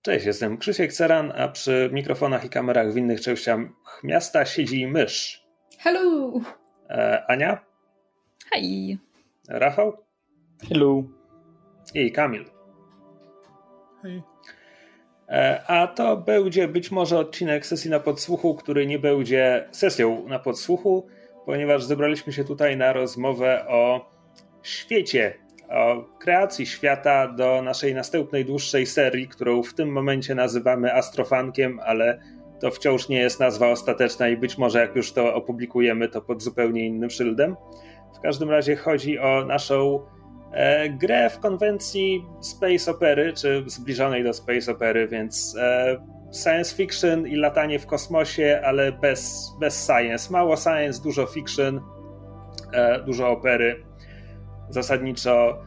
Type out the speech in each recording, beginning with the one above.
Cześć, jestem Krzysiek Ceran, a przy mikrofonach i kamerach w innych częściach miasta siedzi mysz. Hello! Ania? Hej! Rafał? Hello! I Kamil. Hej. A to będzie być może odcinek sesji na podsłuchu, który nie będzie sesją na podsłuchu, ponieważ zebraliśmy się tutaj na rozmowę o świecie, o kreacji świata do naszej następnej dłuższej serii, którą w tym momencie nazywamy Astrofankiem, ale to wciąż nie jest nazwa ostateczna i być może jak już to opublikujemy, to pod zupełnie innym szyldem. W każdym razie chodzi o naszą grę w konwencji space opery, czy zbliżonej do space opery, więc science fiction i latanie w kosmosie, ale bez science. Mało science, dużo fiction, dużo opery. Zasadniczo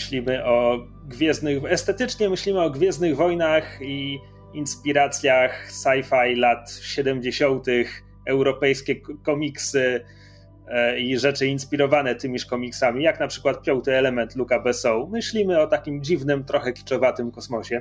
estetycznie myślimy o Gwiezdnych Wojnach i inspiracjach sci-fi lat 70., europejskie komiksy i rzeczy inspirowane tymiż komiksami, jak na przykład Piąty Element Luca Besson. Myślimy o takim dziwnym, trochę kiczowatym kosmosie.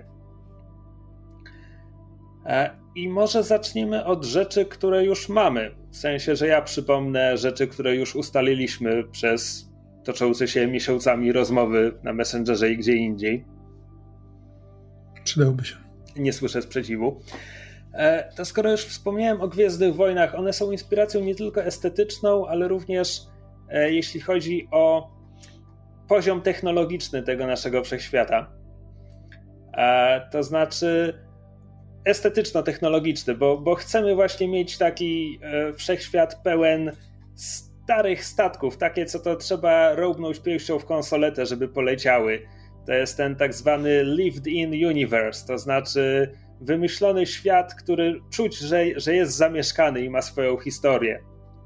I może zaczniemy od rzeczy, które już mamy. W sensie, że ja przypomnę rzeczy, które już ustaliliśmy przez toczące się miesiącami rozmowy na Messengerze i gdzie indziej. Przydałoby się. Nie słyszę sprzeciwu. To skoro już wspomniałem o Gwiezdnych Wojnach, one są inspiracją nie tylko estetyczną, ale również jeśli chodzi o poziom technologiczny tego naszego wszechświata. To znaczy estetyczno-technologiczny, bo chcemy właśnie mieć taki wszechświat pełen starych statków, takie co to trzeba robnąć pięścią w konsoletę, żeby poleciały. To jest ten tak zwany lived-in universe, to znaczy wymyślony świat, który czuć, że jest zamieszkany i ma swoją historię.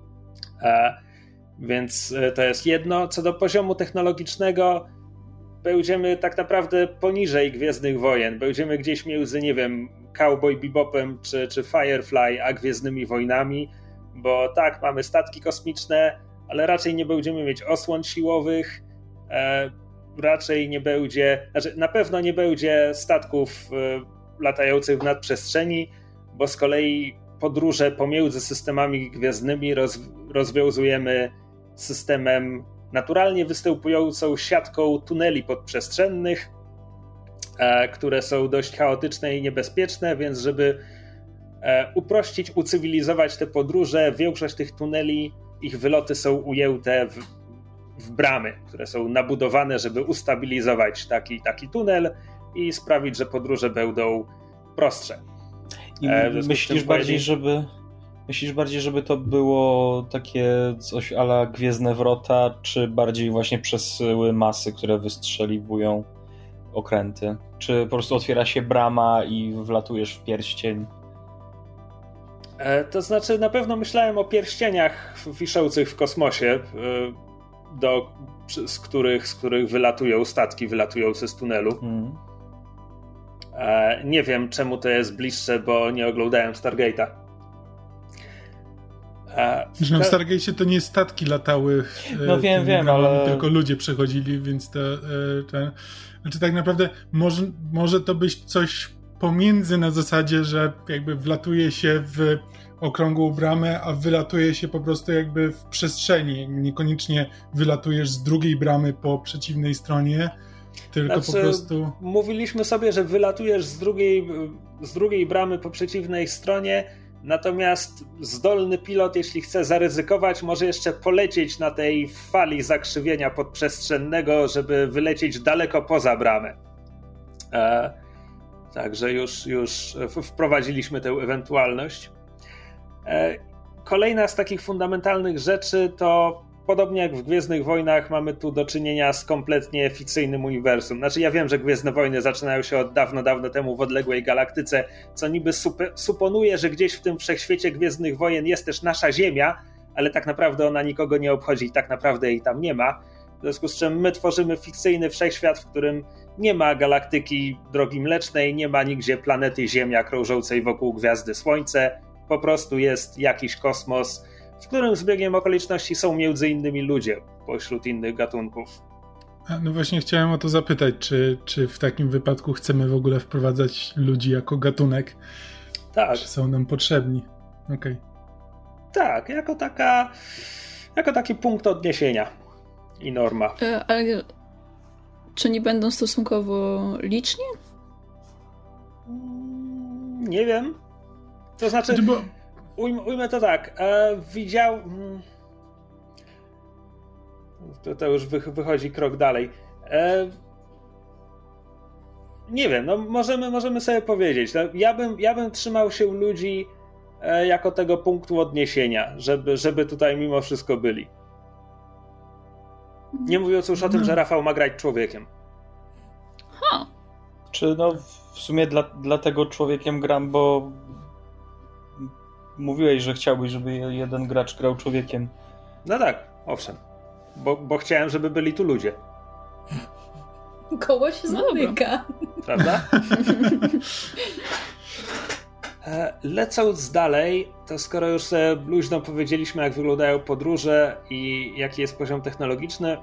Więc to jest jedno. Co do poziomu technologicznego, będziemy tak naprawdę poniżej Gwiezdnych Wojen. Będziemy gdzieś między, nie wiem, Cowboy Bebopem czy Firefly, a Gwiezdnymi Wojnami, bo tak, mamy statki kosmiczne, ale raczej nie będziemy mieć osłon siłowych, raczej nie będzie, na pewno nie będzie statków latających w nadprzestrzeni, bo z kolei podróże pomiędzy systemami gwiezdnymi rozwiązujemy systemem naturalnie występującą siatką tuneli podprzestrzennych, które są dość chaotyczne i niebezpieczne, więc żeby uprościć, ucywilizować te podróże, większość tych tuneli, ich wyloty są ujęte w bramy, które są nabudowane, żeby ustabilizować taki tunel i sprawić, że podróże będą prostsze. I myślisz bardziej, żeby to było takie coś a la Gwiezdne Wrota, czy bardziej właśnie przesyły masy, które wystrzeliwują okręty? Czy po prostu otwiera się brama i wlatujesz w pierścień? To znaczy, na pewno myślałem o pierścieniach wiszących w kosmosie, z których wylatują statki wylatujące z tunelu. Nie wiem, czemu to jest bliższe, bo nie oglądałem Stargate'a. W Stargate'cie to nie statki latały, wiem, ale tylko ludzie przechodzili, więc znaczy tak naprawdę może to być coś pomiędzy, na zasadzie, że jakby wlatuje się w okrągłą bramę, a wylatuje się po prostu jakby w przestrzeni. Niekoniecznie wylatujesz z drugiej bramy po przeciwnej stronie, tylko po prostu... Mówiliśmy sobie, że wylatujesz z drugiej bramy po przeciwnej stronie, natomiast zdolny pilot, jeśli chce zaryzykować, może jeszcze polecieć na tej fali zakrzywienia podprzestrzennego, żeby wylecieć daleko poza bramę. Także już wprowadziliśmy tę ewentualność. Kolejna z takich fundamentalnych rzeczy to, podobnie jak w Gwiezdnych Wojnach, mamy tu do czynienia z kompletnie fikcyjnym uniwersum. Znaczy ja wiem, że Gwiezdne Wojny zaczynają się od dawno temu w odległej galaktyce, co niby suponuje, że gdzieś w tym wszechświecie Gwiezdnych Wojen jest też nasza Ziemia, ale tak naprawdę ona nikogo nie obchodzi i tak naprawdę jej tam nie ma. W związku z czym my tworzymy fikcyjny wszechświat, w którym nie ma galaktyki Drogi Mlecznej, nie ma nigdzie planety Ziemia krążącej wokół gwiazdy Słońce. Po prostu jest jakiś kosmos, w którym z biegiem okoliczności są między innymi ludzie pośród innych gatunków. No właśnie chciałem o to zapytać, czy w takim wypadku chcemy w ogóle wprowadzać ludzi jako gatunek? Tak. Czy są nam potrzebni? Okej. Tak, jako taki punkt odniesienia i norma. Ale czy nie będą stosunkowo liczni? Nie wiem. To znaczy, ujmę to tak. To już wychodzi krok dalej. Nie wiem, no możemy sobie powiedzieć. No, ja bym trzymał się ludzi jako tego punktu odniesienia, żeby tutaj mimo wszystko byli. Nie mówiąc już o tym, że Rafał ma grać człowiekiem. Czy no w sumie dlatego człowiekiem gram, bo mówiłeś, że chciałbyś, żeby jeden gracz grał człowiekiem. No tak, owszem. Bo chciałem, żeby byli tu ludzie. Koło się zamyka. Prawda? Lecąc dalej, to skoro już sobie luźno powiedzieliśmy, jak wyglądają podróże i jaki jest poziom technologiczny,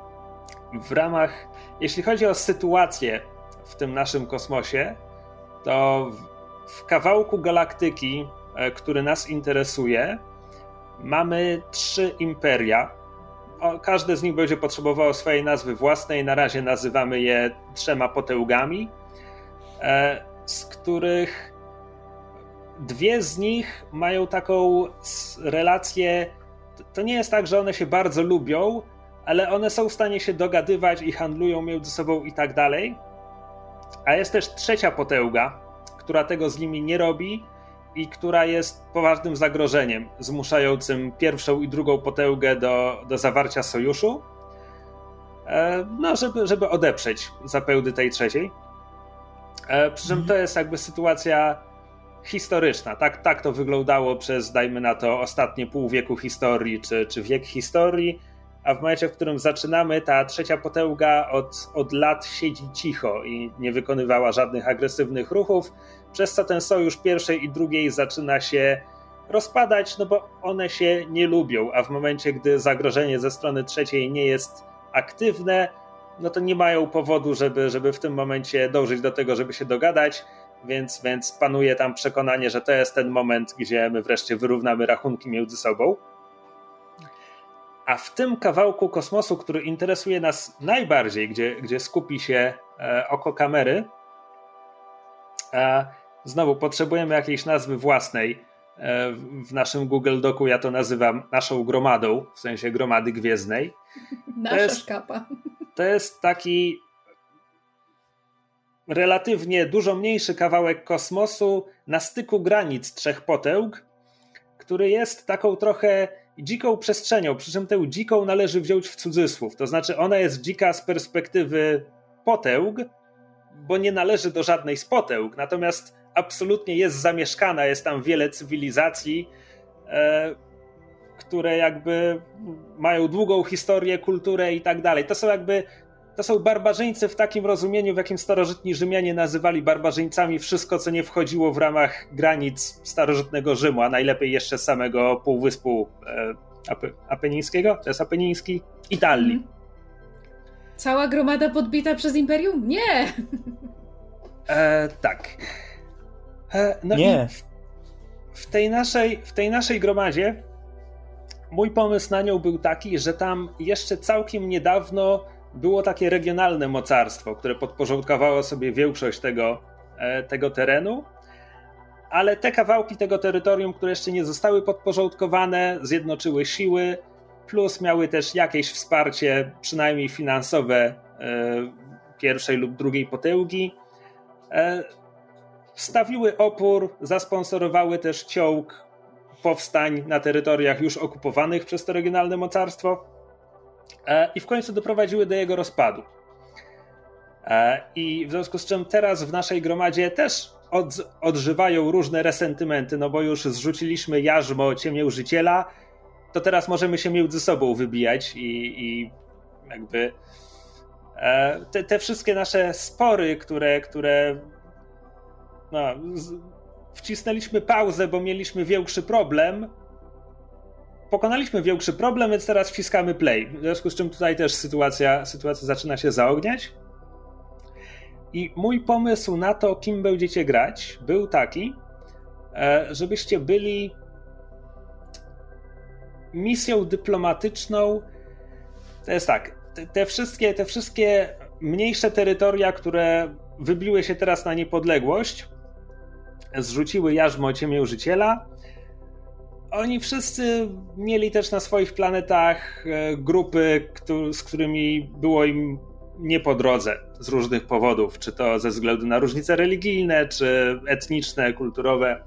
jeśli chodzi o sytuację w tym naszym kosmosie, to w kawałku galaktyki, który nas interesuje, mamy 3 imperia. Każde z nich będzie potrzebowało swojej nazwy własnej. Na razie nazywamy je 3 potęgami, z których 2 z nich mają taką relację. To nie jest tak, że one się bardzo lubią, ale one są w stanie się dogadywać i handlują między sobą i tak dalej. A jest też 3 potęga, która tego z nimi nie robi i która jest poważnym zagrożeniem, zmuszającym 1. i 2. potęgę do zawarcia sojuszu, no żeby odeprzeć zapędy tej 3. Przy czym to jest jakby sytuacja historyczna. Tak to wyglądało przez, dajmy na to, ostatnie pół wieku historii, czy wiek historii, a w momencie, w którym zaczynamy, ta 3. potęga od lat siedzi cicho i nie wykonywała żadnych agresywnych ruchów, przez co ten sojusz 1. i 2. zaczyna się rozpadać, no bo one się nie lubią, a w momencie, gdy zagrożenie ze strony 3. nie jest aktywne, no to nie mają powodu, żeby w tym momencie dążyć do tego, żeby się dogadać, więc panuje tam przekonanie, że to jest ten moment, gdzie my wreszcie wyrównamy rachunki między sobą. A w tym kawałku kosmosu, który interesuje nas najbardziej, gdzie skupi się oko kamery, znowu potrzebujemy jakiejś nazwy własnej. W naszym Google Docu ja to nazywam naszą gromadą, w sensie gromady gwiezdnej. Nasza szkapa. To jest taki relatywnie dużo mniejszy kawałek kosmosu na styku granic 3 potęg, który jest taką trochę dziką przestrzenią, przy czym tę dziką należy wziąć w cudzysłów. To znaczy ona jest dzika z perspektywy potęg, bo nie należy do żadnej z potęg, natomiast absolutnie jest zamieszkana, jest tam wiele cywilizacji, które jakby mają długą historię, kulturę i tak dalej. To są barbarzyńcy w takim rozumieniu, w jakim starożytni Rzymianie nazywali barbarzyńcami wszystko, co nie wchodziło w ramach granic starożytnego Rzymu, a najlepiej jeszcze samego półwyspu apenińskiego, to jest apeniński, Italii. Cała gromada podbita przez Imperium? Nie! Tak. No nie. I w tej naszej gromadzie mój pomysł na nią był taki, że tam jeszcze całkiem niedawno było takie regionalne mocarstwo, które podporządkowało sobie większość tego terenu, ale te kawałki tego terytorium, które jeszcze nie zostały podporządkowane, zjednoczyły siły, plus miały też jakieś wsparcie, przynajmniej finansowe, 1. lub 2. potęgi. Stawiły opór, zasponsorowały też ciąg powstań na terytoriach już okupowanych przez to regionalne mocarstwo i w końcu doprowadziły do jego rozpadu. I w związku z czym teraz w naszej gromadzie też odżywają różne resentymenty, no bo już zrzuciliśmy jarzmo ciemiężyciela, to teraz możemy się między sobą wybijać i jakby te wszystkie nasze spory, które wcisnęliśmy pauzę, bo mieliśmy większy problem, pokonaliśmy większy problem, więc teraz wciskamy play. W związku z czym tutaj też sytuacja zaczyna się zaogniać. I mój pomysł na to, kim będziecie grać, był taki, żebyście byli misją dyplomatyczną. To jest tak, te wszystkie mniejsze terytoria, które wybiły się teraz na niepodległość, zrzuciły jarzmo ciemiężyciela. Oni wszyscy mieli też na swoich planetach grupy, z którymi było im nie po drodze z różnych powodów, czy to ze względu na różnice religijne, czy etniczne, kulturowe.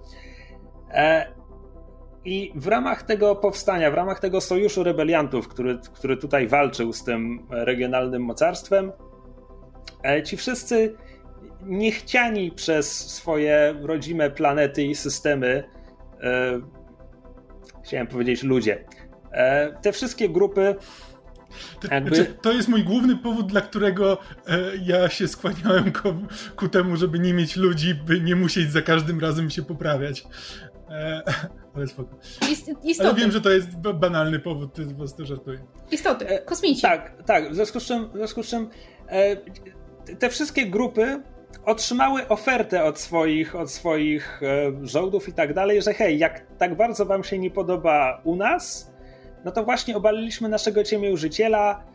I w ramach tego powstania, w ramach tego sojuszu rebeliantów, który tutaj walczył z tym regionalnym mocarstwem, ci wszyscy niechciani przez swoje rodzime planety i systemy, chciałem powiedzieć ludzie, te wszystkie grupy To jest mój główny powód, dla którego ja się skłaniałem ku temu, żeby nie mieć ludzi, by nie musieć za każdym razem się poprawiać. Ale spoko. Ale wiem, że to jest banalny powód, to jest po prostu żartuję. Istoty, kosmici. Tak. W związku z czym te wszystkie grupy otrzymały ofertę od swoich żołdów i tak dalej, że hej, jak tak bardzo wam się nie podoba u nas, no to właśnie obaliliśmy naszego ciemiężyciela.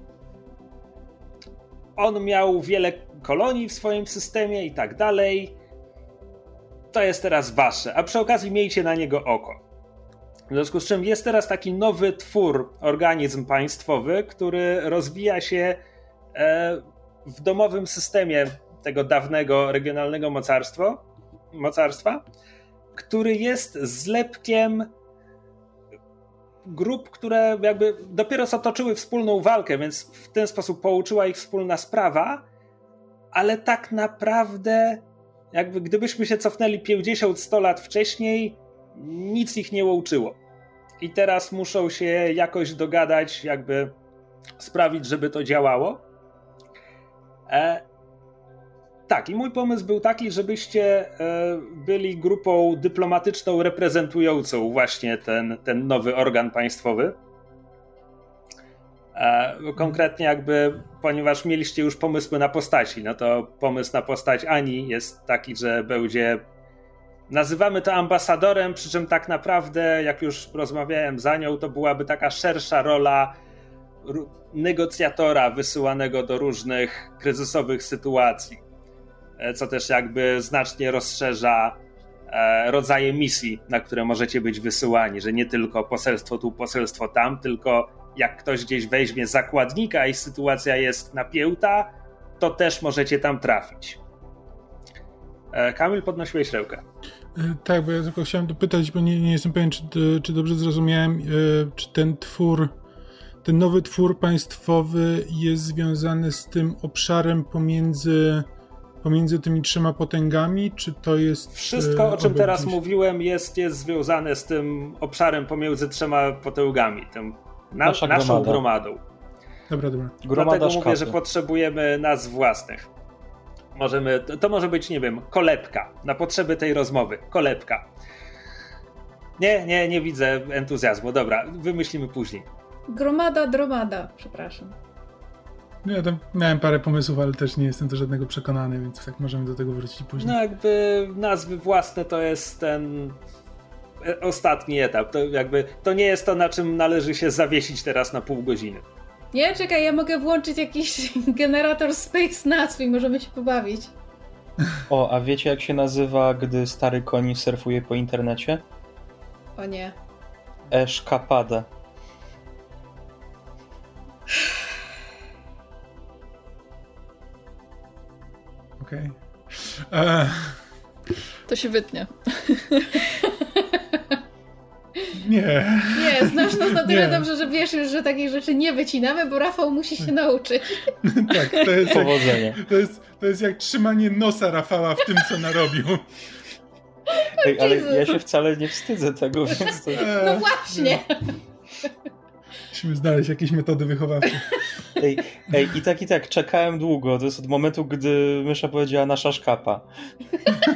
On miał wiele kolonii w swoim systemie i tak dalej. To jest teraz wasze, a przy okazji miejcie na niego oko. W związku z czym jest teraz taki nowy twór, organizm państwowy, który rozwija się w domowym systemie tego dawnego regionalnego mocarstwa, który jest zlepkiem grup, które jakby dopiero co toczyły wspólną walkę, więc w ten sposób połączyła ich wspólna sprawa, ale tak naprawdę jakby gdybyśmy się cofnęli 50-100 lat wcześniej, nic ich nie łączyło. I teraz muszą się jakoś dogadać, jakby sprawić, żeby to działało. Tak, i mój pomysł był taki, żebyście byli grupą dyplomatyczną reprezentującą właśnie ten nowy organ państwowy. Konkretnie jakby, ponieważ mieliście już pomysły na postaci, no to pomysł na postać Ani jest taki, że będzie, nazywamy to ambasadorem, przy czym tak naprawdę, jak już rozmawiałem za nią, to byłaby taka szersza rola negocjatora wysyłanego do różnych kryzysowych sytuacji, co też jakby znacznie rozszerza rodzaje misji, na które możecie być wysyłani, że nie tylko poselstwo tu, poselstwo tam, tylko jak ktoś gdzieś weźmie zakładnika i sytuacja jest napięta, to też możecie tam trafić. Kamil, podnosiłeś rękę. Tak, bo ja tylko chciałem dopytać, bo nie jestem pewien, czy dobrze zrozumiałem, czy ten nowy twór państwowy jest związany z tym obszarem pomiędzy tymi trzema potęgami, czy to jest... Wszystko, o czym teraz mówiłem, jest związane z tym obszarem pomiędzy trzema potęgami, tym naszą gromadą. Dobra. Dlatego mówię, że potrzebujemy nazw własnych. To może być, nie wiem, kolebka. Na potrzeby tej rozmowy. Kolebka. Nie widzę entuzjazmu. Dobra, wymyślimy później. Dromada, przepraszam. Ja tam miałem parę pomysłów, ale też nie jestem do żadnego przekonany, więc tak możemy do tego wrócić później. No jakby nazwy własne to jest ten ostatni etap. To nie jest to, na czym należy się zawiesić teraz na pół godziny. Nie, czekaj, ja mogę włączyć jakiś generator space nazw i możemy się pobawić. O, a wiecie jak się nazywa, gdy stary koń surfuje po internecie? O nie. Eszkapada. Okej. To się wytnie. Nie, znasz nas na tyle dobrze, że wiesz już, że takich rzeczy nie wycinamy, bo Rafał musi się nauczyć. Tak, to jest powodzenia. To jest jak trzymanie nosa Rafała w tym, co narobił. Ej, ale ja się wcale nie wstydzę tego, więc to... No właśnie. Musimy znaleźć jakieś metody wychowawcze. Ej, i tak, czekałem długo. To jest od momentu, gdy mysza powiedziała nasza szkapa.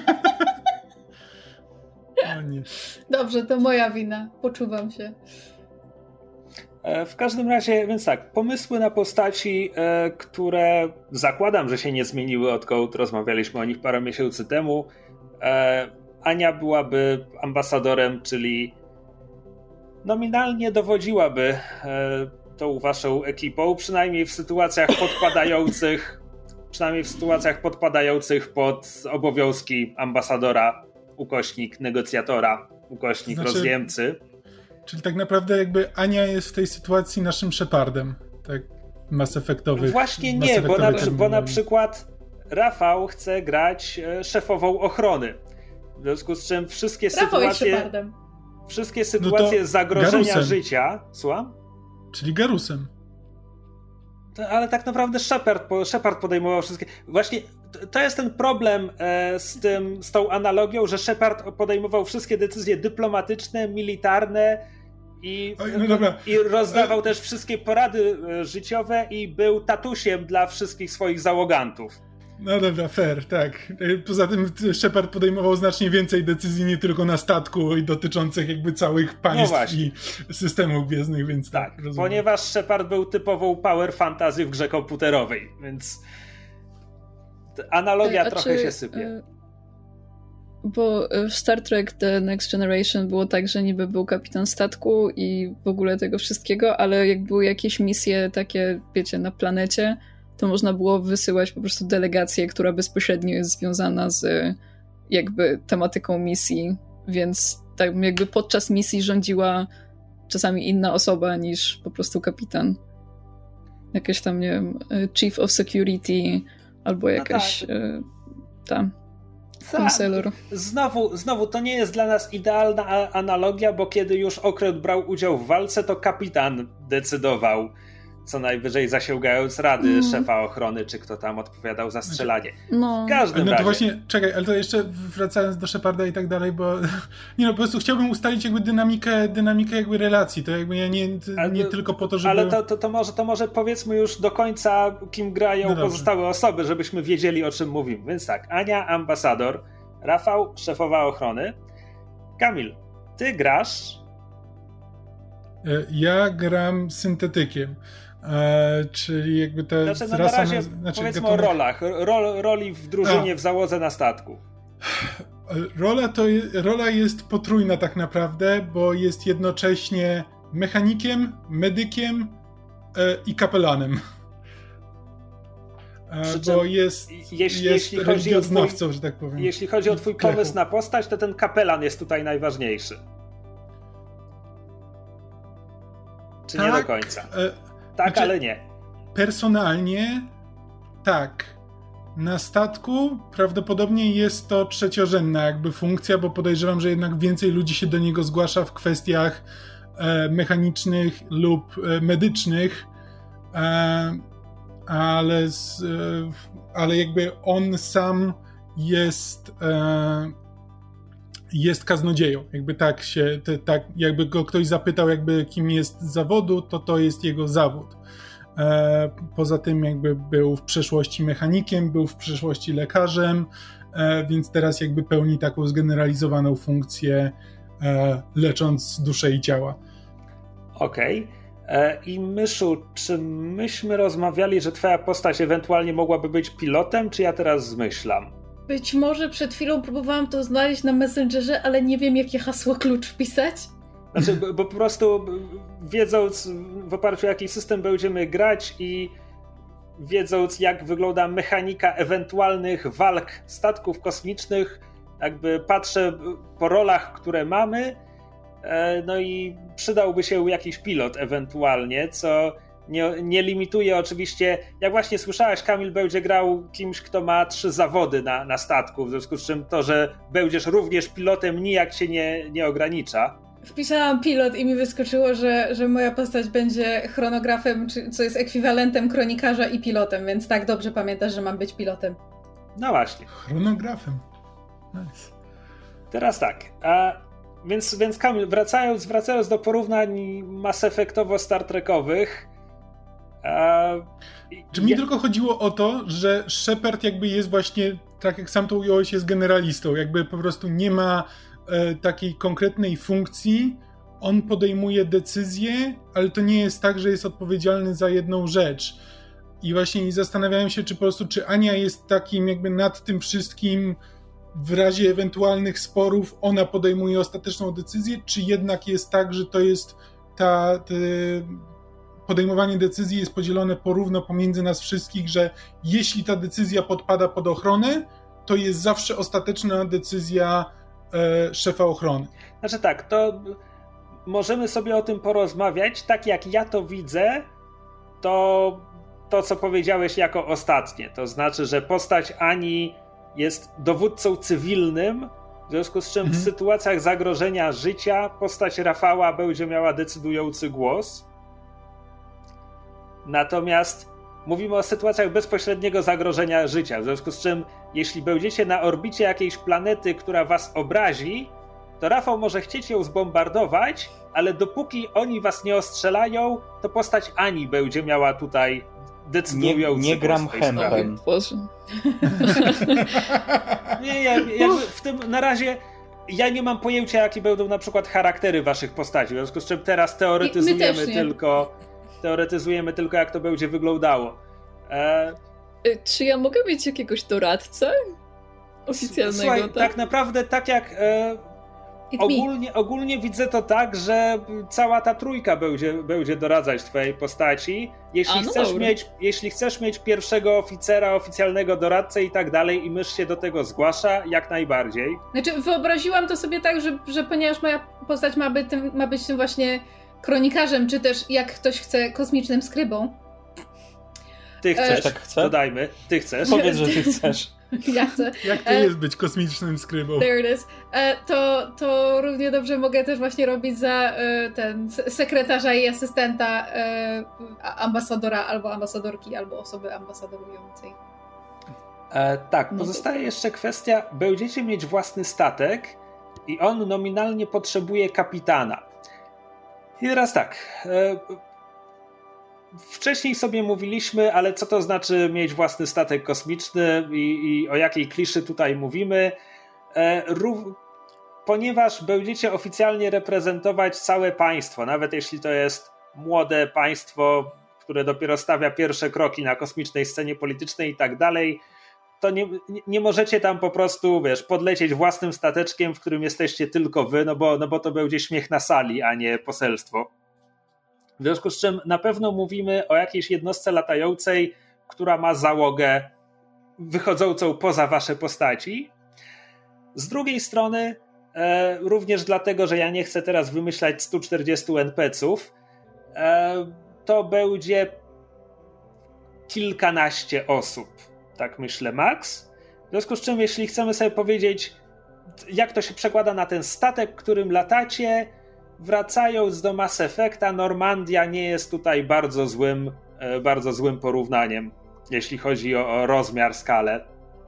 O nie. Dobrze, to moja wina. Poczuwam się. W każdym razie, więc tak, pomysły na postaci, które zakładam, że się nie zmieniły, odkąd rozmawialiśmy o nich parę miesięcy temu. Ania byłaby ambasadorem, czyli nominalnie dowodziłaby tą waszą ekipą, przynajmniej w sytuacjach podpadających pod obowiązki ambasadora, ukośnik negocjatora, ukośnik rozjemcy. Czyli tak naprawdę jakby Ania jest w tej sytuacji naszym Shepardem, tak? Mass Effectowych. Właśnie nie, bo na przykład Rafał chce grać szefową ochrony. W związku z czym wszystkie sytuacje zagrożenia Garusem. Życia... Słucham? Czyli Garusem. Ale tak naprawdę Shepard podejmował wszystkie... Właśnie to jest ten problem z tą analogią, że Shepard podejmował wszystkie decyzje dyplomatyczne, militarne i rozdawał też wszystkie porady życiowe i był tatusiem dla wszystkich swoich załogantów. No dobra, fair, tak. Poza tym Shepard podejmował znacznie więcej decyzji nie tylko na statku i dotyczących jakby całych państw i systemów gwiezdnych, więc tak rozumiem. Ponieważ Shepard był typową power fantasy w grze komputerowej, więc analogia trochę się sypie. Bo w Star Trek The Next Generation było tak, że niby był kapitan statku i w ogóle tego wszystkiego, ale jak były jakieś misje takie, wiecie, na planecie, to można było wysyłać po prostu delegację, która bezpośrednio jest związana z jakby tematyką misji, więc tak jakby podczas misji rządziła czasami inna osoba niż po prostu kapitan. Jakaś tam, nie wiem, Chief of Security albo jakaś Counselor. Znowu, to nie jest dla nas idealna analogia, bo kiedy już okręt brał udział w walce, to kapitan decydował, co najwyżej zasięgając rady szefa ochrony, czy kto tam odpowiadał za strzelanie. No. W każdym razie. To właśnie, czekaj, ale to jeszcze wracając do Sheparda i tak dalej, bo po prostu chciałbym ustalić jakby dynamikę jakby relacji, to jakby ja nie tylko po to, żeby... Ale to może powiedzmy już do końca, kim grają pozostałe osoby, żebyśmy wiedzieli, o czym mówimy. Więc tak, Ania, ambasador, Rafał, szefowa ochrony. Kamil, ty grasz? Ja gram syntetykiem. Czyli jakby to jest na razie powiedzmy gatunek... o rolach. Roli w drużynie, w załodze na statku. Rola jest potrójna tak naprawdę, bo jest jednocześnie mechanikiem, medykiem i kapelanem. Bo jest religioznawcą, że tak powiem. Jeśli chodzi o twój pomysł na postać, to ten kapelan jest tutaj najważniejszy. Czy tak, nie do końca? Tak, znaczy, ale nie. Personalnie tak. Na statku prawdopodobnie jest to trzeciorzędna jakby funkcja, bo podejrzewam, że jednak więcej ludzi się do niego zgłasza w kwestiach mechanicznych lub medycznych, ale jakby on sam jest kaznodzieją. Jakby jakby go ktoś zapytał, jakby kim jest z zawodu, to jest jego zawód. Poza tym jakby był w przeszłości mechanikiem, był w przeszłości lekarzem, więc teraz jakby pełni taką zgeneralizowaną funkcję, lecząc duszę i ciała. Okej. I Myszu, czy myśmy rozmawiali, że twoja postać ewentualnie mogłaby być pilotem, czy ja teraz zmyślam? Być może przed chwilą próbowałam to znaleźć na Messengerze, ale nie wiem, jakie hasło klucz wpisać. Znaczy, bo po prostu wiedząc w oparciu o jaki system będziemy grać i wiedząc jak wygląda mechanika ewentualnych walk statków kosmicznych, jakby patrzę po rolach, które mamy, no i przydałby się jakiś pilot ewentualnie, co nie limituje oczywiście, jak właśnie słyszałaś, Kamil będzie grał kimś, kto ma 3 zawody na statku, w związku z czym to, że będziesz również pilotem nijak się nie ogranicza. Wpisałam pilot i mi wyskoczyło, że moja postać będzie chronografem, co jest ekwiwalentem kronikarza i pilotem, więc tak, dobrze pamiętasz, że mam być pilotem. No właśnie. Chronografem. Nice. Teraz tak, więc Kamil, wracając do porównań Mass Effectowo-Star Trekowych, czy mi tylko chodziło o to, że Shepard jakby jest właśnie, tak jak sam to ująłeś, jest generalistą, jakby po prostu nie ma takiej konkretnej funkcji, on podejmuje decyzje, ale to nie jest tak, że jest odpowiedzialny za jedną rzecz. I właśnie zastanawiałem się, czy Ania jest takim jakby nad tym wszystkim, w razie ewentualnych sporów ona podejmuje ostateczną decyzję, czy jednak jest tak, że to jest podejmowanie decyzji jest podzielone porówno pomiędzy nas wszystkich, że jeśli ta decyzja podpada pod ochronę, to jest zawsze ostateczna decyzja szefa ochrony. Znaczy tak, to możemy sobie o tym porozmawiać. Tak jak ja to widzę, to co powiedziałeś jako ostatnie. To znaczy, że postać Ani jest dowódcą cywilnym, w związku z czym w sytuacjach zagrożenia życia postać Rafała będzie miała decydujący głos. Natomiast mówimy o sytuacjach bezpośredniego zagrożenia życia, w związku z czym jeśli będziecie na orbicie jakiejś planety, która was obrazi, to Rafał może chcieć ją zbombardować, ale dopóki oni was nie ostrzelają, to postać Ani będzie miała tutaj decydujący nie gram chępem. Nie, jakby w tym na razie ja nie mam pojęcia, jakie będą na przykład charaktery waszych postaci, w związku z czym teraz teoretyzujemy tylko, jak to będzie wyglądało. Czy ja mogę mieć jakiegoś doradcę oficjalnego? Słuchaj, tak? Tak naprawdę tak jak ogólnie widzę to tak, że cała ta trójka będzie doradzać twojej postaci. Jeśli chcesz mieć pierwszego oficera, oficjalnego doradcę i tak dalej i mysz się do tego zgłasza, jak najbardziej. Znaczy wyobraziłam to sobie tak, że ponieważ moja postać ma być tym właśnie kronikarzem, czy też jak ktoś chce kosmicznym skrybą. Ty chcesz, tak chcę? Dodajmy, ty chcesz. Powiedz, że ty chcesz. Ja chcę. Jak to jest być kosmicznym skrybą? There it is. To równie dobrze mogę też właśnie robić za sekretarza i asystenta ambasadora albo ambasadorki, albo osoby ambasadorującej. Tak, pozostaje jeszcze kwestia, będziecie mieć własny statek i on nominalnie potrzebuje kapitana. I teraz tak, wcześniej sobie mówiliśmy, ale co to znaczy mieć własny statek kosmiczny i o jakiej kliszy tutaj mówimy? Ponieważ będziecie oficjalnie reprezentować całe państwo, nawet jeśli to jest młode państwo, które dopiero stawia pierwsze kroki na kosmicznej scenie politycznej i tak dalej, to nie możecie tam po prostu, podlecieć własnym stateczkiem, w którym jesteście tylko wy, no bo to będzie śmiech na sali, a nie poselstwo. W związku z czym na pewno mówimy o jakiejś jednostce latającej, która ma załogę wychodzącą poza wasze postaci. Z drugiej strony, również dlatego, że ja nie chcę teraz wymyślać 140 NPC-ów, to będzie kilkanaście osób, tak myślę, max. W związku z czym, jeśli chcemy sobie powiedzieć, jak to się przekłada na ten statek, którym latacie, wracając do Mass Effecta, Normandia nie jest tutaj bardzo złym porównaniem, jeśli chodzi o rozmiar, skalę.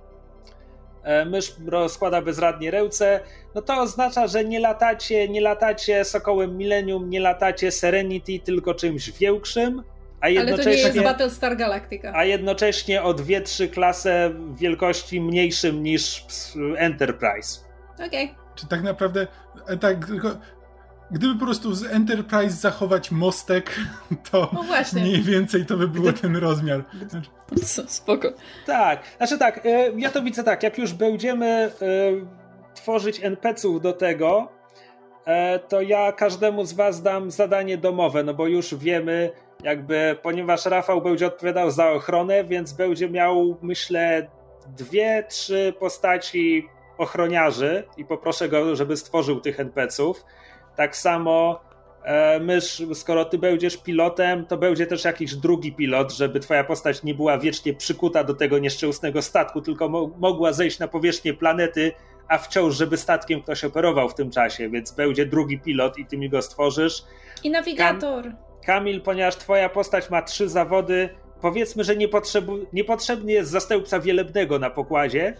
Mysz rozkłada bezradnie ręce, no to oznacza, że nie latacie Sokołem Millennium, nie latacie Serenity, tylko czymś większym, ale to nie jest Battlestar Galactica. A jednocześnie o 2-3 klasę wielkości mniejszym niż Enterprise. Okej. Czy tak naprawdę, tak, gdyby po prostu z Enterprise zachować mostek, to mniej więcej to by było ten rozmiar. Spoko. Tak, znaczy tak, ja to widzę tak, jak już będziemy tworzyć NPC-ów do tego, to ja każdemu z was dam zadanie domowe, no bo już wiemy, ponieważ Rafał będzie odpowiadał za ochronę, więc będzie miał, myślę, 2-3 postaci ochroniarzy i poproszę go, żeby stworzył tych NPC-ów. Tak samo mysz, skoro ty będziesz pilotem, to będzie też jakiś drugi pilot, żeby twoja postać nie była wiecznie przykuta do tego nieszczęsnego statku, tylko mogła zejść na powierzchnię planety, a wciąż, żeby statkiem ktoś operował w tym czasie, więc będzie drugi pilot i ty mi go stworzysz. I nawigator. Kamil, ponieważ twoja postać ma 3 zawody, powiedzmy, że niepotrzebny jest zastępca wielebnego na pokładzie,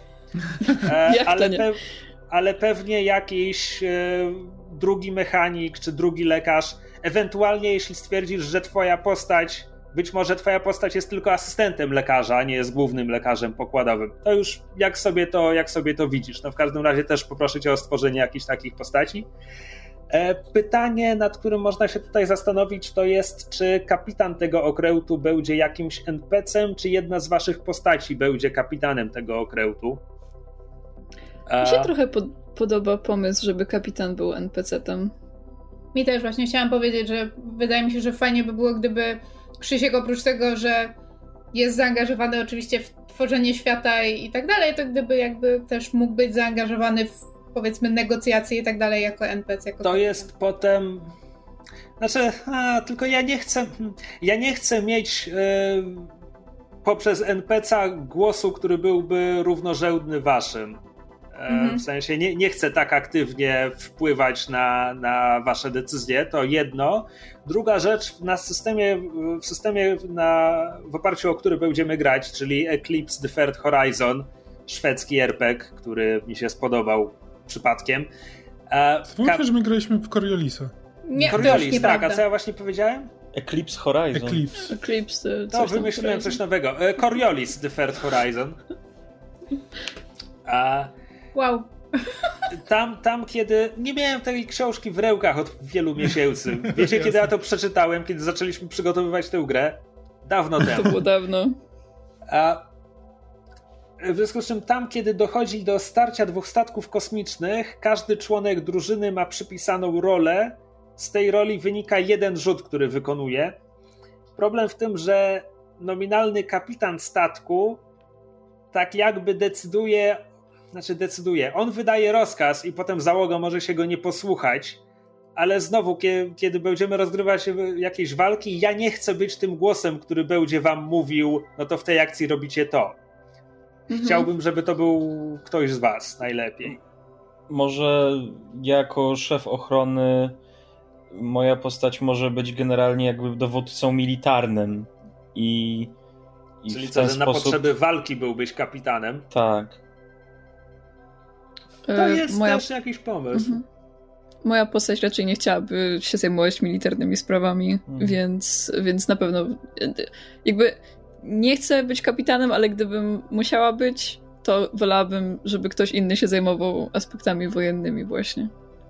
ale pewnie jakiś drugi mechanik czy drugi lekarz, ewentualnie jeśli stwierdzisz, że być może twoja postać jest tylko asystentem lekarza, a nie jest głównym lekarzem pokładowym. To już jak sobie to widzisz. No w każdym razie też poproszę cię o stworzenie jakichś takich postaci. Pytanie, nad którym można się tutaj zastanowić, to jest, czy kapitan tego okrętu będzie jakimś NPC-em, czy jedna z waszych postaci będzie kapitanem tego okrętu. Mi się trochę podoba pomysł, żeby kapitan był NPC-tem. Mi też właśnie chciałam powiedzieć, że wydaje mi się, że fajnie by było, gdyby Krzysiek oprócz tego, że jest zaangażowany oczywiście w tworzenie świata i tak dalej, to gdyby jakby też mógł być zaangażowany w, powiedzmy, negocjacje i tak dalej jako NPC. Jako to jest potem... Znaczy, tylko ja nie chcę mieć poprzez NPC-a głosu, który byłby równorzędny waszym. W sensie nie chcę tak aktywnie wpływać na wasze decyzje, to jedno. Druga rzecz, w systemie w oparciu o który będziemy grać, czyli Eclipse The Third Horizon, szwedzki RPG, który mi się spodobał przypadkiem. Zwłaszcza, że my graliśmy w Coriolisa. Nie, Coriolis, tak, a co ja właśnie powiedziałem? Eclipse Horizon. Eclipse to wymyśliłem coś nowego. Coriolis The Third Horizon. Wow. Tam, kiedy nie miałem tej książki w rękach od wielu miesięcy. Wiecie, kiedy ja to przeczytałem, kiedy zaczęliśmy przygotowywać tę grę? Dawno temu. To było dawno. W związku z czym tam, kiedy dochodzi do starcia dwóch statków kosmicznych, każdy członek drużyny ma przypisaną rolę. Z tej roli wynika jeden rzut, który wykonuje. Problem w tym, że nominalny kapitan statku tak jakby decyduje, on wydaje rozkaz i potem załoga może się go nie posłuchać, ale znowu, kiedy będziemy rozgrywać jakieś walki, ja nie chcę być tym głosem, który będzie wam mówił, no to w tej akcji robicie to. Chciałbym, żeby to był ktoś z was najlepiej. Może jako szef ochrony moja postać może być generalnie jakby dowódcą militarnym i czyli w ten to, że sposób... na potrzeby walki byłbyś kapitanem? Tak. To jest też jakiś pomysł. Moja postać raczej nie chciałaby się zajmować militarnymi sprawami, więc na pewno jakby nie chcę być kapitanem, ale gdybym musiała być, to wolałabym, żeby ktoś inny się zajmował aspektami wojennymi właśnie.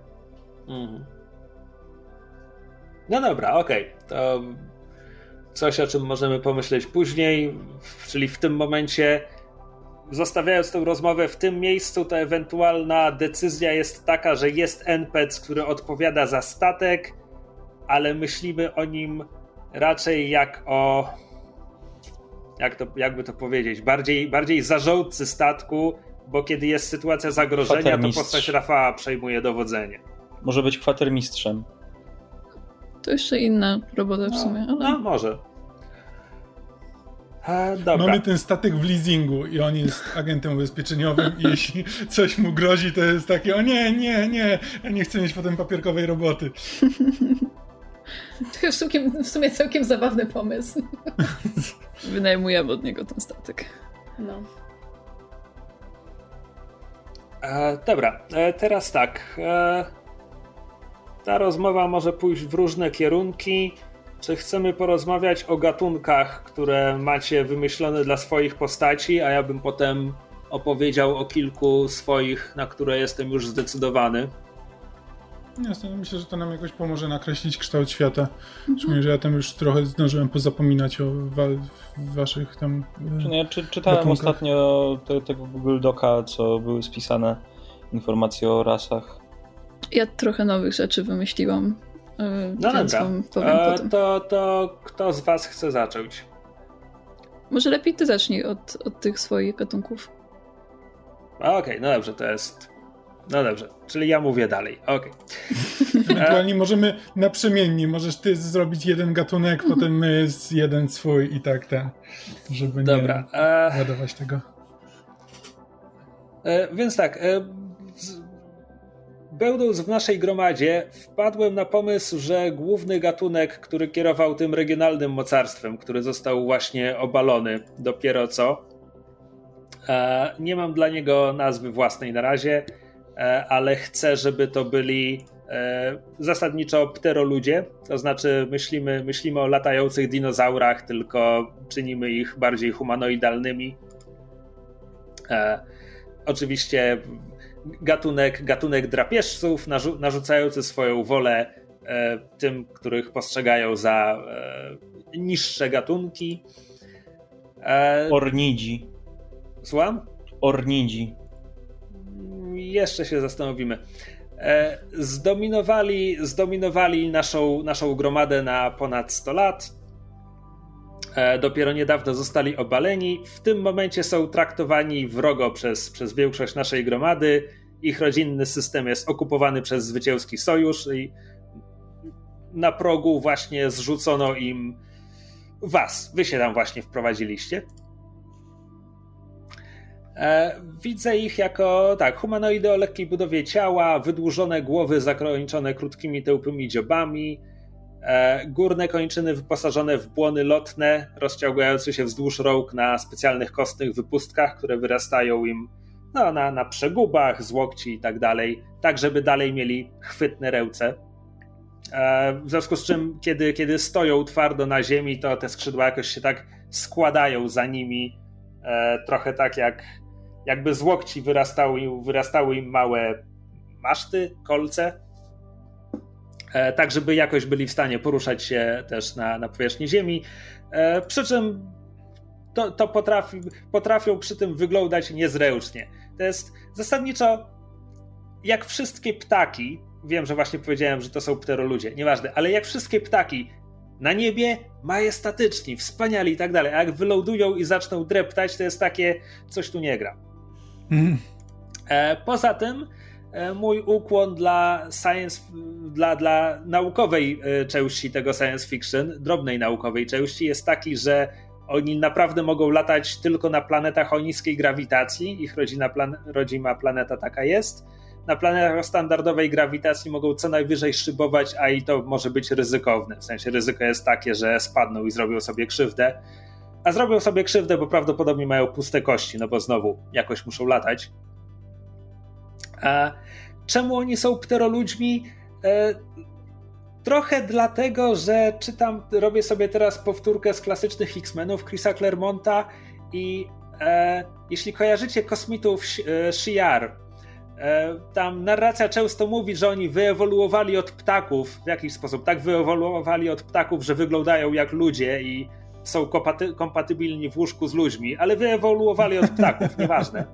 No dobra, okej. To coś, o czym możemy pomyśleć później, czyli w tym momencie, zostawiając tę rozmowę w tym miejscu, to ewentualna decyzja jest taka, że jest NPC, który odpowiada za statek, ale myślimy o nim raczej jak o... jakby to powiedzieć? Bardziej zarządcy statku, bo kiedy jest sytuacja zagrożenia, to postać Rafała przejmuje dowodzenie. Może być kwatermistrzem. To jeszcze inna robota w sumie, ale... No, może. Dobra. Mamy ten statek w leasingu i on jest agentem ubezpieczeniowym i jeśli coś mu grozi, to jest takie, o nie, ja nie chcę mieć potem papierkowej roboty. To jest w sumie całkiem zabawny pomysł. Wynajmujemy od niego ten statek. No. Dobra, teraz tak. Ta rozmowa może pójść w różne kierunki. Czy chcemy porozmawiać o gatunkach, które macie wymyślone dla swoich postaci, a ja bym potem opowiedział o kilku swoich, na które jestem już zdecydowany. Jasne, myślę, że to nam jakoś pomoże nakreślić kształt świata. Szczególnie, że ja tam już trochę zdążyłem pozapominać o waszych tam czytałem gatunkach. ostatnio tego Google Doca, co były spisane informacje o rasach. Ja trochę nowych rzeczy wymyśliłam. No więc dobra, wam powiem potem. To kto z was chce zacząć? Może lepiej ty zacznij od tych swoich gatunków. Okej, no dobrze, to jest... No dobrze, czyli ja mówię dalej. Okej. Ewentualnie możemy naprzemiennie. Możesz ty zrobić jeden gatunek, potem my jeden swój i tak ten, żeby dobra, nie ładować tego. Więc tak, będąc w naszej gromadzie, wpadłem na pomysł, że główny gatunek, który kierował tym regionalnym mocarstwem, który został właśnie obalony dopiero co, nie mam dla niego nazwy własnej na razie, ale chcę, żeby to byli zasadniczo pteroludzie, to znaczy myślimy o latających dinozaurach, tylko czynimy ich bardziej humanoidalnymi. Oczywiście gatunek drapieżców, narzucający swoją wolę tym, których postrzegają za niższe gatunki. Ornidzi. Słucham? Ornidzi. Jeszcze się zastanowimy. Zdominowali naszą gromadę na ponad 100 lat. Dopiero niedawno zostali obaleni. W tym momencie są traktowani wrogo przez większość naszej gromady. Ich rodzinny system jest okupowany przez zwycięski sojusz i na progu właśnie zrzucono im was. Wy się tam właśnie wprowadziliście. Widzę ich jako humanoidy o lekkiej budowie ciała, wydłużone głowy zakończone krótkimi tyłpymi dziobami, górne kończyny wyposażone w błony lotne, rozciągające się wzdłuż rąk na specjalnych kostnych wypustkach, które wyrastają im na przegubach, z łokci i tak dalej, tak żeby dalej mieli chwytne ręce. W związku z czym, kiedy stoją twardo na ziemi, to te skrzydła jakoś się tak składają za nimi, trochę tak jakby z łokci wyrastały im małe maszty, kolce, tak żeby jakoś byli w stanie poruszać się też na powierzchni ziemi, przy czym to potrafią przy tym wyglądać niezręcznie. To jest zasadniczo jak wszystkie ptaki, wiem, że właśnie powiedziałem, że to są pteroludzie, nieważne, ale jak wszystkie ptaki na niebie majestatyczni, wspaniali i tak dalej, a jak wylądują i zaczną dreptać, to jest takie, coś tu nie gra. Poza tym mój ukłon dla naukowej części tego science fiction, drobnej naukowej części, jest taki, że oni naprawdę mogą latać tylko na planetach o niskiej grawitacji, ich rodzima planeta taka jest. Na planetach o standardowej grawitacji mogą co najwyżej szybować, a i to może być ryzykowne. W sensie ryzyko jest takie, że spadną i zrobią sobie krzywdę. A zrobią sobie krzywdę, bo prawdopodobnie mają puste kości, no bo znowu jakoś muszą latać. A czemu oni są pteroludźmi? Trochę dlatego, że robię sobie teraz powtórkę z klasycznych X-Menów Chrisa Claremonta i jeśli kojarzycie kosmitów Shi'ar, tam narracja często mówi, że oni wyewoluowali od ptaków w jakiś sposób, tak wyewoluowali od ptaków, że wyglądają jak ludzie i są kompatybilni w łóżku z ludźmi, ale wyewoluowali od ptaków, nieważne.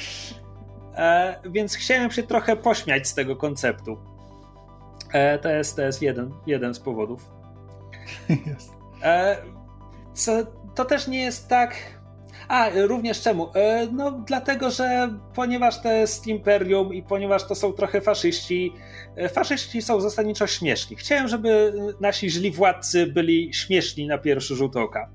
Więc chciałem się trochę pośmiać z tego konceptu. To jest jeden z powodów. To też nie jest tak... również czemu? No dlatego, że ponieważ to jest imperium i ponieważ to są trochę faszyści są zasadniczo śmieszni. Chciałem, żeby nasi źli władcy byli śmieszni na pierwszy rzut oka.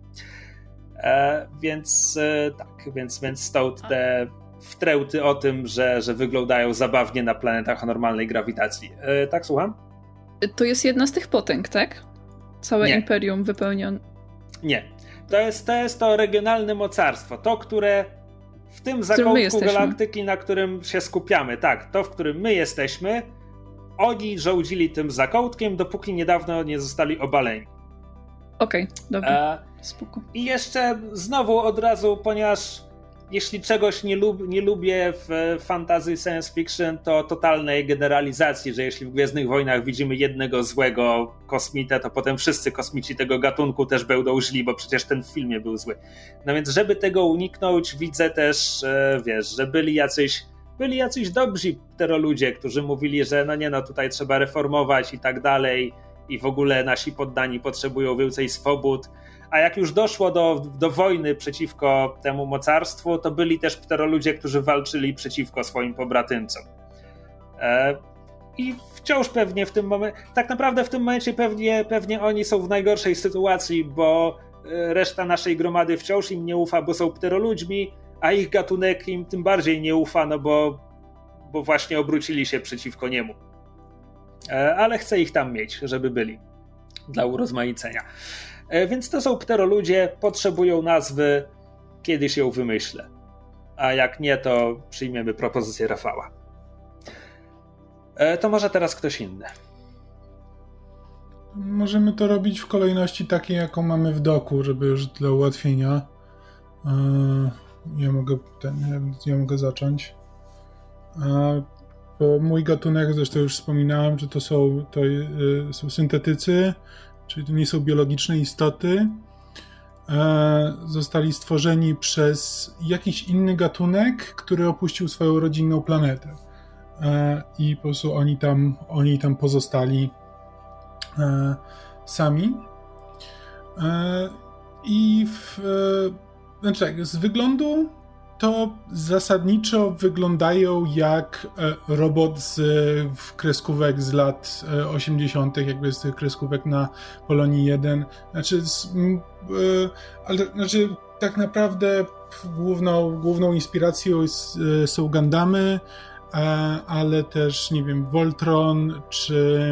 Więc stąd te wtręty o tym, że wyglądają zabawnie na planetach o normalnej grawitacji. Tak, słucham? To jest jedna z tych potęg, tak? Całe imperium wypełnione. Nie. To jest to regionalne mocarstwo. To, które w tym zakątku galaktyki, na którym się skupiamy. Tak, to, w którym my jesteśmy, oni rządzili tym zakątkiem, dopóki niedawno nie zostali obaleni. Okej, dobra. Spoko. I jeszcze znowu od razu, ponieważ jeśli czegoś nie lubię w fantasy science fiction, to totalnej generalizacji, że jeśli w Gwiezdnych Wojnach widzimy jednego złego kosmitę, to potem wszyscy kosmici tego gatunku też będą źli, bo przecież ten w filmie był zły. No więc żeby tego uniknąć, widzę też, że byli jacyś dobrzy pteroludzie, którzy mówili, że tutaj trzeba reformować i tak dalej i w ogóle nasi poddani potrzebują więcej swobód. A jak już doszło do wojny przeciwko temu mocarstwu, to byli też pteroludzie, którzy walczyli przeciwko swoim pobratymcom. I wciąż pewnie w tym momencie, tak naprawdę w tym momencie pewnie oni są w najgorszej sytuacji, bo reszta naszej gromady wciąż im nie ufa, bo są pteroludźmi, a ich gatunek im tym bardziej nie ufa, no bo właśnie obrócili się przeciwko niemu. Ale chcę ich tam mieć, żeby byli dla urozmaicenia. Więc to są pteroludzie, potrzebują nazwy, kiedyś ją wymyślę. A jak nie, to przyjmiemy propozycję Rafała. To może teraz ktoś inny. Możemy to robić w kolejności takiej, jaką mamy w doku, żeby już dla ułatwienia. Ja mogę zacząć. Bo mój gatunek, zresztą już wspominałem, że to są syntetycy, czyli to nie są biologiczne istoty. Zostali stworzeni przez jakiś inny gatunek, który opuścił swoją rodzinną planetę. I po prostu oni tam pozostali sami. Znaczy tak, z wyglądu to zasadniczo wyglądają jak robot z kreskówek z lat 80., jakby z tych kreskówek na Polonii 1. Znaczy tak naprawdę główną inspiracją są Gundamy, ale też, nie wiem, Voltron, czy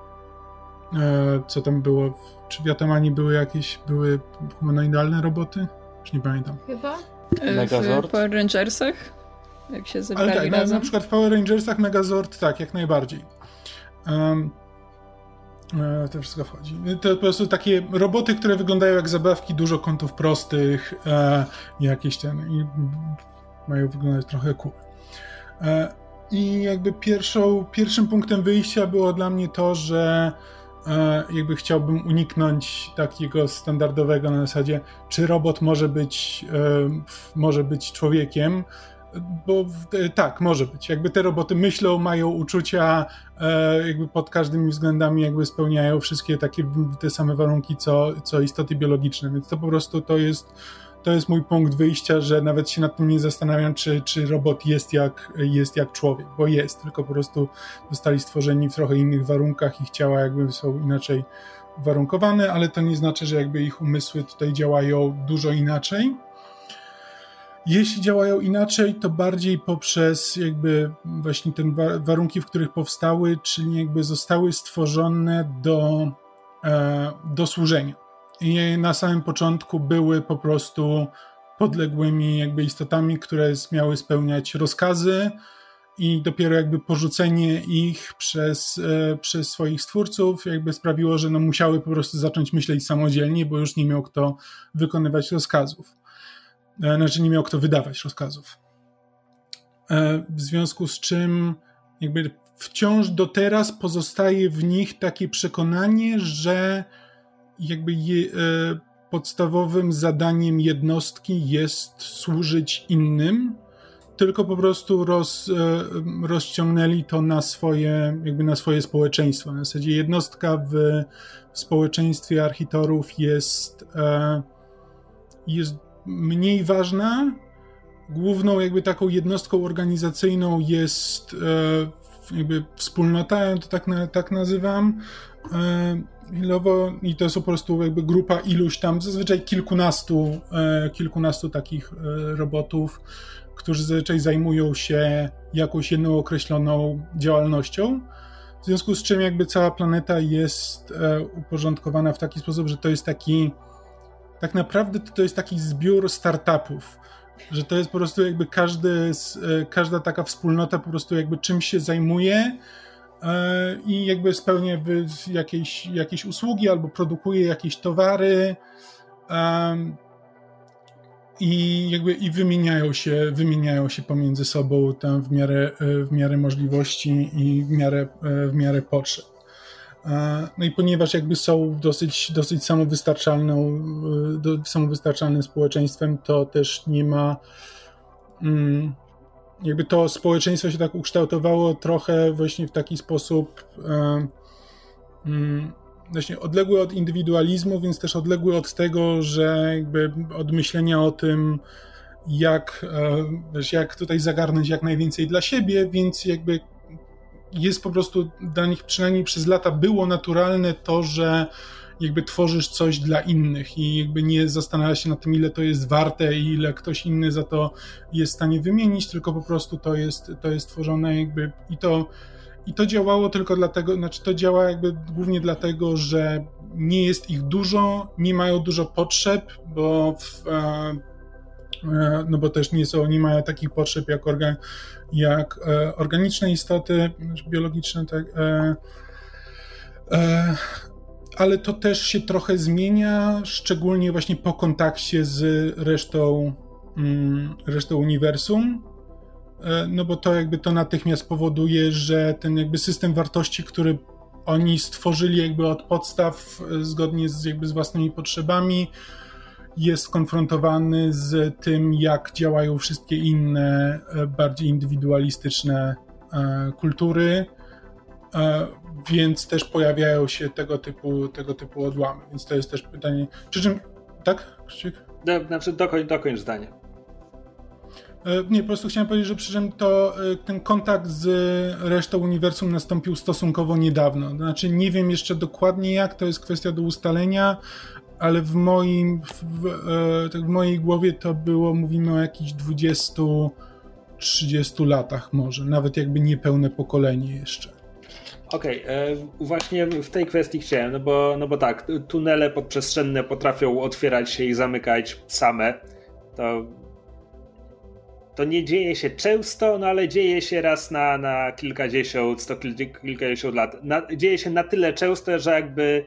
co tam było, czy w Yatamani były humanoidalne roboty? Już nie pamiętam. Chyba? W Power Rangersach? Jak się zebrali ale tak, razem? na przykład w Power Rangersach Megazord, tak, jak najbardziej. To wszystko wchodzi. To po prostu takie roboty, które wyglądają jak zabawki, dużo kątów prostych, jakieś i mają wyglądać trochę cool. I jakby pierwszym punktem wyjścia było dla mnie to, że jakby chciałbym uniknąć takiego standardowego na zasadzie, czy robot może być człowiekiem, bo tak, może być. Jakby te roboty myślą, mają uczucia, jakby pod każdymi względami jakby spełniają wszystkie te same warunki, co istoty biologiczne, więc to po prostu to jest mój punkt wyjścia, że nawet się nad tym nie zastanawiam, czy robot jest jak człowiek, bo jest, tylko po prostu zostali stworzeni w trochę innych warunkach, ich ciała jakby są inaczej uwarunkowane, ale to nie znaczy, że jakby ich umysły tutaj działają dużo inaczej. Jeśli działają inaczej, to bardziej poprzez jakby właśnie te warunki, w których powstały, czyli jakby zostały stworzone do służenia. I na samym początku były po prostu podległymi jakby istotami, które miały spełniać rozkazy i dopiero jakby porzucenie ich przez swoich stwórców jakby sprawiło, że musiały po prostu zacząć myśleć samodzielnie, bo już nie miał kto wykonywać rozkazów. Znaczy nie miał kto wydawać rozkazów. W związku z czym jakby wciąż do teraz pozostaje w nich takie przekonanie, że jakby podstawowym zadaniem jednostki jest służyć innym, tylko po prostu rozciągnęli to na swoje społeczeństwo. Na zasadzie jednostka w społeczeństwie architorów jest mniej ważna. Główną jakby taką jednostką organizacyjną jest jakby wspólnota, ja to tak nazywam, i to są po prostu jakby grupa iluś tam, zazwyczaj kilkunastu takich robotów, którzy zazwyczaj zajmują się jakąś jedną określoną działalnością, w związku z czym jakby cała planeta jest uporządkowana w taki sposób, że to jest tak naprawdę to jest taki zbiór startupów, że to jest po prostu jakby każda taka wspólnota po prostu jakby czymś się zajmuje i jakby spełnia jakieś usługi albo produkuje jakieś towary i jakby wymieniają się pomiędzy sobą tam w miarę możliwości i w miarę potrzeb. No i ponieważ jakby są dosyć samowystarczalnym społeczeństwem, to też nie ma jakby to społeczeństwo się tak ukształtowało trochę właśnie w taki sposób właśnie odległy od indywidualizmu, więc też odległy od tego, że jakby od myślenia o tym, jak tutaj zagarnąć jak najwięcej dla siebie, więc jakby jest po prostu dla nich przynajmniej przez lata było naturalne to, że jakby tworzysz coś dla innych i jakby nie zastanawia się nad tym, ile to jest warte i ile ktoś inny za to jest w stanie wymienić, tylko po prostu to jest tworzone jakby i to działało tylko dlatego, znaczy to działa jakby głównie dlatego, że nie jest ich dużo, nie mają dużo potrzeb, bo też nie mają takich potrzeb jak organiczne istoty biologiczne, tak, ale to też się trochę zmienia, szczególnie właśnie po kontakcie z resztą uniwersum, no bo to jakby to natychmiast powoduje, że ten jakby system wartości, który oni stworzyli jakby od podstaw zgodnie z własnymi potrzebami, jest skonfrontowany z tym, jak działają wszystkie inne, bardziej indywidualistyczne kultury, więc też pojawiają się tego typu odłamy. Więc to jest też pytanie. Przy czym, tak, Krzysiek? Znaczy dokończ zdanie. Nie, po prostu chciałem powiedzieć, że przy czym to ten kontakt z resztą uniwersum nastąpił stosunkowo niedawno. Znaczy nie wiem jeszcze dokładnie jak, to jest kwestia do ustalenia, ale w mojej głowie to było, mówimy o jakichś 20-30 latach może, nawet jakby niepełne pokolenie jeszcze. Okej, właśnie w tej kwestii chciałem, no bo tak, tunele podprzestrzenne potrafią otwierać się i zamykać same. To nie dzieje się często, no ale dzieje się raz na kilkadziesiąt lat. Dzieje się na tyle często, że jakby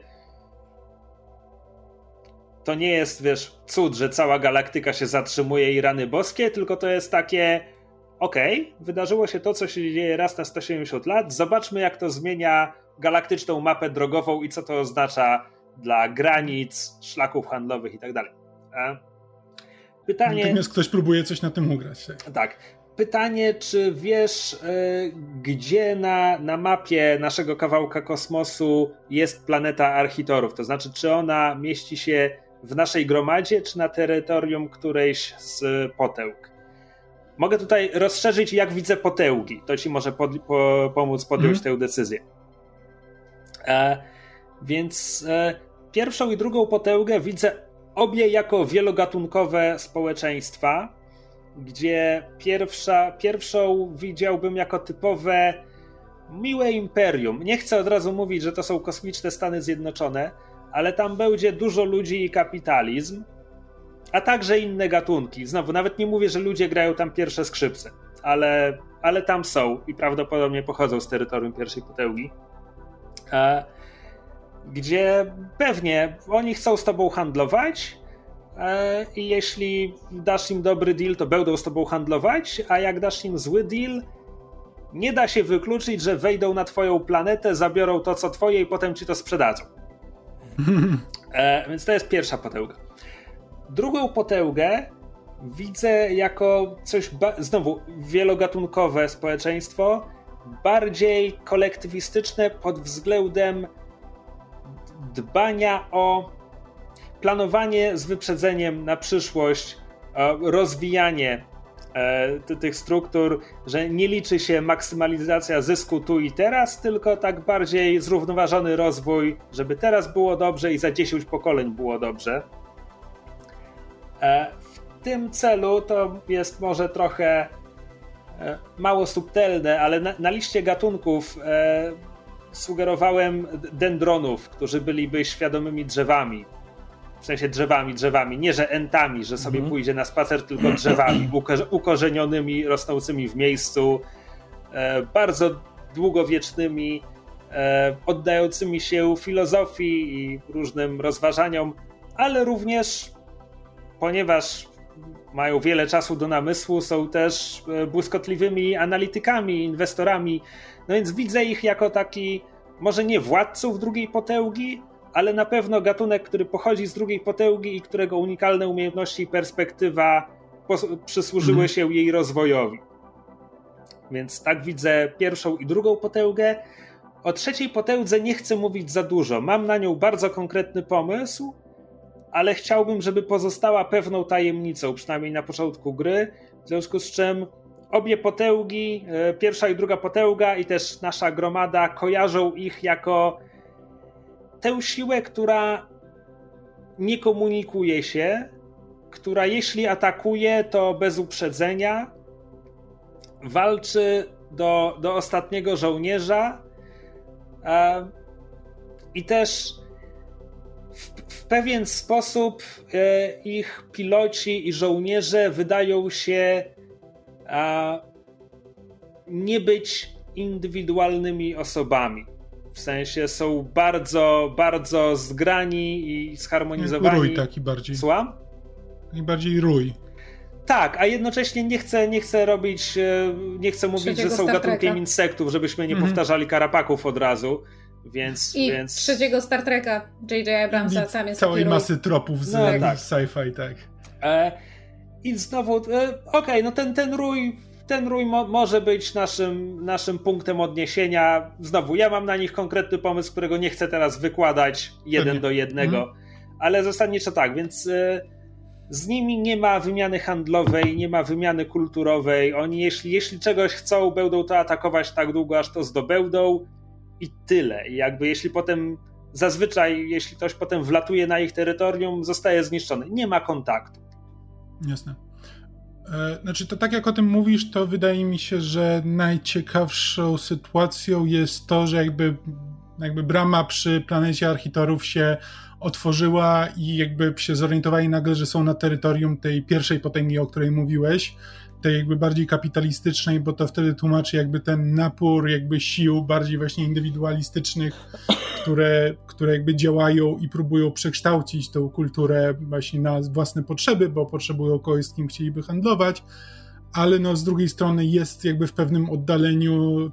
to nie jest, wiesz, cud, że cała galaktyka się zatrzymuje i rany boskie, tylko to jest takie wydarzyło się to, co się dzieje raz na 170 lat, zobaczmy jak to zmienia galaktyczną mapę drogową i co to oznacza dla granic, szlaków handlowych i tak dalej. Pytanie... Natomiast ktoś próbuje coś na tym ugrać. Tak. Pytanie, czy wiesz, gdzie na mapie naszego kawałka kosmosu jest planeta Architorów? To znaczy, czy ona mieści się w naszej gromadzie, czy na terytorium którejś z potęg? Mogę tutaj rozszerzyć, jak widzę potęgi. To ci może pomóc podjąć tę decyzję. Więc pierwszą i drugą potęgę widzę obie jako wielogatunkowe społeczeństwa, gdzie pierwszą widziałbym jako typowe miłe imperium. Nie chcę od razu mówić, że to są kosmiczne Stany Zjednoczone, ale tam będzie dużo ludzi i kapitalizm, a także inne gatunki. Znowu, nawet nie mówię, że ludzie grają tam pierwsze skrzypce, ale tam są i prawdopodobnie pochodzą z terytorium pierwszej potęgi, gdzie pewnie oni chcą z tobą handlować i jeśli dasz im dobry deal, to będą z tobą handlować, a jak dasz im zły deal, nie da się wykluczyć, że wejdą na twoją planetę, zabiorą to, co twoje i potem ci to sprzedadzą. Więc to jest pierwsza potęga. Drugą potęgę widzę jako coś, znowu wielogatunkowe społeczeństwo, bardziej kolektywistyczne pod względem dbania o planowanie z wyprzedzeniem na przyszłość, rozwijanie tych struktur, że nie liczy się maksymalizacja zysku tu i teraz, tylko tak bardziej zrównoważony rozwój, żeby teraz było dobrze i za 10 pokoleń było dobrze. W tym celu to jest może trochę mało subtelne, ale na liście gatunków sugerowałem dendronów, którzy byliby świadomymi drzewami. W sensie drzewami. Nie, że entami, że sobie pójdzie na spacer, tylko drzewami ukorzenionymi, rosnącymi w miejscu, bardzo długowiecznymi, oddającymi się filozofii i różnym rozważaniom, ale również, ponieważ mają wiele czasu do namysłu, są też błyskotliwymi analitykami, inwestorami, no więc widzę ich jako taki, może nie władców drugiej potęgi, ale na pewno gatunek, który pochodzi z drugiej potęgi i którego unikalne umiejętności i perspektywa przysłużyły się jej rozwojowi. Więc tak widzę pierwszą i drugą potęgę. O trzeciej potędze nie chcę mówić za dużo. Mam na nią bardzo konkretny pomysł, ale chciałbym, żeby pozostała pewną tajemnicą, przynajmniej na początku gry, w związku z czym obie potęgi, pierwsza i druga potęga i też nasza gromada kojarzą ich jako tę siłę, która nie komunikuje się, która jeśli atakuje, to bez uprzedzenia, walczy do ostatniego żołnierza i też w pewien sposób ich piloci i żołnierze wydają się nie być indywidualnymi osobami. W sensie są bardzo, bardzo zgrani i zharmonizowani. Rój taki bardziej. Słucham? Taki bardziej rój. Tak, a jednocześnie nie chcę robić, nie chcę mówić, że są gatunkiem insektów, żebyśmy nie powtarzali karapaków od razu, więc... trzeciego Star Treka J.J. Abramsa, tam jest całej masy tropów z sci-fi, tak. I znowu, no ten rój może być naszym punktem odniesienia. Znowu, ja mam na nich konkretny pomysł, którego nie chcę teraz wykładać 1:1, ale zasadniczo tak, więc z nimi nie ma wymiany handlowej, nie ma wymiany kulturowej. Oni jeśli czegoś chcą, będą to atakować tak długo, aż to zdobędą i tyle. I jakby jeśli ktoś potem wlatuje na ich terytorium, zostaje zniszczony. Nie ma kontaktu. Jasne. Znaczy to tak jak o tym mówisz, to wydaje mi się, że najciekawszą sytuacją jest to, że jakby brama przy planecie Architorów się otworzyła i jakby się zorientowali nagle, że są na terytorium tej pierwszej potęgi, o której mówiłeś, tej jakby bardziej kapitalistycznej, bo to wtedy tłumaczy jakby ten napór jakby sił bardziej właśnie indywidualistycznych, które jakby działają i próbują przekształcić tą kulturę właśnie na własne potrzeby, bo potrzebują kogoś, z kim chcieliby handlować, ale no z drugiej strony jest jakby w pewnym oddaleniu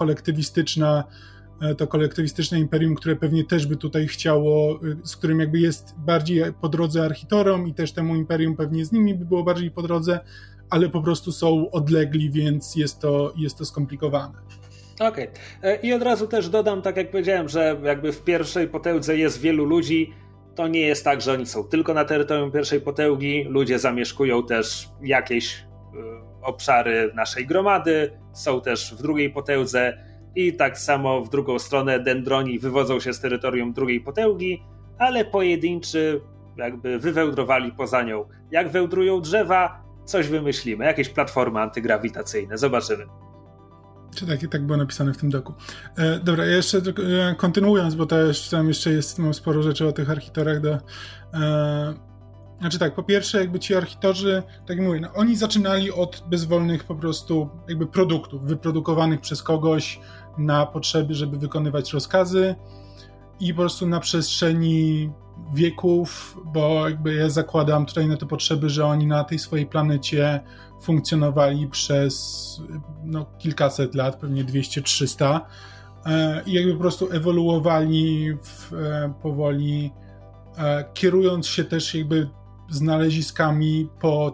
to kolektywistyczne imperium, które pewnie też by tutaj chciało, z którym jakby jest bardziej po drodze Architorom i też temu imperium pewnie z nimi by było bardziej po drodze, ale po prostu są odlegli, więc jest to skomplikowane. Okej. I od razu też dodam, tak jak powiedziałem, że jakby w pierwszej potędze jest wielu ludzi, to nie jest tak, że oni są tylko na terytorium pierwszej potęgi, ludzie zamieszkują też jakieś obszary naszej gromady, są też w drugiej potędze i tak samo w drugą stronę dendroni wywodzą się z terytorium drugiej potęgi, ale pojedynczy jakby wywędrowali poza nią. Jak wędrują drzewa, coś wymyślimy, jakieś platformy antygrawitacyjne, zobaczymy. Czy tak było napisane w tym doku. Dobra, ja jeszcze kontynuując, bo tam jeszcze mam sporo rzeczy o tych architorach Znaczy tak, po pierwsze jakby ci architorzy, tak jak mówię, no, oni zaczynali od bezwolnych po prostu jakby produktów, wyprodukowanych przez kogoś na potrzeby, żeby wykonywać rozkazy i po prostu na przestrzeni wieków, bo jakby ja zakładam tutaj na te potrzeby, że oni na tej swojej planecie funkcjonowali przez kilkaset lat, pewnie 200-300 i jakby po prostu ewoluowali powoli, kierując się też jakby znaleziskami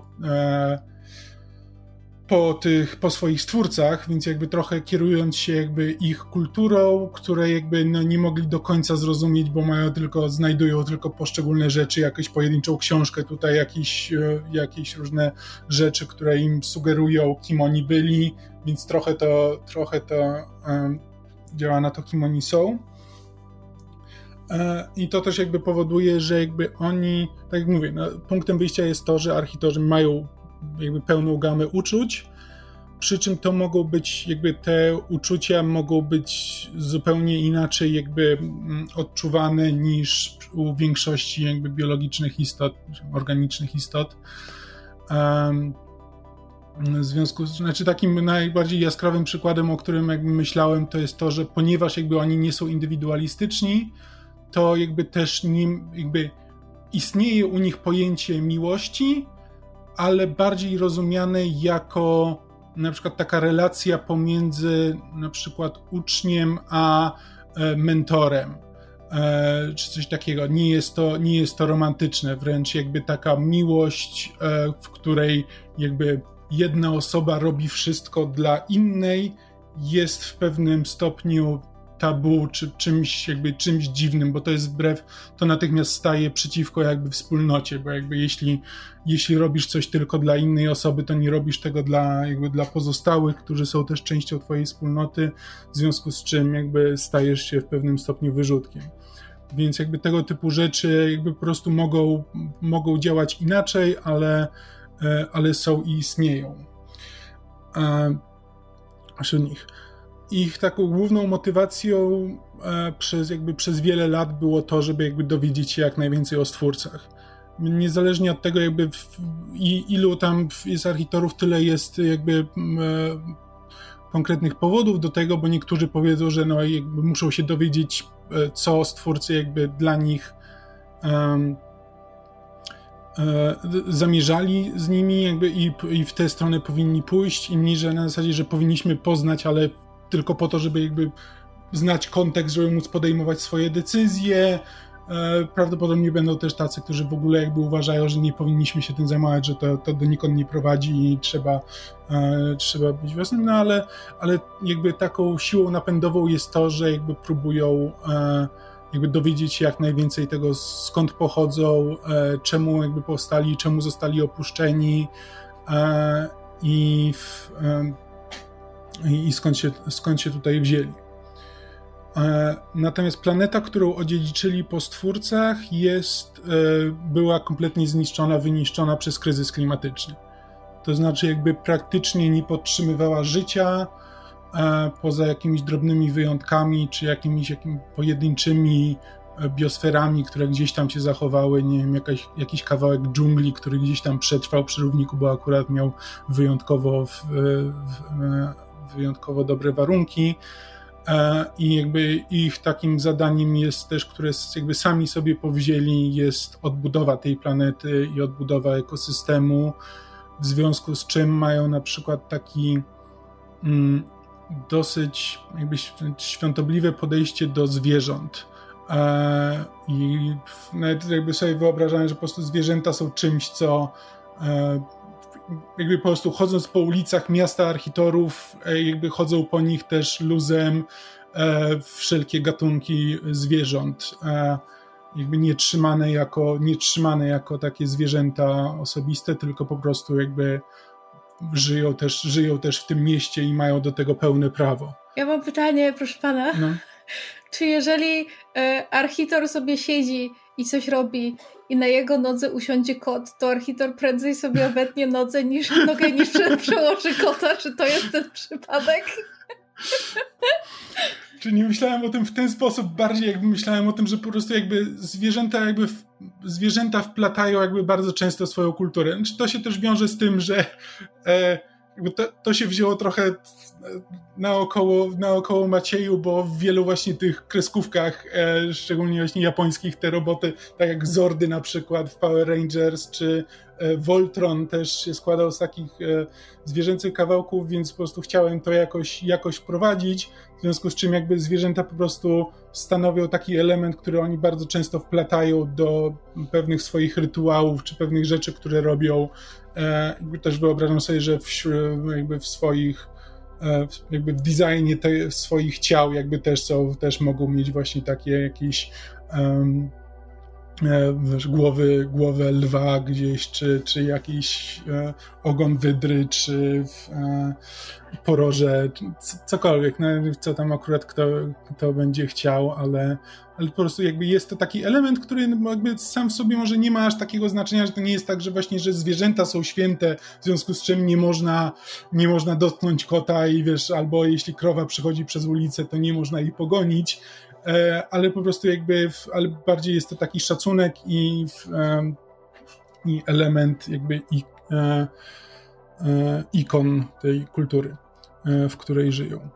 po swoich stwórcach, więc jakby trochę kierując się jakby ich kulturą, które jakby nie mogli do końca zrozumieć, bo znajdują tylko poszczególne rzeczy, jakąś pojedynczą książkę, tutaj jakieś różne rzeczy, które im sugerują, kim oni byli, więc trochę to działa na to, kim oni są. I to też jakby powoduje, że jakby oni, tak jak mówię, punktem wyjścia jest to, że architorzy mają jakby pełną gamę uczuć, przy czym to mogą być jakby te uczucia mogą być zupełnie inaczej jakby odczuwane niż u większości jakby biologicznych istot, organicznych istot. W związku z, takim najbardziej jaskrawym przykładem, o którym jakby myślałem, to jest to, że ponieważ jakby oni nie są indywidualistyczni, to jakby też jakby istnieje u nich pojęcie miłości, ale bardziej rozumiane jako na przykład taka relacja pomiędzy na przykład uczniem a mentorem, czy coś takiego. Nie jest to romantyczne, wręcz jakby taka miłość, w której jakby jedna osoba robi wszystko dla innej, jest w pewnym stopniu tabu, czy czymś dziwnym, bo to jest to natychmiast staje przeciwko jakby wspólnocie, bo jakby jeśli robisz coś tylko dla innej osoby, to nie robisz tego dla pozostałych, którzy są też częścią twojej wspólnoty, w związku z czym jakby stajesz się w pewnym stopniu wyrzutkiem. Więc jakby tego typu rzeczy jakby po prostu mogą działać inaczej, ale są i istnieją. Wśród nich. Ich taką główną motywacją przez wiele lat było to, żeby jakby dowiedzieć się jak najwięcej o stwórcach. Niezależnie od tego jakby ilu tam jest architorów, tyle jest jakby konkretnych powodów do tego, bo niektórzy powiedzą, że jakby muszą się dowiedzieć, co stwórcy jakby dla nich zamierzali z nimi jakby i w tę stronę powinni pójść, inni, że na zasadzie, że powinniśmy poznać, ale tylko po to, żeby jakby znać kontekst, żeby móc podejmować swoje decyzje. Prawdopodobnie będą też tacy, którzy w ogóle jakby uważają, że nie powinniśmy się tym zajmować, że to donikąd nie prowadzi i trzeba być własnym, no ale jakby taką siłą napędową jest to, że jakby próbują jakby dowiedzieć się jak najwięcej tego, skąd pochodzą, czemu jakby powstali, czemu zostali opuszczeni i skąd się tutaj wzięli. Natomiast planeta, którą odziedziczyli po stwórcach była kompletnie zniszczona, wyniszczona przez kryzys klimatyczny. To znaczy jakby praktycznie nie podtrzymywała życia, poza jakimiś drobnymi wyjątkami, czy jakimiś pojedynczymi biosferami, które gdzieś tam się zachowały, nie wiem, jakiś kawałek dżungli, który gdzieś tam przetrwał przy równiku, bo akurat miał wyjątkowo dobre warunki. I jakby ich takim zadaniem jest też, które jakby sami sobie powzięli, jest odbudowa tej planety i odbudowa ekosystemu, w związku z czym mają na przykład taki dosyć jakby świątobliwe podejście do zwierząt. I nawet jakby sobie wyobrażałem, że po prostu zwierzęta są czymś, co jakby po prostu chodząc po ulicach miasta Architorów, jakby chodzą po nich też luzem wszelkie gatunki zwierząt, jakby nie trzymane jako takie zwierzęta osobiste, tylko po prostu jakby żyją też w tym mieście i mają do tego pełne prawo. Ja mam pytanie, proszę pana. No. Czy jeżeli Architor sobie siedzi i coś robi i na jego nodze usiądzie kot, to Architor prędzej sobie obetnie nogę niż przełoży kota? Czy to jest ten przypadek? Czy nie myślałem o tym w ten sposób, bardziej jakby myślałem o tym, że po prostu jakby zwierzęta wplatają jakby bardzo często swoją kulturę. Czy to się też wiąże z tym, że to się wzięło trochę naokoło Macieju, bo w wielu właśnie tych kreskówkach, szczególnie właśnie japońskich, te roboty, tak jak Zordy na przykład w Power Rangers, czy Voltron też się składał z takich zwierzęcych kawałków, więc po prostu chciałem to jakoś wprowadzić, w związku z czym jakby zwierzęta po prostu stanowią taki element, który oni bardzo często wplatają do pewnych swoich rytuałów, czy pewnych rzeczy, które robią. Też wyobrażam sobie, że jakby w swoich jakby w designie swoich ciał jakby też mogą mieć właśnie takie jakieś głowę lwa gdzieś, czy jakiś ogon wydry, czy poroże, cokolwiek, co tam akurat kto będzie chciał, ale po prostu jakby jest to taki element, który jakby sam w sobie może nie ma aż takiego znaczenia, że to nie jest tak, że właśnie, że zwierzęta są święte, w związku z czym nie można dotknąć kota i wiesz, albo jeśli krowa przechodzi przez ulicę, to nie można jej pogonić, ale po prostu jakby, ale bardziej jest to taki szacunek i element jakby ikon tej kultury, w której żyją.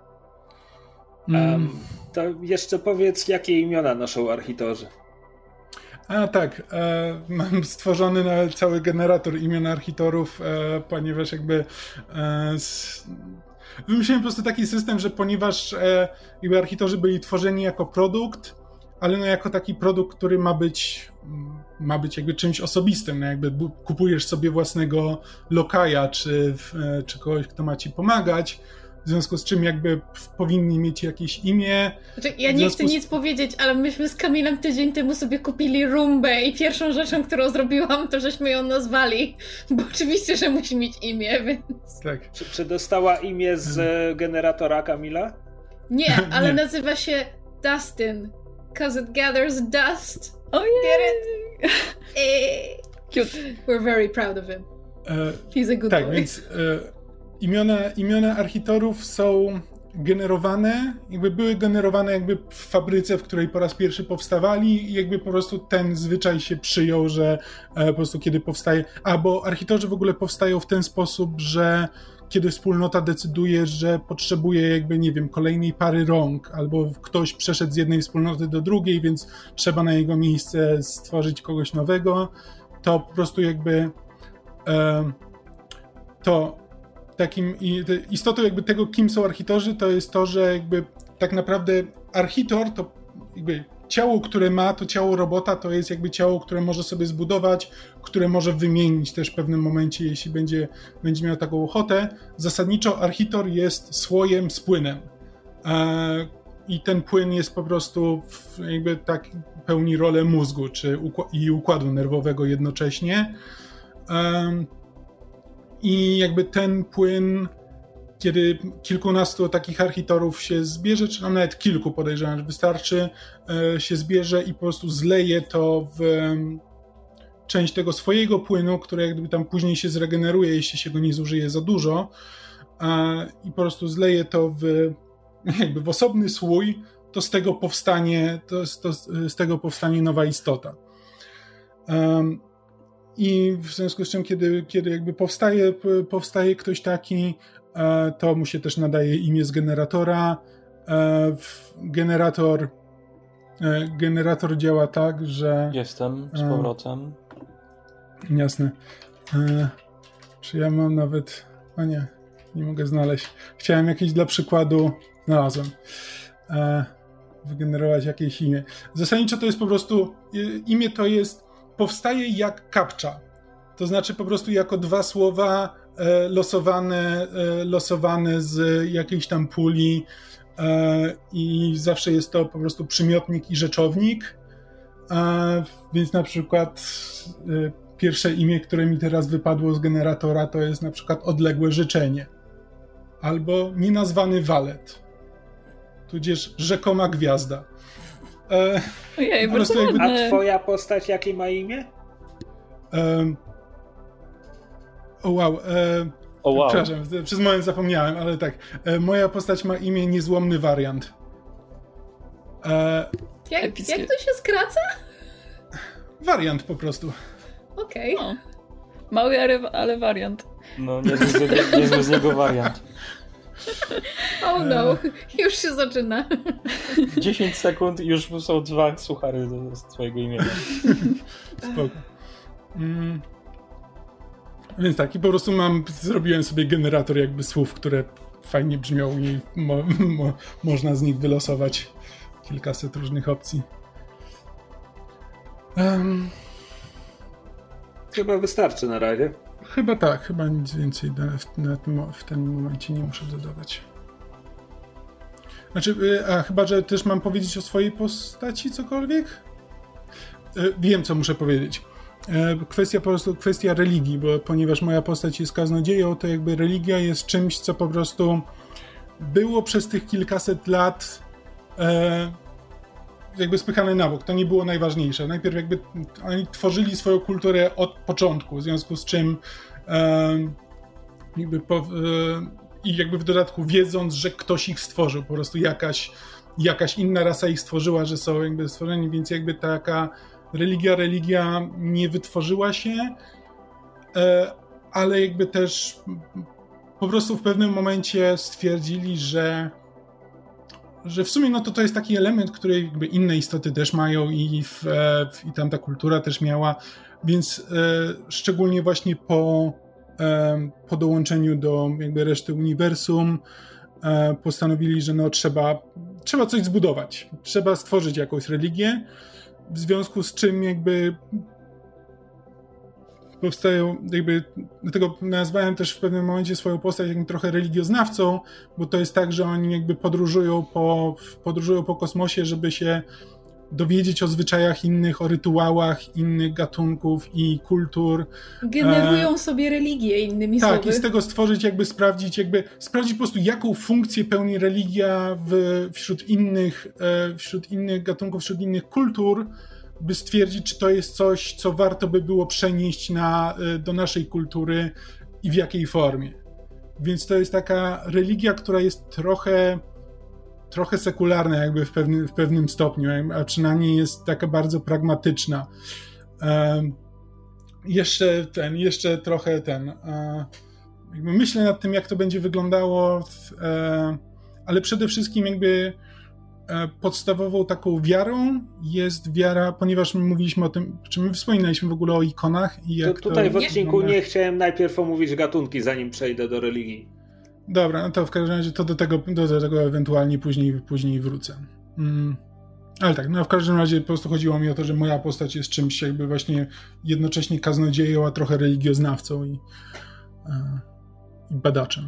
To jeszcze powiedz, jakie imiona noszą Architorzy. Tak, mam stworzony cały generator imion Architorów, ponieważ jakby wymyśliłem po prostu taki system, że ponieważ jakby Architorzy byli tworzeni jako produkt, ale no jako taki produkt, który ma być jakby czymś osobistym, no jakby kupujesz sobie własnego lokaja, czy kogoś, kto ma ci pomagać, w związku z czym jakby powinni mieć jakieś imię. Znaczy, ja nie chcę nic powiedzieć, ale myśmy z Kamilem tydzień temu sobie kupili Rumbę i pierwszą rzeczą, którą zrobiłam, to żeśmy ją nazwali, bo oczywiście, że musi mieć imię, więc... Tak. Czy dostała imię z generatora Kamila? Nie, ale nie. Nazywa się Dustin, because it gathers dust. Oh yeah! Get it? Cute. We're very proud of him. He's a good tak, boy. Więc imiona Architorów są generowane, jakby były generowane jakby w fabryce, w której po raz pierwszy powstawali i jakby po prostu ten zwyczaj się przyjął, że po prostu kiedy powstaje... bo Architorzy w ogóle powstają w ten sposób, że kiedy wspólnota decyduje, że potrzebuje jakby, nie wiem, kolejnej pary rąk, albo ktoś przeszedł z jednej wspólnoty do drugiej, więc trzeba na jego miejsce stworzyć kogoś nowego, to po prostu jakby to takim istotą jakby tego, kim są architorzy, to jest to, że jakby tak naprawdę architor to jakby ciało, które ma, to ciało robota, to jest jakby ciało, które może sobie zbudować, które może wymienić też w pewnym momencie, jeśli będzie miał taką ochotę. Zasadniczo architor jest słojem z płynem. I ten płyn jest po prostu jakby tak pełni rolę mózgu i układu nerwowego jednocześnie. I jakby ten płyn, kiedy kilkunastu takich architorów się zbierze, czy nawet kilku, podejrzewam, że wystarczy, się zbierze i po prostu zleje to w część tego swojego płynu, który jakby tam później się zregeneruje, jeśli się go nie zużyje za dużo, i po prostu zleje to w osobny słój, to z tego powstanie nowa istota. I w związku z czym, kiedy jakby powstaje ktoś taki, to mu się też nadaje imię z generatora. Generator działa tak, że... Jestem z powrotem. Jasne. Czy ja mam nawet... O nie mogę znaleźć. Chciałem jakieś dla przykładu... Znalazłem. Wygenerować jakieś imię. Zasadniczo to jest po prostu... Imię to jest... Powstaje jak kapcza. To znaczy po prostu jako dwa słowa losowane z jakiejś tam puli i zawsze jest to po prostu przymiotnik i rzeczownik. Więc na przykład pierwsze imię, które mi teraz wypadło z generatora, to jest na przykład odległe życzenie. Albo nienazwany walet. Tudzież rzekoma gwiazda. Ojej, po prostu jakby... A twoja postać jakie ma imię? Wow. Przepraszam, przez moment zapomniałem, ale tak. Moja postać ma imię Niezłomny Wariant. Jak to się skraca? Wariant po prostu. Okej. Okay. Mały, ale wariant. No, niezły z niego wariant. Oh no, już się zaczyna. 10 sekund i już są 2 suchary z twojego imienia. Spoko. Więc tak, i po prostu zrobiłem sobie generator jakby słów, które fajnie brzmią i można z nich wylosować kilkaset różnych opcji. Chyba wystarczy na razie. Chyba tak, chyba nic więcej w tym momencie nie muszę dodawać. Znaczy, chyba, że też mam powiedzieć o swojej postaci cokolwiek? Wiem, co muszę powiedzieć. Kwestia religii, ponieważ moja postać jest kaznodzieją, to jakby religia jest czymś, co po prostu było przez tych kilkaset lat jakby spychane na bok. To nie było najważniejsze. Najpierw jakby oni tworzyli swoją kulturę od początku, w związku z czym i jakby w dodatku wiedząc, że ktoś ich stworzył, po prostu jakaś inna rasa ich stworzyła, że są jakby stworzeni, więc jakby taka religia nie wytworzyła się, ale jakby też po prostu w pewnym momencie stwierdzili, że w sumie no to jest taki element, który jakby inne istoty też mają i tamta kultura też miała, więc szczególnie właśnie po dołączeniu do jakby reszty uniwersum postanowili, że no trzeba coś zbudować, trzeba stworzyć jakąś religię, w związku z czym jakby powstają, jakby dlatego nazwałem też w pewnym momencie swoją postać jakim trochę religioznawcą, bo to jest tak, że oni jakby podróżują po kosmosie, żeby się dowiedzieć o zwyczajach innych, o rytuałach innych gatunków i kultur. Generują sobie religię, innymi słowy. Tak, i z tego stworzyć, sprawdzić po prostu, jaką funkcję pełni religia wśród innych gatunków, wśród innych kultur, by stwierdzić, czy to jest coś, co warto by było przenieść do naszej kultury i w jakiej formie. Więc to jest taka religia, która jest trochę sekularna jakby w pewnym stopniu, a przynajmniej jest taka bardzo pragmatyczna. Jeszcze trochę jakby myślę nad tym, jak to będzie wyglądało, ale przede wszystkim jakby podstawową taką wiarą jest wiara, ponieważ my mówiliśmy o tym, czy my wspominaliśmy w ogóle o ikonach i jak tutaj w odcinku nie chciałem najpierw omówić gatunki, zanim przejdę do religii. Dobra, no to w każdym razie to do tego ewentualnie później wrócę. Ale tak, no w każdym razie po prostu chodziło mi o to, że moja postać jest czymś jakby właśnie jednocześnie kaznodzieją, a trochę religioznawcą i badaczem.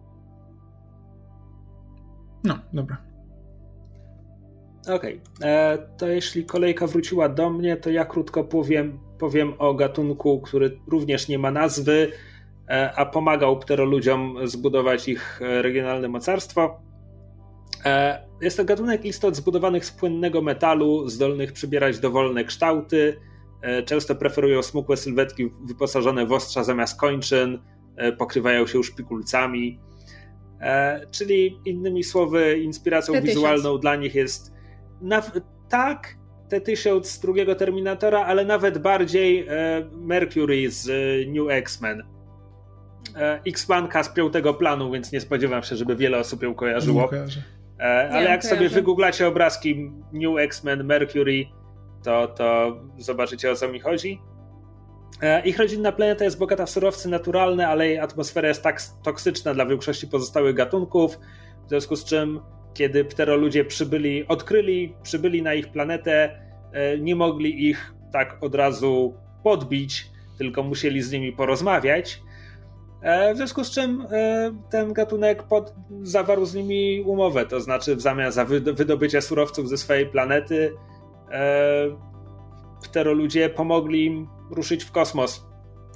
No, dobra. Okej. To jeśli kolejka wróciła do mnie, to ja krótko powiem o gatunku, który również nie ma nazwy, a pomagał pteroludziom zbudować ich regionalne mocarstwo. Jest to gatunek istot zbudowanych z płynnego metalu, zdolnych przybierać dowolne kształty. Często preferują smukłe sylwetki wyposażone w ostrza zamiast kończyn, pokrywają się szpikulcami. Czyli innymi słowy, inspiracją wizualną dla nich jest tak, T-1000 z drugiego Terminatora, ale nawet bardziej Mercury z New X-Men. X-Manka z piątego planu, więc nie spodziewam się, żeby wiele osób ją kojarzyło. Ale jak sobie wygooglacie obrazki New X-Men, Mercury, to zobaczycie, o co mi chodzi. Ich rodzinna planeta jest bogata w surowce naturalne, ale jej atmosfera jest tak toksyczna dla większości pozostałych gatunków, w związku z czym, kiedy pteroludzie przybyli na ich planetę, nie mogli ich tak od razu podbić, tylko musieli z nimi porozmawiać. W związku z czym ten gatunek zawarł z nimi umowę, to znaczy w zamian za wydobycie surowców ze swojej planety pteroludzie pomogli im ruszyć w kosmos.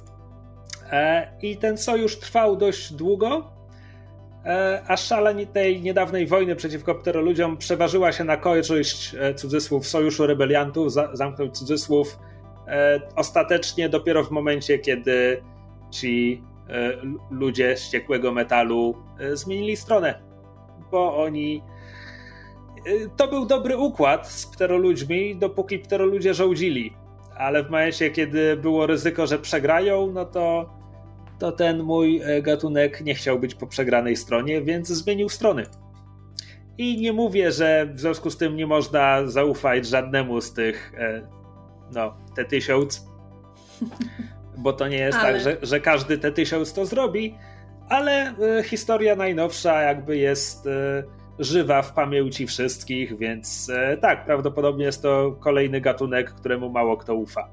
I ten sojusz trwał dość długo, a szala tej niedawnej wojny przeciwko pteroludziom przeważyła się na korzyść, cudzysłów, sojuszu rebeliantów, zamknąć cudzysłów, ostatecznie dopiero w momencie, kiedy ci ludzie z ciekłego metalu zmienili stronę, bo oni... To był dobry układ z pteroludźmi, dopóki pteroludzie żołdzili, ale w momencie, kiedy było ryzyko, że przegrają, no to ten mój gatunek nie chciał być po przegranej stronie, więc zmienił strony. I nie mówię, że w związku z tym nie można zaufać żadnemu z tych T-1000, bo to nie jest tak, że każdy T-1000 to zrobi, ale historia najnowsza jakby jest żywa w pamięci wszystkich, więc tak, prawdopodobnie jest to kolejny gatunek, któremu mało kto ufa.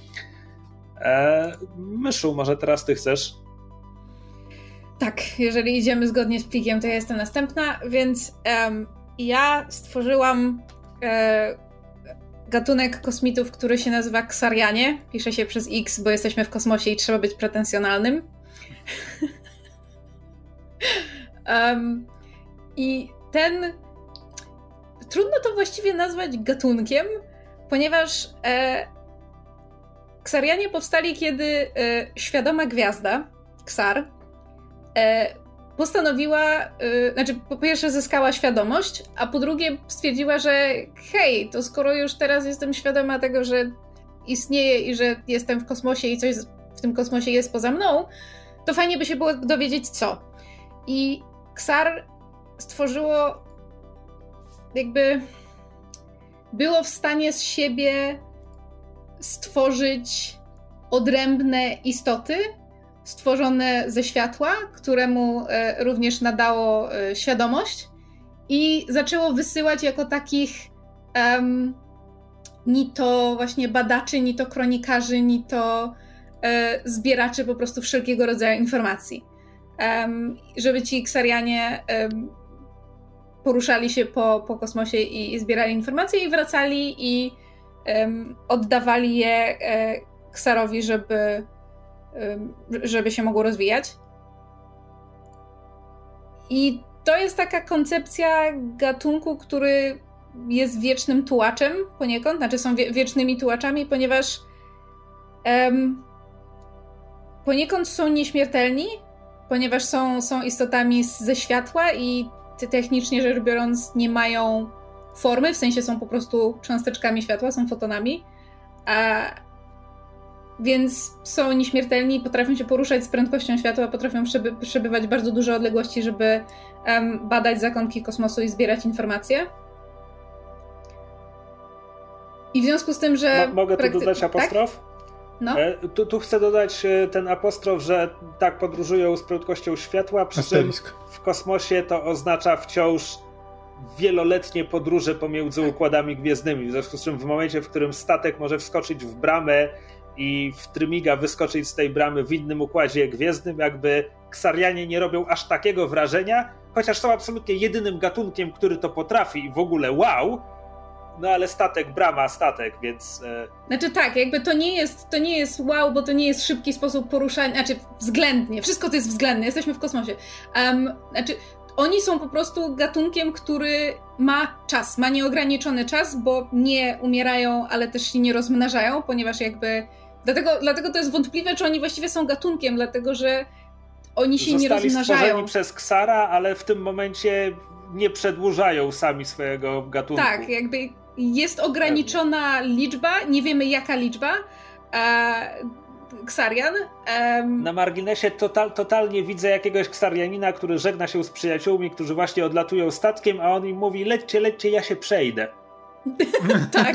Myszu, może teraz ty chcesz? Tak, jeżeli idziemy zgodnie z plikiem, to ja jestem następna, więc ja stworzyłam gatunek kosmitów, który się nazywa Ksarianie. Pisze się przez X, bo jesteśmy w kosmosie i trzeba być pretensjonalnym. I trudno to właściwie nazwać gatunkiem, ponieważ Ksarianie powstali, kiedy świadoma gwiazda, Ksar, postanowiła, po pierwsze zyskała świadomość, a po drugie stwierdziła, że hej, to skoro już teraz jestem świadoma tego, że istnieję i że jestem w kosmosie i coś w tym kosmosie jest poza mną, to fajnie by się było dowiedzieć co. I Ksar stworzyło, było w stanie z siebie stworzyć odrębne istoty stworzone ze światła, któremu również nadało świadomość i zaczęło wysyłać jako takich ni to właśnie badaczy, ni to kronikarzy, ni to zbieraczy po prostu wszelkiego rodzaju informacji. Żeby ci Ksarianie poruszali się po kosmosie i zbierali informacje i wracali i oddawali je Ksarowi, żeby się mogło rozwijać. I to jest taka koncepcja gatunku, który jest wiecznym tułaczem poniekąd, znaczy są wiecznymi tułaczami, ponieważ poniekąd są nieśmiertelni, ponieważ są istotami ze światła i technicznie rzecz biorąc nie mają formy, w sensie są po prostu cząsteczkami światła, są fotonami, więc są nieśmiertelni, potrafią się poruszać z prędkością światła, potrafią przebywać bardzo duże odległości, żeby badać zakątki kosmosu i zbierać informacje. I w związku z tym, że... Mogę tu dodać apostrof? Tak? No. Tu chcę dodać ten apostrof, że tak podróżują z prędkością światła, przy czym w kosmosie to oznacza wciąż wieloletnie podróże pomiędzy układami gwiezdnymi, w związku z czym w momencie, w którym statek może wskoczyć w bramę i w trymiga wyskoczyć z tej bramy w innym układzie gwiezdnym, jakby Ksarianie nie robią aż takiego wrażenia, chociaż są absolutnie jedynym gatunkiem, który to potrafi i w ogóle wow, no ale statek, brama, statek, więc... Znaczy tak, jakby to nie jest wow, bo to nie jest szybki sposób poruszania, znaczy względnie, wszystko to jest względne, jesteśmy w kosmosie. Znaczy oni są po prostu gatunkiem, który ma czas, ma nieograniczony czas, bo nie umierają, ale też się nie rozmnażają, ponieważ jakby... Dlatego to jest wątpliwe, czy oni właściwie są gatunkiem, dlatego że oni się nie rozmnażają. Zostali stworzeni przez Ksara, ale w tym momencie nie przedłużają sami swojego gatunku. Tak, jakby jest ograniczona liczba, nie wiemy jaka liczba Ksarian. Na marginesie totalnie widzę jakiegoś Ksarianina, który żegna się z przyjaciółmi, którzy właśnie odlatują statkiem, a on im mówi: lećcie, ja się przejdę. Tak,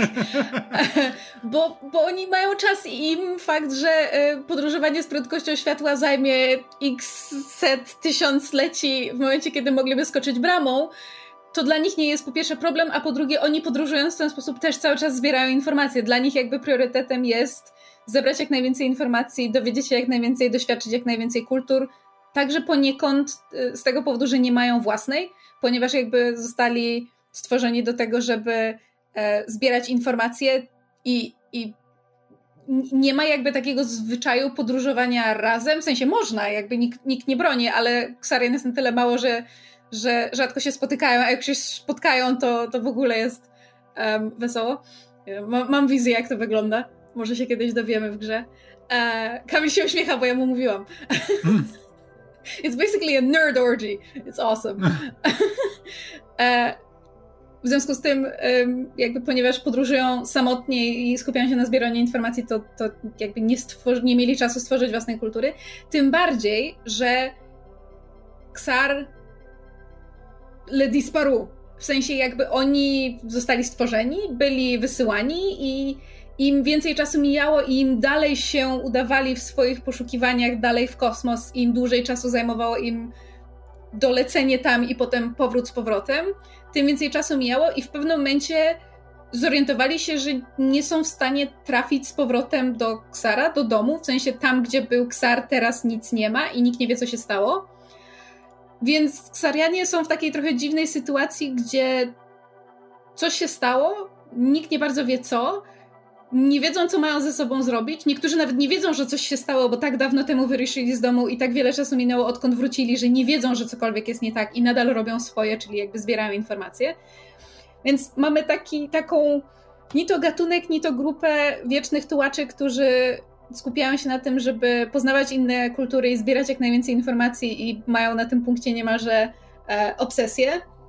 bo oni mają czas i im fakt, że podróżowanie z prędkością światła zajmie x set tysiącleci w momencie, kiedy mogliby skoczyć bramą, to dla nich nie jest po pierwsze problem, a po drugie oni podróżując w ten sposób też cały czas zbierają informacje. Dla nich jakby priorytetem jest zebrać jak najwięcej informacji, dowiedzieć się jak najwięcej, doświadczyć jak najwięcej kultur, także poniekąd z tego powodu, że nie mają własnej, ponieważ jakby zostali stworzeni do tego, żeby zbierać informacje i nie ma jakby takiego zwyczaju podróżowania razem, w sensie można, jakby nikt nie broni, ale Ksarian jest na tyle mało, że rzadko się spotykają, a jak się spotkają, to w ogóle jest wesoło. Mam wizję, jak to wygląda. Może się kiedyś dowiemy w grze. Kamil się uśmiecha, bo ja mu mówiłam. It's basically a nerd orgy. It's awesome. W związku z tym, jakby ponieważ podróżują samotnie i skupiają się na zbieraniu informacji, to jakby nie mieli czasu stworzyć własnej kultury. Tym bardziej, że Ksar le disparu. W sensie jakby oni zostali stworzeni, byli wysyłani i im więcej czasu mijało i im dalej się udawali w swoich poszukiwaniach dalej w kosmos, im dłużej czasu zajmowało im dolecenie tam i potem powrót z powrotem, tym więcej czasu mijało i w pewnym momencie zorientowali się, że nie są w stanie trafić z powrotem do Ksara, do domu, w sensie tam, gdzie był Ksar, teraz nic nie ma i nikt nie wie, co się stało. Więc Ksarianie są w takiej trochę dziwnej sytuacji, gdzie coś się stało, nikt nie bardzo wie co, nie wiedzą, co mają ze sobą zrobić. Niektórzy nawet nie wiedzą, że coś się stało, bo tak dawno temu wyruszyli z domu i tak wiele czasu minęło, odkąd wrócili, że nie wiedzą, że cokolwiek jest nie tak i nadal robią swoje, czyli jakby zbierają informacje. Więc mamy taką ni to gatunek, ni to grupę wiecznych tułaczy, którzy skupiają się na tym, żeby poznawać inne kultury i zbierać jak najwięcej informacji i mają na tym punkcie niemalże obsesję.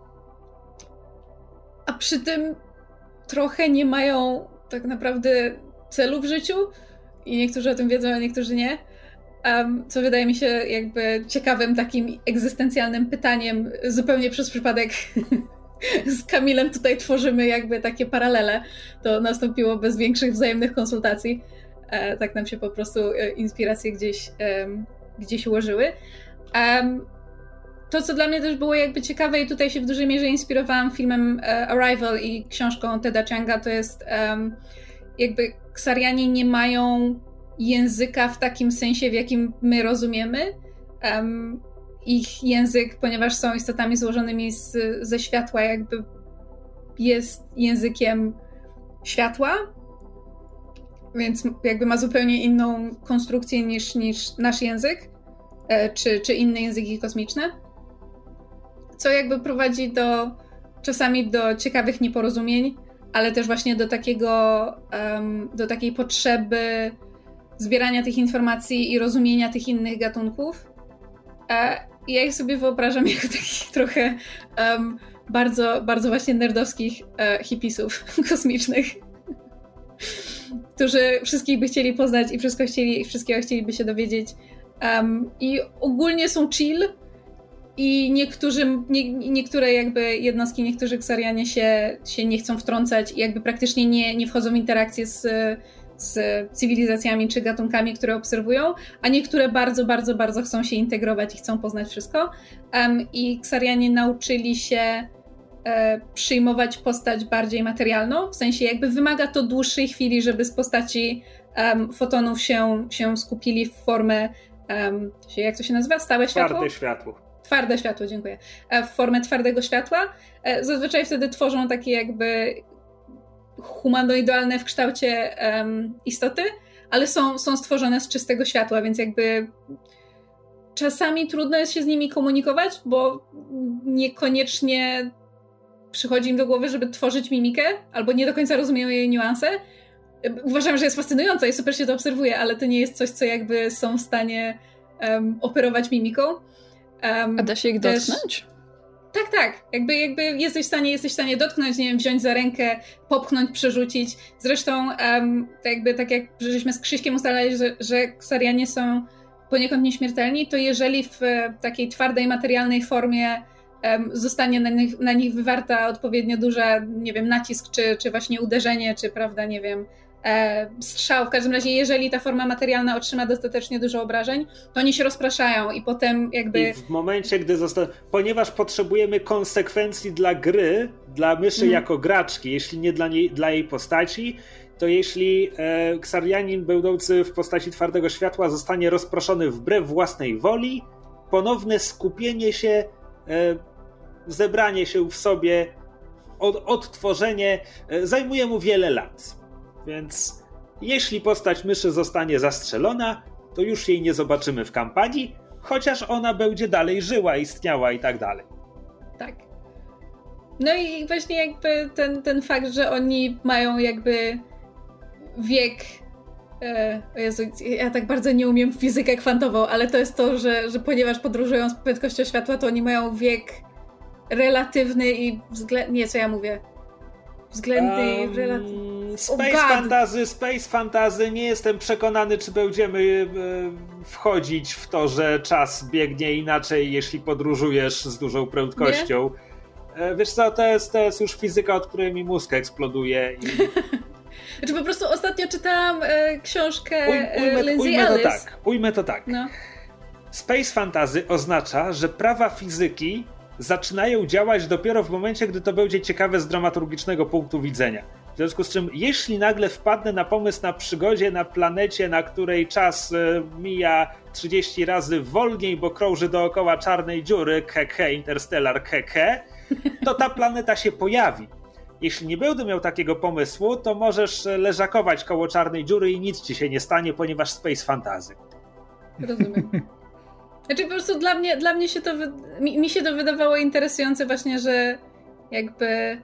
A przy tym trochę nie mają tak naprawdę celu w życiu i niektórzy o tym wiedzą, a niektórzy nie. Co wydaje mi się jakby ciekawym takim egzystencjalnym pytaniem, zupełnie przez przypadek z Kamilem tutaj tworzymy jakby takie paralele. To nastąpiło bez większych wzajemnych konsultacji. Tak nam się po prostu inspiracje gdzieś ułożyły. To, co dla mnie też było jakby ciekawe i tutaj się w dużej mierze inspirowałam filmem Arrival i książką Teda Chianga, to jest jakby Ksarianie nie mają języka w takim sensie, w jakim my rozumiemy. Ich język, ponieważ są istotami złożonymi ze światła, jakby jest językiem światła, więc jakby ma zupełnie inną konstrukcję niż nasz język, czy inne języki kosmiczne. Co jakby prowadzi czasami do ciekawych nieporozumień, ale też właśnie do takiej potrzeby zbierania tych informacji i rozumienia tych innych gatunków. Ja ich sobie wyobrażam jako takich trochę bardzo, bardzo właśnie nerdowskich hipisów kosmicznych, którzy wszystkich by chcieli poznać i wszystkiego chcieliby się dowiedzieć. I ogólnie są chill, I niektóre jakby jednostki, niektórzy Ksarianie się nie chcą wtrącać i jakby praktycznie nie wchodzą w interakcję z cywilizacjami czy gatunkami, które obserwują, a niektóre bardzo, bardzo, bardzo chcą się integrować i chcą poznać wszystko. I Ksarianie nauczyli się przyjmować postać bardziej materialną, w sensie jakby wymaga to dłuższej chwili, żeby z postaci fotonów się skupili w formę, jak to się nazywa? Stałe światło? Twarde światło. Twarde światło, dziękuję. W formę twardego światła. Zazwyczaj wtedy tworzą takie jakby humanoidalne w kształcie istoty, ale są stworzone z czystego światła, więc jakby czasami trudno jest się z nimi komunikować, bo niekoniecznie przychodzi im do głowy, żeby tworzyć mimikę, albo nie do końca rozumieją jej niuanse. Uważam, że jest fascynująca i super się to obserwuje, ale to nie jest coś, co jakby są w stanie operować mimiką. A da się ich dotknąć? Tak. Jakby jesteś w stanie dotknąć, nie wiem, wziąć za rękę, popchnąć, przerzucić. Zresztą tak jak żeśmy z Krzyśkiem ustalali, że Ksarianie są poniekąd nieśmiertelni, to jeżeli w takiej twardej, materialnej formie zostanie na nich wywarta odpowiednio duża, nie wiem, nacisk, czy właśnie uderzenie, czy prawda, nie wiem, strzał. W każdym razie, jeżeli ta forma materialna otrzyma dostatecznie dużo obrażeń, to oni się rozpraszają i potem jakby... I w momencie, gdy ponieważ potrzebujemy konsekwencji dla gry, dla myszy jako graczki, jeśli nie dla jej postaci, to jeśli Ksarianin będący w postaci twardego światła zostanie rozproszony wbrew własnej woli, ponowne skupienie się, zebranie się w sobie, odtworzenie zajmuje mu wiele lat. Więc jeśli postać myszy zostanie zastrzelona, to już jej nie zobaczymy w kampanii, chociaż ona będzie dalej żyła, istniała i tak dalej. Tak. No i właśnie jakby ten fakt, że oni mają jakby wiek... Jezu, ja tak bardzo nie umiem w fizykę kwantową, ale to jest to, że ponieważ podróżują z prędkością światła, to oni mają wiek relatywny i nie, co ja mówię? Względny i relatywny. Space fantasy, nie jestem przekonany, czy będziemy wchodzić w to, że czas biegnie inaczej, jeśli podróżujesz z dużą prędkością. Nie? Wiesz co, to jest już fizyka, od której mi mózg eksploduje. Znaczy po prostu ostatnio czytałam książkę Lindsay Ellis. Ujmę to tak. No. Space fantasy oznacza, że prawa fizyki zaczynają działać dopiero w momencie, gdy to będzie ciekawe z dramaturgicznego punktu widzenia. W związku z czym, jeśli nagle wpadnę na pomysł na przygodzie na planecie, na której czas mija 30 razy wolniej, bo krąży dookoła czarnej dziury, Interstellar, to ta planeta się pojawi. Jeśli nie będę miał takiego pomysłu, to możesz leżakować koło czarnej dziury i nic ci się nie stanie, ponieważ space fantasy. Rozumiem. Znaczy po prostu dla mnie się mi się to wydawało interesujące właśnie, że jakby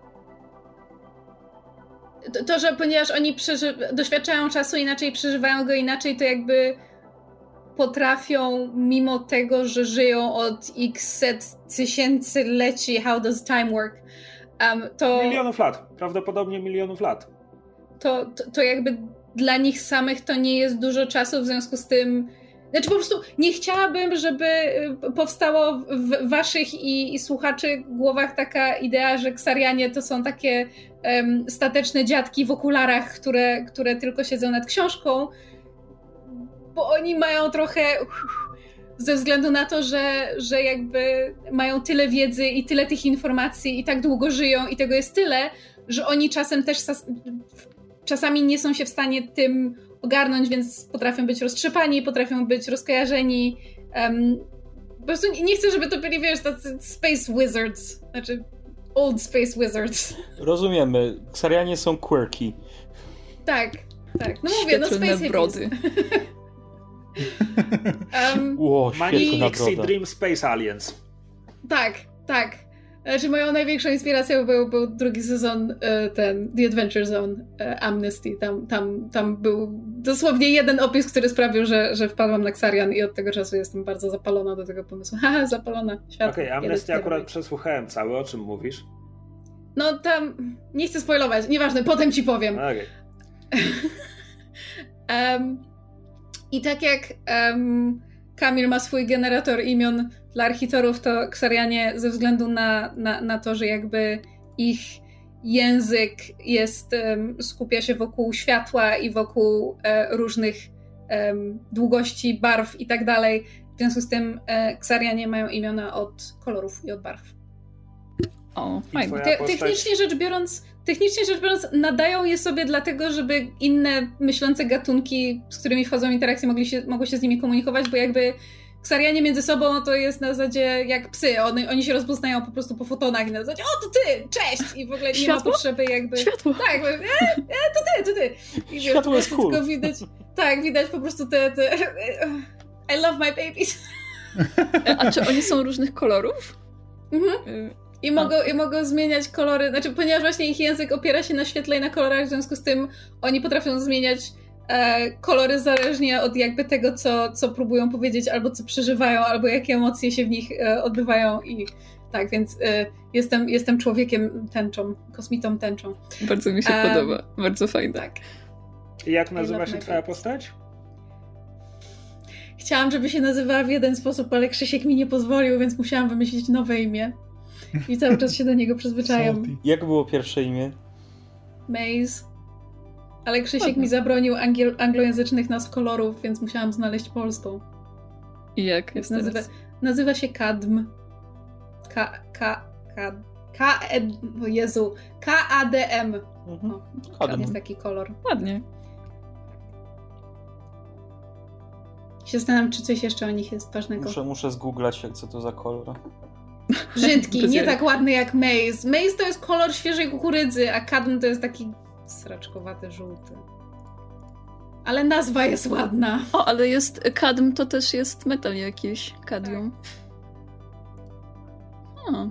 to, że ponieważ oni doświadczają czasu inaczej, przeżywają go inaczej, to jakby potrafią, mimo tego, że żyją od x set tysięcyleci, how does time work, to... Milionów lat, prawdopodobnie milionów lat. To jakby dla nich samych to nie jest dużo czasu, w związku z tym... Znaczy po prostu nie chciałabym, żeby powstało w waszych i słuchaczy głowach taka idea, że Ksarianie to są takie stateczne dziadki w okularach, które tylko siedzą nad książką, bo oni mają trochę... Ze względu na to, że jakby mają tyle wiedzy i tyle tych informacji i tak długo żyją i tego jest tyle, że oni czasami nie są się w stanie tym ogarnąć, więc potrafią być roztrzepani, potrafią być rozkojarzeni. Po prostu nie chcę, żeby to byli, wiesz, tacy space wizards. Znaczy old space wizards. Rozumiemy. Ksarianie są quirky. Tak. No mówię, no space brody. Maniacs Dream Space Aliens. Tak. Znaczy moją największą inspiracją był drugi sezon The Adventure Zone Amnesty. Tam był dosłownie jeden opis, który sprawił, że wpadłam na Ksarian i od tego czasu jestem bardzo zapalona do tego pomysłu. Haha, zapalona. Okej, Amnesty akurat przesłuchałem cały. O czym mówisz? No tam, nie chcę spoilować, nieważne, potem ci powiem. Okay. I tak jak Kamil ma swój generator imion dla architorów, to Ksarianie ze względu na to, że jakby ich język skupia się wokół światła i wokół różnych długości barw i tak dalej. W związku z tym Ksarianie mają imiona od kolorów i od barw. O, fajnie. Technicznie rzecz biorąc nadają je sobie dlatego, żeby inne myślące gatunki, z którymi wchodzą w interakcję, mogły się z nimi komunikować, bo jakby Ksarianie między sobą to jest na zasadzie jak psy. Oni się rozpoznają po prostu po fotonach i na zasadzie o, to ty, cześć! I w ogóle nie ma potrzeby jakby... Światło! Tak, to ty! I światło jest cool. Tylko widać po prostu te I love my babies. A czy oni są różnych kolorów? Mhm. I mogą zmieniać kolory, znaczy ponieważ właśnie ich język opiera się na świetle i na kolorach, w związku z tym oni potrafią zmieniać kolory zależnie od jakby tego, co próbują powiedzieć, albo co przeżywają, albo jakie emocje się w nich odbywają i tak, więc jestem człowiekiem tęczą, kosmitą tęczą. Bardzo mi się podoba, bardzo fajne. Tak. I jak nazywa się twoja postać? Chciałam, żeby się nazywała w jeden sposób, ale Krzysiek mi nie pozwolił, więc musiałam wymyślić nowe imię. I cały czas się do niego przyzwyczajam. Jak było pierwsze imię? Maze. Ale Krzysiek mi zabronił anglojęzycznych nazw kolorów, więc musiałam znaleźć polską. I jak jest nazywa się Kadm. Jezu. K-A-D-M. Kadm jest taki kolor. Ładnie. Się zastanawiam, czy coś jeszcze o nich jest ważnego. Muszę zgooglać, co to za kolor. Brzydki, nie tak ładny jak Maze. Maze to jest kolor świeżej kukurydzy, a Kadm to jest taki sraczkowaty, żółty. Ale nazwa jest ładna. O, ale jest kadm, to też jest metal jakiś. Kadmium. Tak.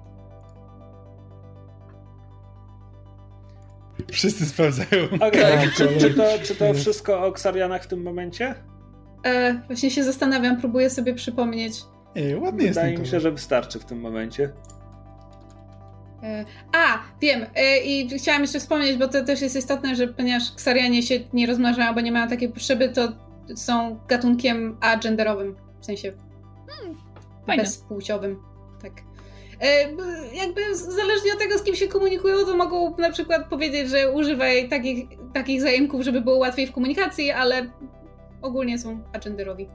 Wszyscy sprawdzają. Okay. Czy to wszystko o Ksarianach w tym momencie? Właśnie się zastanawiam, próbuję sobie przypomnieć. Ładnie jest. Wydaje mi się, że wystarczy w tym momencie. Wiem. I chciałam jeszcze wspomnieć, bo to też jest istotne, że ponieważ Ksarianie się nie rozmnażają, bo nie mają takiej potrzeby, to są gatunkiem agenderowym. W sensie bezpłciowym. Tak. Jakby zależnie od tego, z kim się komunikują, to mogą na przykład powiedzieć, że używaj takich zaimków, żeby było łatwiej w komunikacji, ale ogólnie są agenderowi.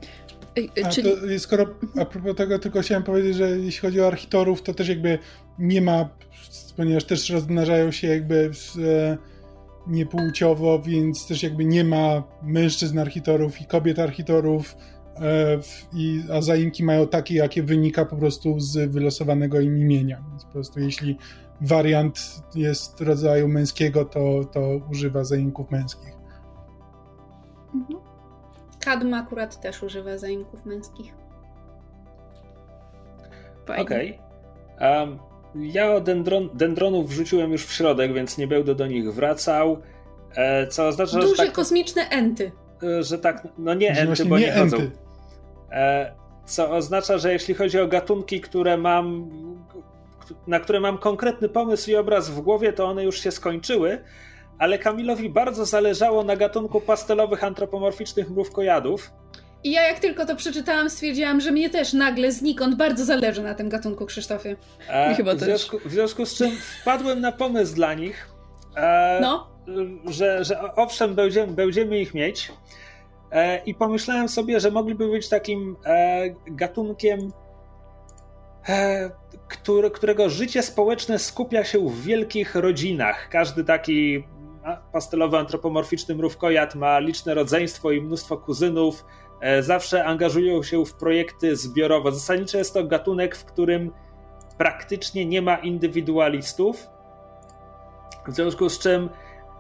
A propos tego, tylko chciałem powiedzieć, że jeśli chodzi o architorów, to też jakby nie ma, ponieważ też rozmnażają się jakby niepłciowo, więc też jakby nie ma mężczyzn architorów i kobiet architorów, a zaimki mają takie, jakie wynika po prostu z wylosowanego im imienia. Więc po prostu jeśli wariant jest rodzaju męskiego, to używa zaimków męskich. Mhm. Kadm akurat też używa zaimków męskich. Okej. Ja o dendronów wrzuciłem już w środek, więc nie będę do nich wracał. Co oznacza, duże że tak, kosmiczne enty. Że tak, no nie enty, bo nie chodzą. Co oznacza, że jeśli chodzi o gatunki, na które mam konkretny pomysł i obraz w głowie, to one już się skończyły, ale Kamilowi bardzo zależało na gatunku pastelowych antropomorficznych mrówkojadów. I ja jak tylko to przeczytałam, stwierdziłam, że mnie też nagle znikąd bardzo zależy na tym gatunku, Krzysztofie. Chyba też. W związku z czym wpadłem na pomysł dla nich, że owszem, będziemy ich mieć. I pomyślałem sobie, że mogliby być takim gatunkiem, którego życie społeczne skupia się w wielkich rodzinach. Każdy taki pastelowy antropomorficzny mrówkojad ma liczne rodzeństwo i mnóstwo kuzynów. Zawsze angażują się w projekty zbiorowe. Zasadniczo jest to gatunek, w którym praktycznie nie ma indywidualistów. W związku z czym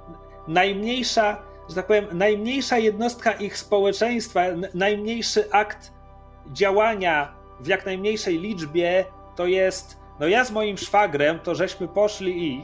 najmniejsza jednostka ich społeczeństwa, najmniejszy akt działania w jak najmniejszej liczbie to jest, no ja z moim szwagrem to żeśmy poszli i...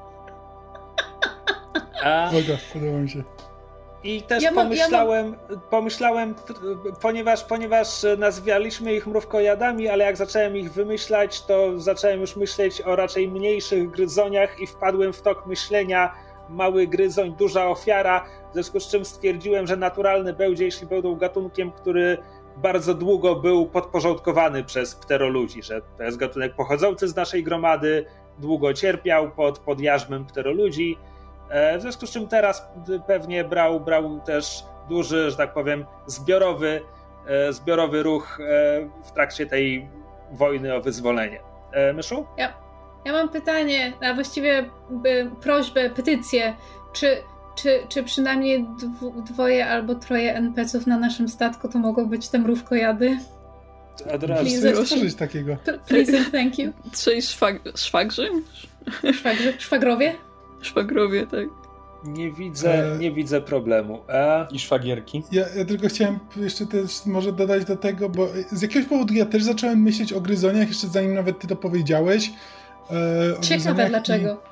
Podoba mi się. I też pomyślałem, ponieważ nazwaliśmy ich mrówkojadami, ale jak zacząłem ich wymyślać, to zacząłem już myśleć o raczej mniejszych gryzoniach i wpadłem w tok myślenia mały gryzoń, duża ofiara, w związku z czym stwierdziłem, że naturalny będzie, jeśli będą gatunkiem, który bardzo długo był podporządkowany przez pteroludzi, że to jest gatunek pochodzący z naszej gromady, długo cierpiał pod jarzmem pteroludzi, w związku z czym teraz pewnie brał też duży, że tak powiem, zbiorowy ruch w trakcie tej wojny o wyzwolenie. Myszu? Ja mam pytanie, a właściwie prośbę, petycję. Czy przynajmniej 2 albo 3 NPC-ów na naszym statku to mogą być te mrówkojady? Od razu chcę stworzyć takiego. Please, thank you. 3 szwagrzy? Szwagrowie? Szwagrowie, tak. Nie widzę problemu. I szwagierki. Ja tylko chciałem jeszcze też może dodać do tego, bo z jakiegoś powodu ja też zacząłem myśleć o gryzoniach, jeszcze zanim nawet ty to powiedziałeś. Ciekawe dlaczego.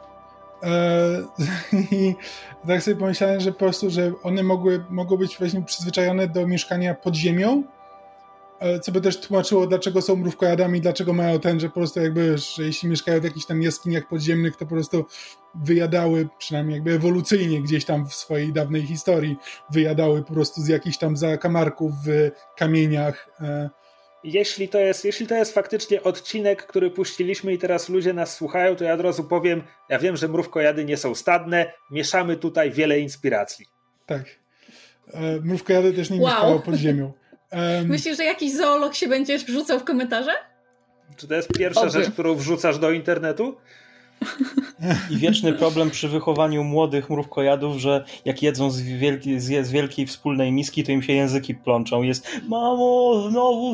I tak sobie pomyślałem, że po prostu, że one mogą być właśnie przyzwyczajone do mieszkania pod ziemią, co by też tłumaczyło, dlaczego są mrówkojadami, dlaczego mają że po prostu jakby, że jeśli mieszkają w jakichś tam jaskiniach podziemnych, to po prostu wyjadały, przynajmniej jakby ewolucyjnie gdzieś tam w swojej dawnej historii, wyjadały po prostu z jakichś tam zakamarków w kamieniach. Jeśli to jest faktycznie odcinek, który puściliśmy i teraz ludzie nas słuchają, to ja od razu powiem, ja wiem, że mrówkojady nie są stadne, mieszamy tutaj wiele inspiracji. Tak. Mrówkojady też nie mieszkają pod ziemią. Myślisz, że jakiś zoolog się będzie rzucał w komentarze? Czy to jest pierwsza rzecz, którą wrzucasz do internetu? I wieczny problem przy wychowaniu młodych mrówkojadów, że jak jedzą z wielkiej wspólnej miski, to im się języki plączą. Jest mamo, znowu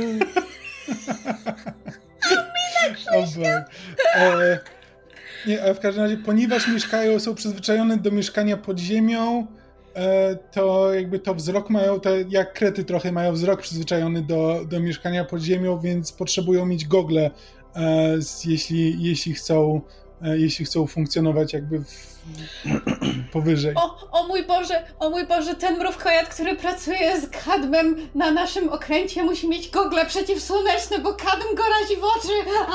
Nie, ale w każdym razie, ponieważ są przyzwyczajone do mieszkania pod ziemią, to jakby to wzrok mają, jak krety trochę mają wzrok przyzwyczajony do mieszkania pod ziemią, więc potrzebują mieć gogle, jeśli chcą funkcjonować jakby powyżej. O mój Boże, ten mrówkojad, który pracuje z kadmem na naszym okręcie, musi mieć gogle przeciwsłoneczne, bo kadm go razi w oczy.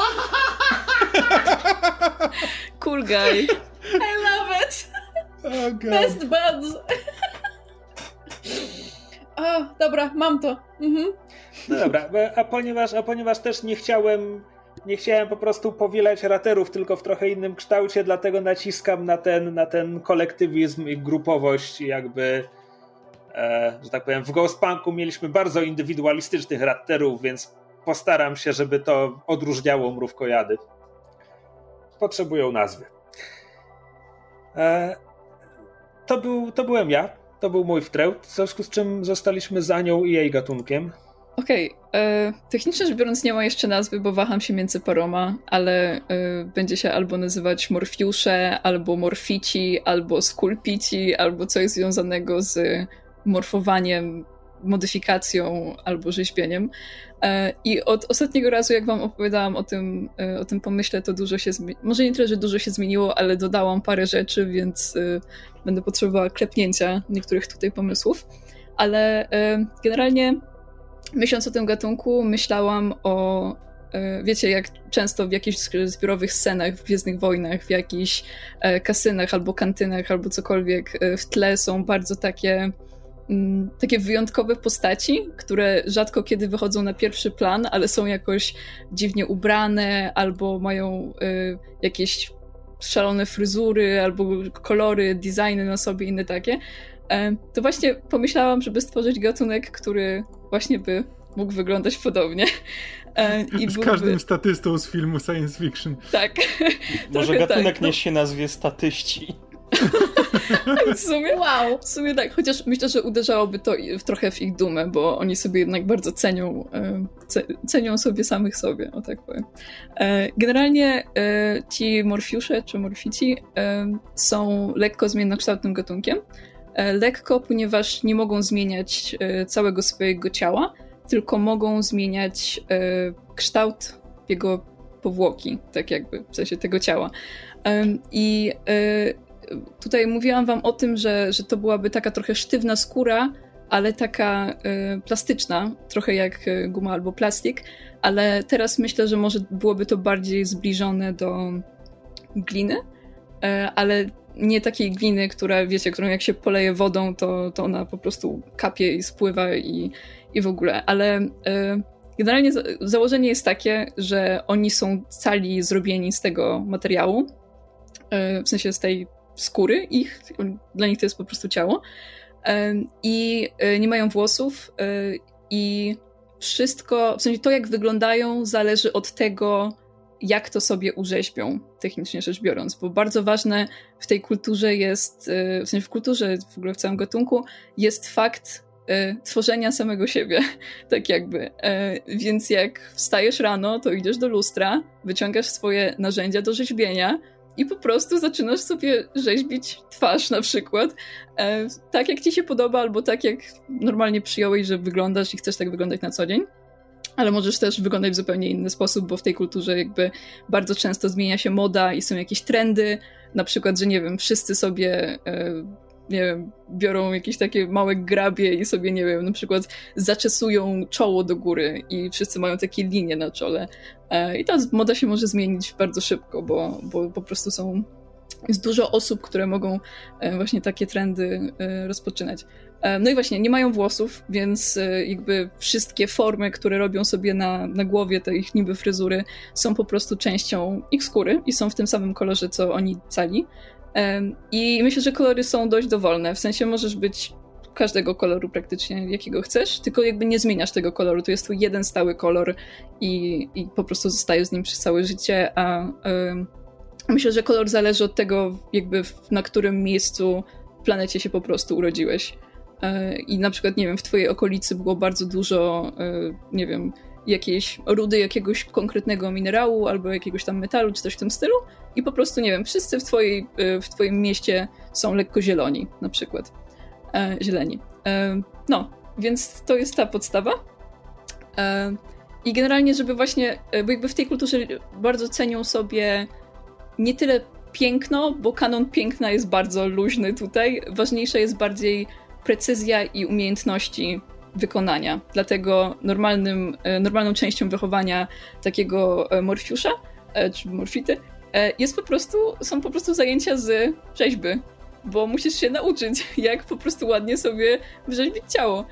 Cool guy. I love it. Oh God. Best buds. O, dobra, mam to. Mhm. No dobra, a ponieważ też nie chciałem po prostu powielać raterów, tylko w trochę innym kształcie, dlatego naciskam na ten kolektywizm i grupowość, jakby, że tak powiem, w Ghostpunku mieliśmy bardzo indywidualistycznych raterów, więc postaram się, żeby to odróżniało mrówkojady. Potrzebują nazwy. To byłem ja, to był mój wtręt, w związku z czym zostaliśmy za nią i jej gatunkiem. Okej, technicznie rzecz biorąc nie ma jeszcze nazwy, bo waham się między paroma, ale będzie się albo nazywać morfiusze, albo morfici, albo skulpici, albo coś związanego z morfowaniem, modyfikacją albo rzeźbieniem. I od ostatniego razu, jak wam opowiadałam o tym pomyśle, to dużo się zmieniło. Może nie tyle, że dużo się zmieniło, ale dodałam parę rzeczy, więc będę potrzebowała klepnięcia niektórych tutaj pomysłów. Ale generalnie myśląc o tym gatunku, myślałam o, wiecie, jak często w jakichś zbiorowych scenach w Gwiezdnych Wojnach, w jakichś kasynach albo kantynach, albo cokolwiek w tle są bardzo takie wyjątkowe postaci, które rzadko kiedy wychodzą na pierwszy plan, ale są jakoś dziwnie ubrane, albo mają jakieś szalone fryzury, albo kolory, designy na sobie, inne takie. To właśnie pomyślałam, żeby stworzyć gatunek, który właśnie by mógł wyglądać podobnie. Z każdym statystą z filmu science fiction. Tak. Może gatunek niech się nazwie statyści. W sumie tak, chociaż myślę, że uderzałoby to trochę w ich dumę, bo oni sobie jednak bardzo cenią sobie samych sobie, o tak powiem. Generalnie ci morfiusze czy morfici są lekko zmiennokształtnym gatunkiem. Lekko, ponieważ nie mogą zmieniać całego swojego ciała, tylko mogą zmieniać kształt jego powłoki, tak jakby, w sensie tego ciała. I tutaj mówiłam wam o tym, że to byłaby taka trochę sztywna skóra, ale taka plastyczna, trochę jak guma albo plastik, ale teraz myślę, że może byłoby to bardziej zbliżone do gliny, ale nie takiej gliny, która, wiecie, którą jak się poleje wodą, to ona po prostu kapie i spływa i w ogóle. Ale generalnie założenie jest takie, że oni są cali zrobieni z tego materiału, w sensie z tej skóry ich, dla nich to jest po prostu ciało, i nie mają włosów i wszystko, w sensie to jak wyglądają zależy od tego, jak to sobie urzeźbią, technicznie rzecz biorąc, bo bardzo ważne w tej kulturze jest, w sensie w kulturze, w ogóle w całym gatunku, jest fakt tworzenia samego siebie, tak jakby. Więc jak wstajesz rano, to idziesz do lustra, wyciągasz swoje narzędzia do rzeźbienia i po prostu zaczynasz sobie rzeźbić twarz na przykład, tak jak ci się podoba, albo tak jak normalnie przyjąłeś, że wyglądasz i chcesz tak wyglądać na co dzień. Ale możesz też wyglądać w zupełnie inny sposób, bo w tej kulturze jakby bardzo często zmienia się moda i są jakieś trendy, na przykład, że nie wiem, wszyscy sobie nie wiem, biorą jakieś takie małe grabie i sobie, nie wiem, na przykład zaczesują czoło do góry i wszyscy mają takie linie na czole. I ta moda się może zmienić bardzo szybko, bo po prostu jest dużo osób, które mogą właśnie takie trendy rozpoczynać. No i właśnie, nie mają włosów, więc jakby wszystkie formy, które robią sobie na głowie, te ich niby fryzury, są po prostu częścią ich skóry i są w tym samym kolorze, co oni cali. I myślę, że kolory są dość dowolne, w sensie możesz być każdego koloru praktycznie, jakiego chcesz, tylko jakby nie zmieniasz tego koloru, to jest tu jeden stały kolor i po prostu zostajesz z nim przez całe życie, a myślę, że kolor zależy od tego, jakby na którym miejscu w planecie się po prostu urodziłeś. I na przykład, nie wiem, w twojej okolicy było bardzo dużo, nie wiem, jakiejś rudy jakiegoś konkretnego minerału albo jakiegoś tam metalu czy coś w tym stylu i po prostu, nie wiem, wszyscy w twoim mieście są lekko zieloni, na przykład. Zieleni. No, więc to jest ta podstawa. I generalnie, żeby właśnie, bo jakby w tej kulturze bardzo cenią sobie nie tyle piękno, bo kanon piękna jest bardzo luźny tutaj. Ważniejsza jest bardziej precyzja i umiejętności wykonania. Dlatego normalną częścią wychowania takiego Morfiusza, czy Morfity, są po prostu zajęcia z rzeźby, bo musisz się nauczyć, jak po prostu ładnie sobie wyrzeźbić ciało.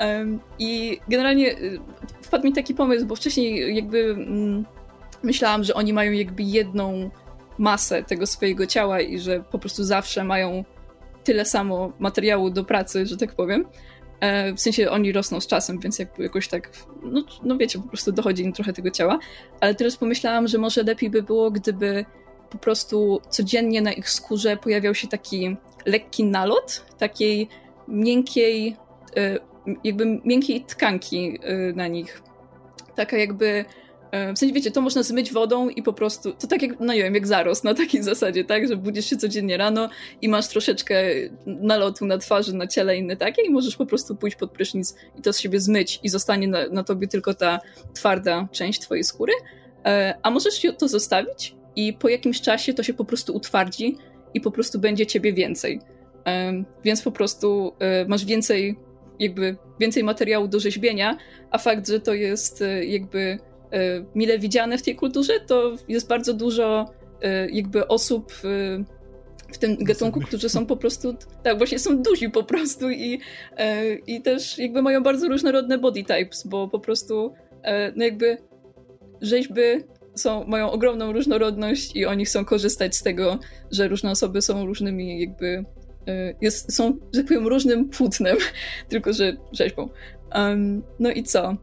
I generalnie wpadł mi taki pomysł, bo wcześniej jakby myślałam, że oni mają jakby jedną masę tego swojego ciała i że po prostu zawsze mają tyle samo materiału do pracy, że tak powiem. W sensie oni rosną z czasem, więc jakby jakoś tak, no wiecie, po prostu dochodzi im trochę tego ciała. Ale teraz pomyślałam, że może lepiej by było, gdyby po prostu codziennie na ich skórze pojawiał się taki lekki nalot, takiej miękkiej, jakby miękkiej tkanki na nich. Taka jakby, w sensie wiecie, to można zmyć wodą i po prostu, to tak jak, no nie wiem, jak zarost na takiej zasadzie, tak, że budzisz się codziennie rano i masz troszeczkę nalotu na twarzy, na ciele, inne takie i możesz po prostu pójść pod prysznic i to z siebie zmyć i zostanie na tobie tylko ta twarda część twojej skóry, a możesz to zostawić i po jakimś czasie to się po prostu utwardzi i po prostu będzie ciebie więcej. Więc po prostu masz więcej materiału do rzeźbienia, a fakt, że to jest jakby mile widziane w tej kulturze, to jest bardzo dużo jakby osób w tym gatunku, którzy są po prostu, tak, właśnie są duzi po prostu i też jakby mają bardzo różnorodne body types, bo po prostu no jakby rzeźby mają ogromną różnorodność i oni chcą korzystać z tego, że różne osoby są różnymi jakby są, że tak powiem, różnym płótnem, tylko że rzeźbą. No i co?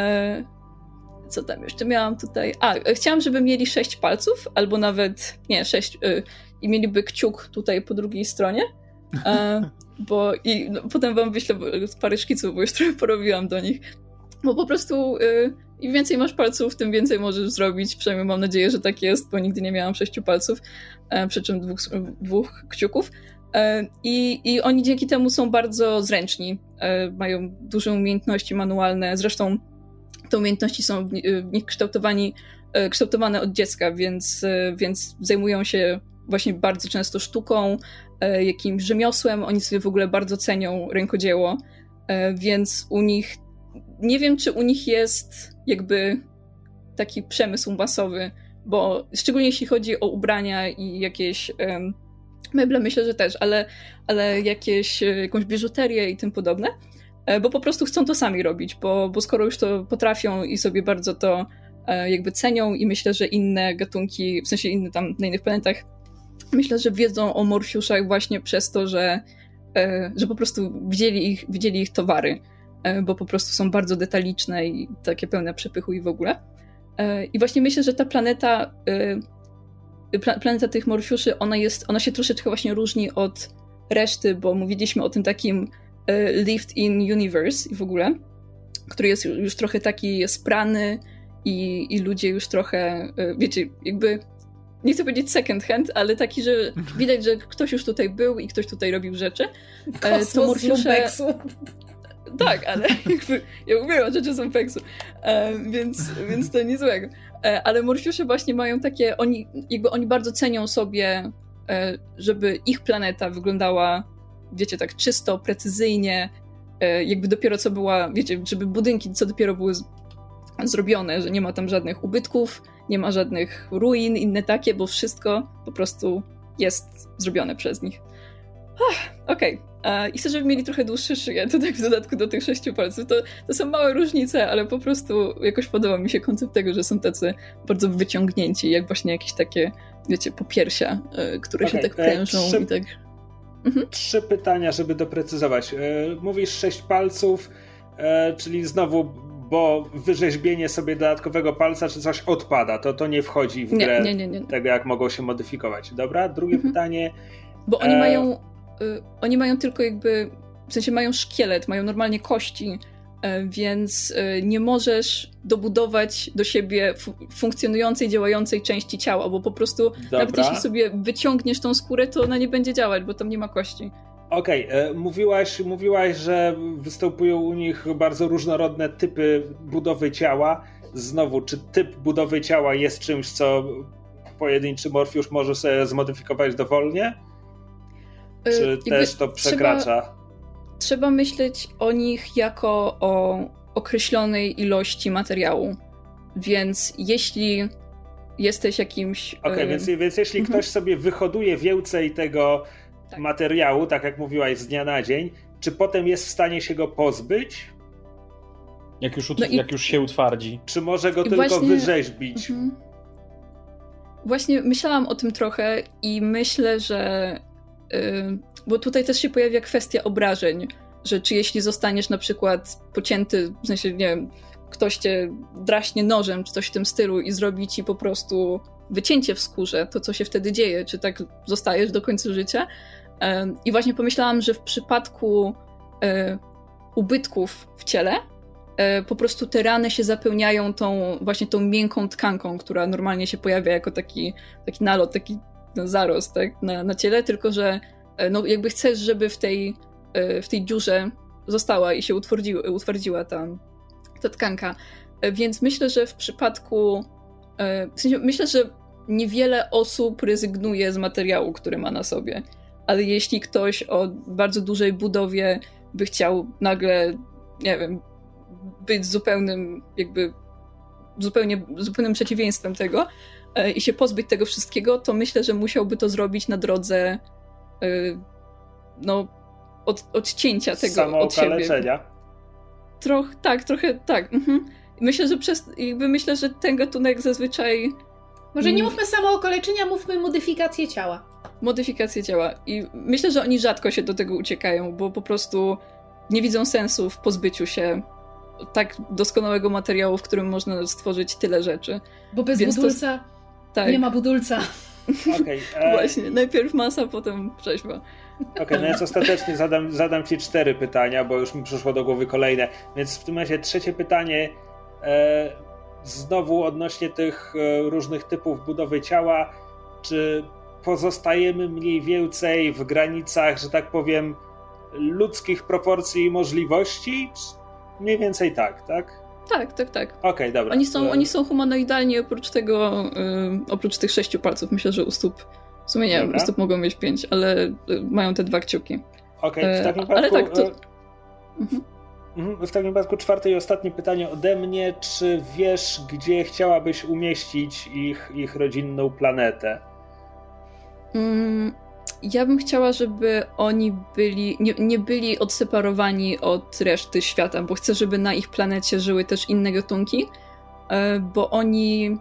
Co tam jeszcze miałam tutaj? Chciałam, żeby mieli 6 palców, albo nawet, 6, i mieliby kciuk tutaj po drugiej stronie, potem wam wyślę parę szkiców, bo już trochę porobiłam do nich, bo po prostu im więcej masz palców, tym więcej możesz zrobić, przynajmniej mam nadzieję, że tak jest, bo nigdy nie miałam 6 palców, przy czym dwóch kciuków. I oni dzięki temu są bardzo zręczni, mają duże umiejętności manualne, zresztą te umiejętności są w nich kształtowane od dziecka, więc zajmują się właśnie bardzo często sztuką, jakimś rzemiosłem, oni sobie w ogóle bardzo cenią rękodzieło, więc u nich, nie wiem, czy u nich jest jakby taki przemysł masowy, bo szczególnie jeśli chodzi o ubrania i jakieś Meble myślę, że też, ale jakąś biżuterię i tym podobne, bo po prostu chcą to sami robić, bo skoro już to potrafią i sobie bardzo to jakby cenią i myślę, że inne gatunki, w sensie inne tam na innych planetach, myślę, że wiedzą o Morfiuszach właśnie przez to, że po prostu widzieli ich towary, bo po prostu są bardzo detaliczne i takie pełne przepychu i w ogóle. I właśnie myślę, że ta planeta tych Morfiuszy, ona się troszeczkę właśnie różni od reszty, bo mówiliśmy o tym takim lived-in universe i w ogóle, który jest już trochę taki sprany i ludzie już trochę, wiecie, jakby nie chcę powiedzieć second hand, ale taki, że widać, że ktoś już tutaj był i ktoś tutaj robił rzeczy. To Morfiusze... Tak, ale jakby, ja mówiłam, że rzeczy są Peksu, więc to nie złego. Ale Morfiusze właśnie mają takie, oni bardzo cenią sobie, żeby ich planeta wyglądała, wiecie, tak czysto, precyzyjnie, jakby dopiero co była, wiecie, żeby budynki co dopiero były zrobione, że nie ma tam żadnych ubytków, nie ma żadnych ruin, inne takie, bo wszystko po prostu jest zrobione przez nich. Okej. I chcę, żeby mieli trochę dłuższe szyje, to tak w dodatku do tych 6 palców. To są małe różnice, ale po prostu jakoś podoba mi się koncept tego, że są tacy bardzo wyciągnięci, jak właśnie jakieś takie, wiecie, popiersia, które się tak prężą i tak... 3 pytania, żeby doprecyzować. Mówisz 6 palców, czyli znowu, bo wyrzeźbienie sobie dodatkowego palca czy coś odpada, to nie wchodzi w grę nie. tego, jak mogą się modyfikować. Dobra? Drugie pytanie... Bo oni mają tylko jakby, w sensie mają szkielet, mają normalnie kości, więc nie możesz dobudować do siebie funkcjonującej, działającej części ciała, bo po prostu nawet jeśli sobie wyciągniesz tą skórę, to ona nie będzie działać, bo tam nie ma kości. Okej, mówiłaś, że występują u nich bardzo różnorodne typy budowy ciała. Znowu, czy typ budowy ciała jest czymś, co pojedynczy Morfiusz może sobie zmodyfikować dowolnie? Czy też to przekracza? Trzeba myśleć o nich jako o określonej ilości materiału. Więc jeśli jesteś jakimś... Okej, więc jeśli ktoś sobie wyhoduje więcej tego materiału, tak jak mówiłaś, z dnia na dzień, czy potem jest w stanie się go pozbyć? Jak już się utwardzi. Czy może go tylko wyrzeźbić? Właśnie myślałam o tym trochę i myślę, że bo tutaj też się pojawia kwestia obrażeń, że czy jeśli zostaniesz na przykład pocięty, w sensie, nie wiem, ktoś cię draśnie nożem, czy coś w tym stylu i zrobi ci po prostu wycięcie w skórze, to co się wtedy dzieje, czy tak zostajesz do końca życia. I właśnie pomyślałam, że w przypadku ubytków w ciele po prostu te rany się zapełniają tą miękką tkanką, która normalnie się pojawia jako taki nalot, taki zarost, tak, na ciele, tylko że no jakby chcesz, żeby w tej dziurze została i się utwardziła ta tkanka. Więc myślę, że w przypadku w sensie myślę, że niewiele osób rezygnuje z materiału, który ma na sobie. Ale jeśli ktoś o bardzo dużej budowie by chciał nagle, nie wiem, być zupełnym przeciwieństwem tego i się pozbyć tego wszystkiego, to myślę, że musiałby to zrobić na drodze odcięcia tego od siebie. Samookaleczenia. Trochę tak. Myślę, że ten gatunek zazwyczaj... Może nie mówmy samookaleczenia, mówmy modyfikację ciała. Modyfikację ciała. I myślę, że oni rzadko się do tego uciekają, bo po prostu nie widzą sensu w pozbyciu się tak doskonałego materiału, w którym można stworzyć tyle rzeczy. Bo bez budulca nie ma budulca. Okay, Właśnie, najpierw masa, potem rzeźba. Okej, no więc ostatecznie zadam ci 4 pytania, bo już mi przyszło do głowy kolejne. Więc w tym razie trzecie pytanie, znowu odnośnie tych różnych typów budowy ciała. Czy pozostajemy mniej więcej w granicach, że tak powiem, ludzkich proporcji i możliwości? Mniej więcej tak? Tak. Okej, dobra. Oni są humanoidalni oprócz tych 6 palców. Myślę, że u stóp, w sumie nie wiem, u stóp mogą mieć 5, ale mają te 2 kciuki. Okej, w takim wypadku... Ale tak, to... W takim wypadku 4. i ostatnie pytanie ode mnie. Czy wiesz, gdzie chciałabyś umieścić ich rodzinną planetę? ja bym chciała, żeby oni nie byli odseparowani od reszty świata, bo chcę, żeby na ich planecie żyły też inne gatunki, bo oni...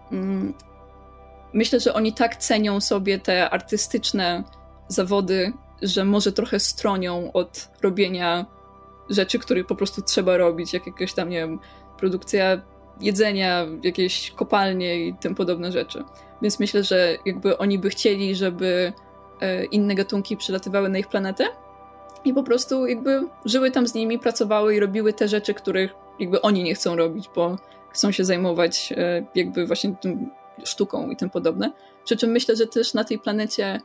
Myślę, że oni tak cenią sobie te artystyczne zawody, że może trochę stronią od robienia rzeczy, których po prostu trzeba robić, jak jakaś tam, nie wiem, produkcja jedzenia, jakieś kopalnie i tym podobne rzeczy. Więc myślę, że jakby oni by chcieli, żeby inne gatunki przylatywały na ich planetę i po prostu jakby żyły tam z nimi, pracowały i robiły te rzeczy, których jakby oni nie chcą robić, bo chcą się zajmować jakby właśnie tym sztuką i tym podobne. Przy czym myślę, że też na tej planecie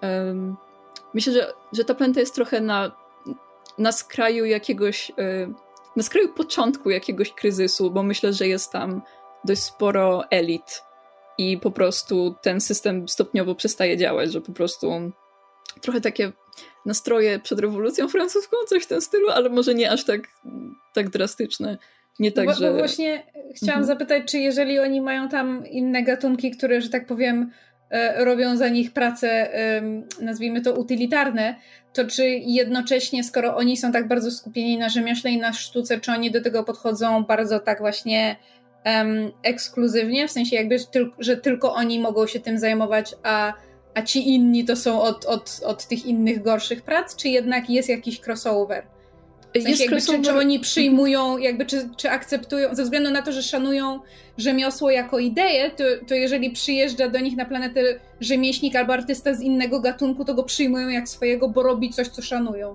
myślę, że ta planeta jest trochę na skraju jakiegoś na skraju początku jakiegoś kryzysu, bo myślę, że jest tam dość sporo elit i po prostu ten system stopniowo przestaje działać, że po prostu trochę takie nastroje przed rewolucją francuską, coś w tym stylu, ale może nie aż tak drastyczne. Nie tak, że... Bo właśnie chciałam zapytać, czy jeżeli oni mają tam inne gatunki, które, że tak powiem, robią za nich prace, nazwijmy to utylitarne, to czy jednocześnie, skoro oni są tak bardzo skupieni na rzemiośle i na sztuce, czy oni do tego podchodzą bardzo tak właśnie ekskluzywnie, w sensie jakby, że tylko oni mogą się tym zajmować, a ci inni to są od tych innych gorszych prac, czy jednak jest jakiś crossover? W sensie jakby, czy oni przyjmują, jakby, czy akceptują, ze względu na to, że szanują rzemiosło jako ideę, to jeżeli przyjeżdża do nich na planetę rzemieślnik albo artysta z innego gatunku, to go przyjmują jak swojego, bo robi coś, co szanują.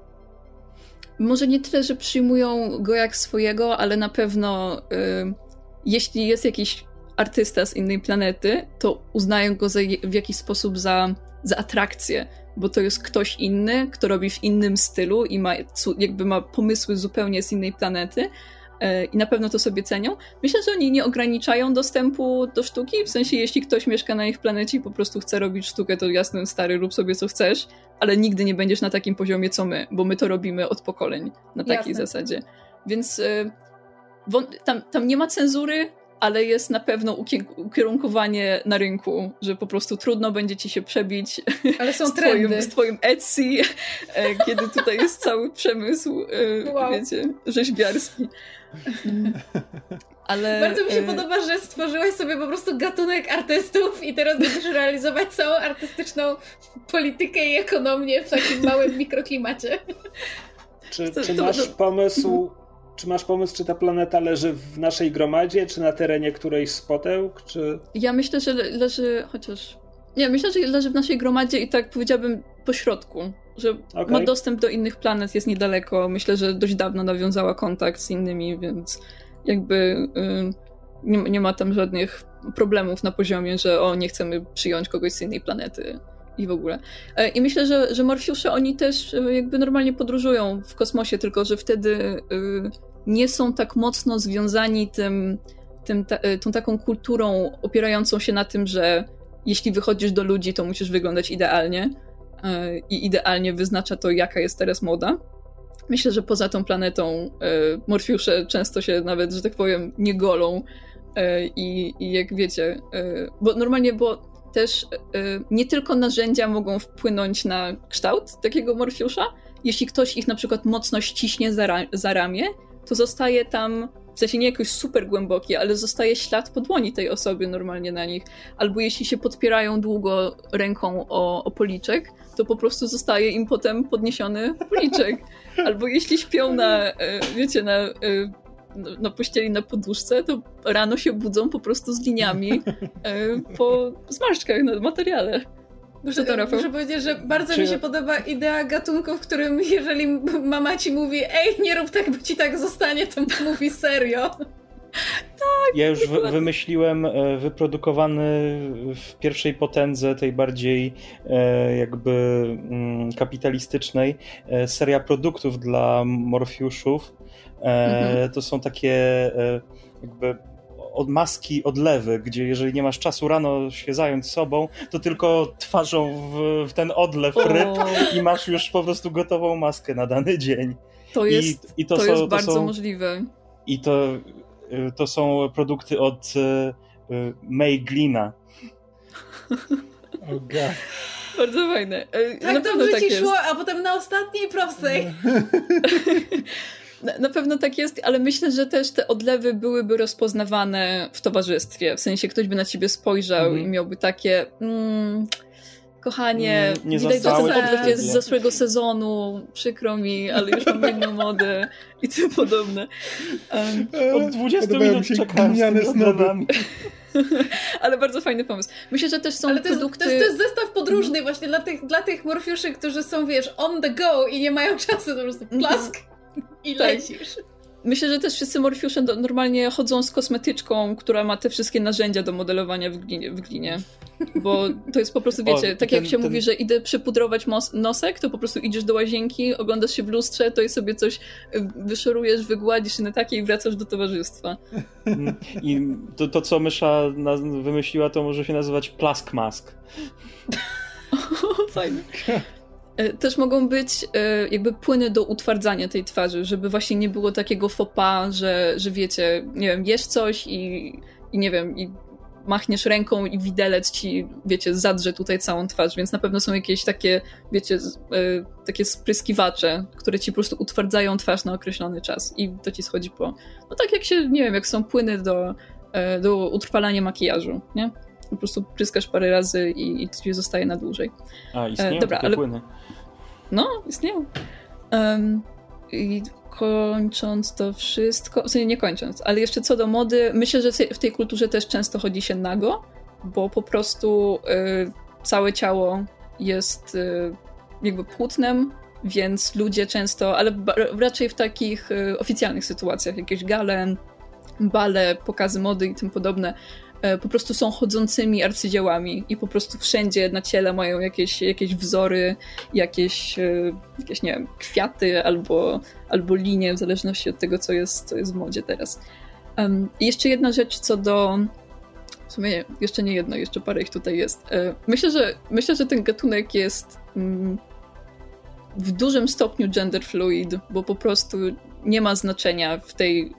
Może nie tyle, że przyjmują go jak swojego, ale na pewno jeśli jest jakiś artysta z innej planety, to uznają go w jakiś sposób za atrakcję, bo to jest ktoś inny, kto robi w innym stylu i ma pomysły zupełnie z innej planety i na pewno to sobie cenią. Myślę, że oni nie ograniczają dostępu do sztuki, w sensie jeśli ktoś mieszka na ich planecie i po prostu chce robić sztukę, to jasne, stary, rób sobie co chcesz, ale nigdy nie będziesz na takim poziomie co my, bo my to robimy od pokoleń na takiej zasadzie. Więc tam nie ma cenzury, ale jest na pewno ukierunkowanie na rynku, że po prostu trudno będzie ci się przebić ale są z twoim Etsy, kiedy tutaj jest cały przemysł, wiecie, rzeźbiarski. Ale, bardzo mi się podoba, że stworzyłeś sobie po prostu gatunek artystów i teraz będziesz realizować całą artystyczną politykę i ekonomię w takim małym mikroklimacie. Czy masz pomysł... Czy masz pomysł, czy ta planeta leży w naszej gromadzie, czy na terenie którejś z potełk, czy... Ja myślę, że leży, chociaż... Nie, myślę, że leży w naszej gromadzie i tak powiedziałabym po środku, że ma dostęp do innych planet, jest niedaleko. Myślę, że dość dawno nawiązała kontakt z innymi, więc jakby nie ma tam żadnych problemów na poziomie, że nie chcemy przyjąć kogoś z innej planety i w ogóle. I myślę, że Morfiusze, oni też jakby normalnie podróżują w kosmosie, tylko że wtedy nie są tak mocno związani tą taką kulturą opierającą się na tym, że jeśli wychodzisz do ludzi, to musisz wyglądać idealnie i idealnie wyznacza to, jaka jest teraz moda. Myślę, że poza tą planetą Morfiusze często się nawet, że tak powiem, nie golą i jak wiecie, bo normalnie też nie tylko narzędzia mogą wpłynąć na kształt takiego Morfiusza. Jeśli ktoś ich na przykład mocno ściśnie za ramię, to zostaje tam, w sensie nie jakoś super głęboki, ale zostaje ślad po dłoni tej osoby normalnie na nich. Albo jeśli się podpierają długo ręką o policzek, to po prostu zostaje im potem podniesiony policzek. Albo jeśli śpią na pościeli na poduszce, to rano się budzą po prostu z liniami po zmarszczkach na materiale. Muszę powiedzieć, że bardzo mi się podoba idea gatunku, w którym jeżeli mama ci mówi nie rób tak, bo ci tak zostanie, to mówi serio. Tak, ja już wymyśliłem wyprodukowany w pierwszej potędze, tej bardziej jakby kapitalistycznej, seria produktów dla Morfiuszów. To są takie jakby maski odlewy, gdzie jeżeli nie masz czasu rano się zająć sobą, to tylko twarzą w ten odlew ryb i masz już po prostu gotową maskę na dany dzień. To jest bardzo możliwe. I to są produkty od May Glina. Oh God. Bardzo fajne. Tak dobrze ci szło, a potem na ostatniej prostej. Na pewno tak jest, ale myślę, że też te odlewy byłyby rozpoznawane w towarzystwie. W sensie ktoś by na ciebie spojrzał i miałby takie kochanie, widać, że ten odlew jest z zeszłego sezonu, przykro mi, ale już mam inną modę i tym podobne. Od 20 minut czekałem z odlewami. Ale bardzo fajny pomysł. Myślę, że też są produkty... To jest zestaw podróżny właśnie dla tych morfiuszy, którzy są, wiesz, on the go i nie mają czasu, to po prostu plask i lecisz. Myślę, że też wszyscy morfiusze normalnie chodzą z kosmetyczką, która ma te wszystkie narzędzia do modelowania w glinie. Bo to jest po prostu, wiecie, jak się mówi, że idę przypudrować nosek, to po prostu idziesz do łazienki, oglądasz się w lustrze, to i sobie coś wyszorujesz, wygładzisz na takie i wracasz do towarzystwa. I to co Mysza wymyśliła, to może się nazywać Plask Mask. Fajnie. Też mogą być jakby płyny do utwardzania tej twarzy, żeby właśnie nie było takiego faux pas, że wiecie, nie wiem, jesz coś i nie wiem, i machniesz ręką i widelec ci, wiecie, zadrze tutaj całą twarz, więc na pewno są jakieś takie, wiecie, takie spryskiwacze, które ci po prostu utwardzają twarz na określony czas i to ci schodzi po... No tak jak się, nie wiem, jak są płyny do utrwalania makijażu, nie? Po prostu pryskasz parę razy i to ci zostaje na dłużej. A, istnieją takie płyny. No, istnieją. I kończąc to wszystko, w sensie nie kończąc, ale jeszcze co do mody, myślę, że w tej kulturze też często chodzi się nago, bo po prostu całe ciało jest jakby płótnem, więc ludzie często, ale raczej w takich oficjalnych sytuacjach, jakieś gale, bale, pokazy mody i tym podobne, po prostu są chodzącymi arcydziełami i po prostu wszędzie na ciele mają jakieś wzory, jakieś nie wiem, kwiaty albo linie, w zależności od tego, co jest w modzie teraz. I jeszcze jedna rzecz co do... W sumie jeszcze nie jedno, jeszcze parę ich tutaj jest. Myślę, że ten gatunek jest w dużym stopniu gender fluid, bo po prostu nie ma znaczenia w tej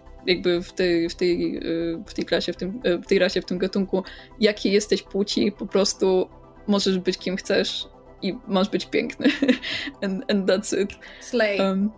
klasie, w tej rasie, w tym gatunku, jakiej jesteś płci, po prostu możesz być kim chcesz i masz być piękny. and that's it. Slay.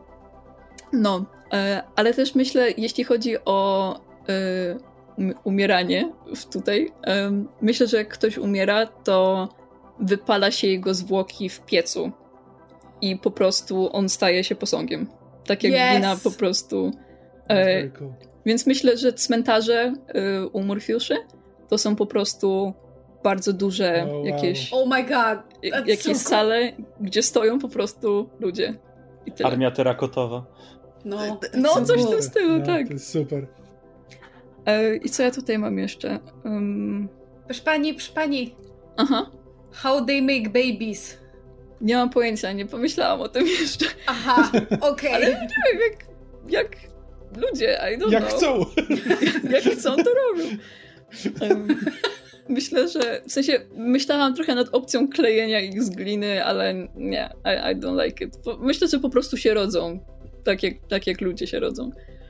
Ale też myślę, jeśli chodzi o umieranie tutaj, myślę, że jak ktoś umiera, to wypala się jego zwłoki w piecu i po prostu on staje się posągiem. Tak jak glina po prostu... Cool. Więc myślę, że cmentarze u morfiuszy to są po prostu bardzo duże jakieś jakieś sale, gdzie stoją po prostu ludzie. I tyle. Armia terakotowa. No coś w tym stylu, tak. To jest super. I co ja tutaj mam jeszcze? Proszę pani. Aha. How they make babies? Nie mam pojęcia, nie pomyślałam o tym jeszcze. Aha, okej. Ale nie wiem, jak ludzie, I don't jak know. chcą. Jak chcą, to robią. Myślę, że... W sensie myślałam trochę nad opcją klejenia ich z gliny, ale nie, I don't like it. Myślę, że po prostu się rodzą. Tak jak ludzie się rodzą.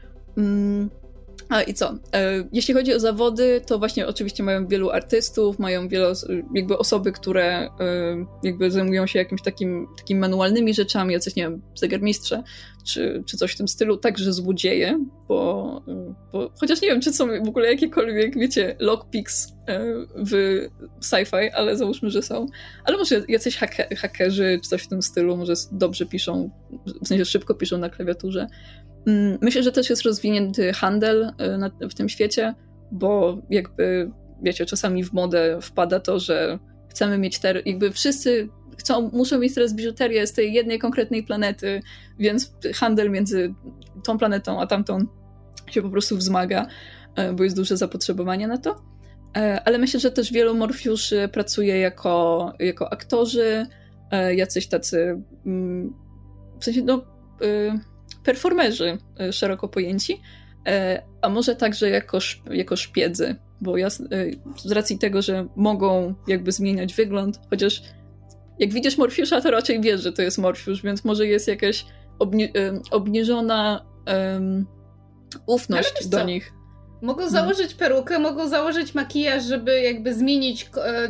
A i co? Jeśli chodzi o zawody, to właśnie oczywiście mają wielu artystów, mają wiele jakby osoby, które jakby zajmują się jakimiś takimi manualnymi rzeczami, jacyś, nie wiem, zegarmistrze, czy coś w tym stylu, także złodzieje, bo chociaż nie wiem, czy są w ogóle jakiekolwiek, wiecie, lockpicks w sci-fi, ale załóżmy, że są. Ale może jacyś hakerzy, czy coś w tym stylu, może dobrze piszą, w sensie szybko piszą na klawiaturze. Myślę, że też jest rozwinięty handel w tym świecie, bo jakby, wiecie, czasami w modę wpada to, że chcemy mieć jakby wszyscy muszą mieć teraz biżuterię z tej jednej konkretnej planety, więc handel między tą planetą a tamtą się po prostu wzmaga, bo jest duże zapotrzebowanie na to. Ale myślę, że też wielu morfiuszy pracuje jako aktorzy, jacyś tacy w sensie, performerzy szeroko pojęci, a może także jako szpiedzy, bo z racji tego, że mogą jakby zmieniać wygląd, chociaż jak widzisz morfiusza, to raczej wiesz, że to jest morfiusz, więc może jest jakaś obniżona ufność do nich. Mogą założyć perukę, mogą założyć makijaż, żeby jakby zmienić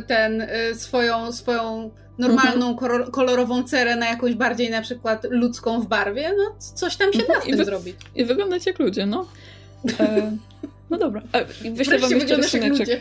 swoją normalną, kolorową cerę na jakąś bardziej na przykład ludzką w barwie. No coś tam się da z tym zrobić. I wyglądać jak ludzie, no. No dobra. Wyślę wam jeszcze rysuneczek.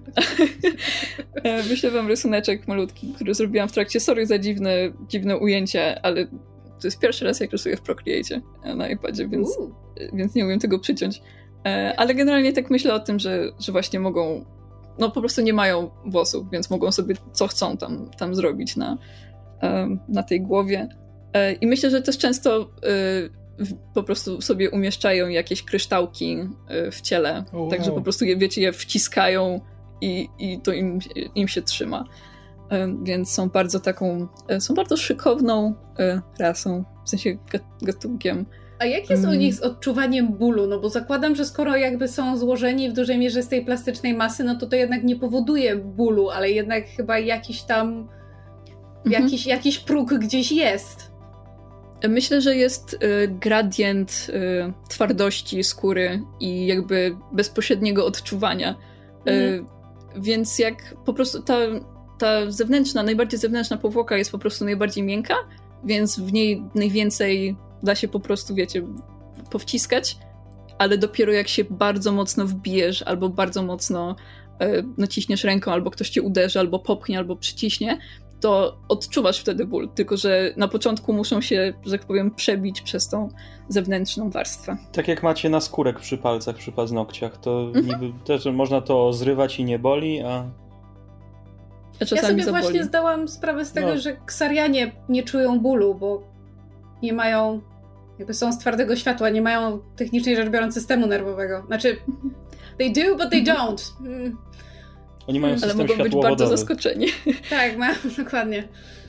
Wyślę wam rysuneczek malutki, który zrobiłam w trakcie. Sorry za dziwne ujęcie, ale to jest pierwszy raz, jak rysuję w Procreate na iPadzie, więc nie umiem tego przyciąć. Ale generalnie tak myślę o tym, że właśnie mogą, no po prostu nie mają włosów, więc mogą sobie co chcą tam zrobić na tej głowie. I myślę, że też często po prostu sobie umieszczają jakieś kryształki w ciele, także po prostu je wciskają i to im się trzyma. Więc są bardzo szykowną rasą, w sensie gatunkiem. A jak jest u nich z odczuwaniem bólu? No bo zakładam, że skoro jakby są złożeni w dużej mierze z tej plastycznej masy, no to jednak nie powoduje bólu, ale jednak chyba jakiś tam jakiś próg gdzieś jest. Myślę, że jest gradient twardości skóry i jakby bezpośredniego odczuwania. Więc jak po prostu ta zewnętrzna, najbardziej zewnętrzna powłoka jest po prostu najbardziej miękka, więc w niej najwięcej da się po prostu, wiecie, powciskać, ale dopiero jak się bardzo mocno wbijesz albo bardzo mocno naciśniesz ręką, albo ktoś cię uderzy, albo popchnie, albo przyciśnie, to odczuwasz wtedy ból, tylko że na początku muszą się, że tak powiem, przebić przez tą zewnętrzną warstwę. Tak jak macie naskórek przy palcach, przy paznokciach, to niby też można to zrywać i nie boli, a ja sobie właśnie zdałam sprawę z tego, że ksarianie nie czują bólu, bo nie mają, jakby są z twardego światła, nie mają technicznie rzecz biorąc systemu nerwowego. Znaczy, they do, but they don't. Oni mają system ale mogą być bardzo zaskoczeni. Tak, mają, dokładnie.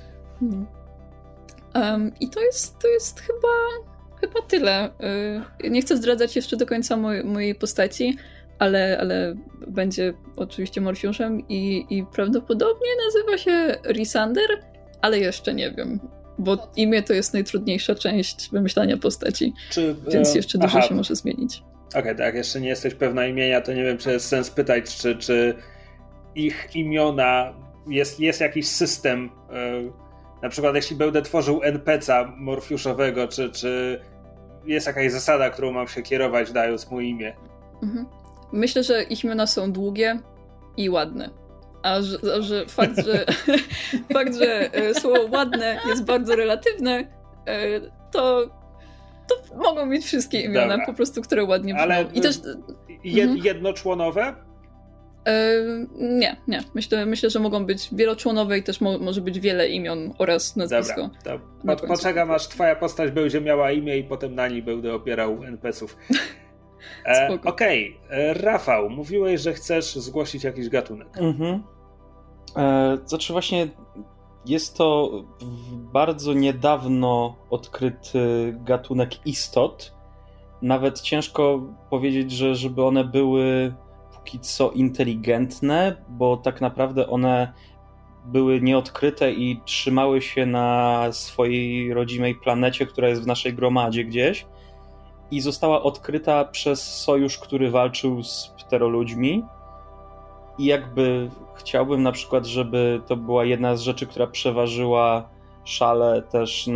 I to jest chyba tyle. Nie chcę zdradzać jeszcze do końca mojej postaci, ale będzie oczywiście Morfiuszem i prawdopodobnie nazywa się Rhysandr, ale jeszcze nie wiem, bo imię to jest najtrudniejsza część wymyślania postaci, więc jeszcze dużo się może zmienić. Okej, tak, jeszcze nie jesteś pewna imienia, to nie wiem, czy jest sens pytać, czy ich imiona, jest jakiś system, na przykład jeśli będę tworzył NPC-a Morfiuszowego, czy jest jakaś zasada, którą mam się kierować, dając mu imię? Myślę, że ich imiona są długie i ładne. A że fakt, że słowo ładne jest bardzo relatywne, to mogą mieć wszystkie imiona, dobra, po prostu, które ładnie brzmią. Ale i też jednoczłonowe? Nie. Myślę, że mogą być wieloczłonowe i też może być wiele imion oraz nazwisko. Dobra. Poczekam, aż twoja postać będzie miała imię i potem na niej będę opierał NPC-ów. Okej. Rafał, mówiłeś, że chcesz zgłosić jakiś gatunek. Znaczy właśnie jest to bardzo niedawno odkryty gatunek istot. Nawet ciężko powiedzieć, żeby one były póki co inteligentne, bo tak naprawdę one były nieodkryte i trzymały się na swojej rodzimej planecie, która jest w naszej gromadzie gdzieś. I została odkryta przez sojusz, który walczył z pteroludźmi. I jakby chciałbym na przykład, żeby to była jedna z rzeczy, która przeważyła szale też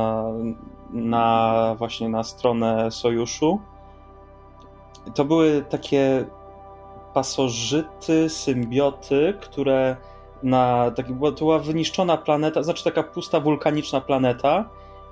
właśnie na stronę sojuszu. To były takie pasożyty, symbioty, które to była wyniszczona planeta, znaczy taka pusta wulkaniczna planeta.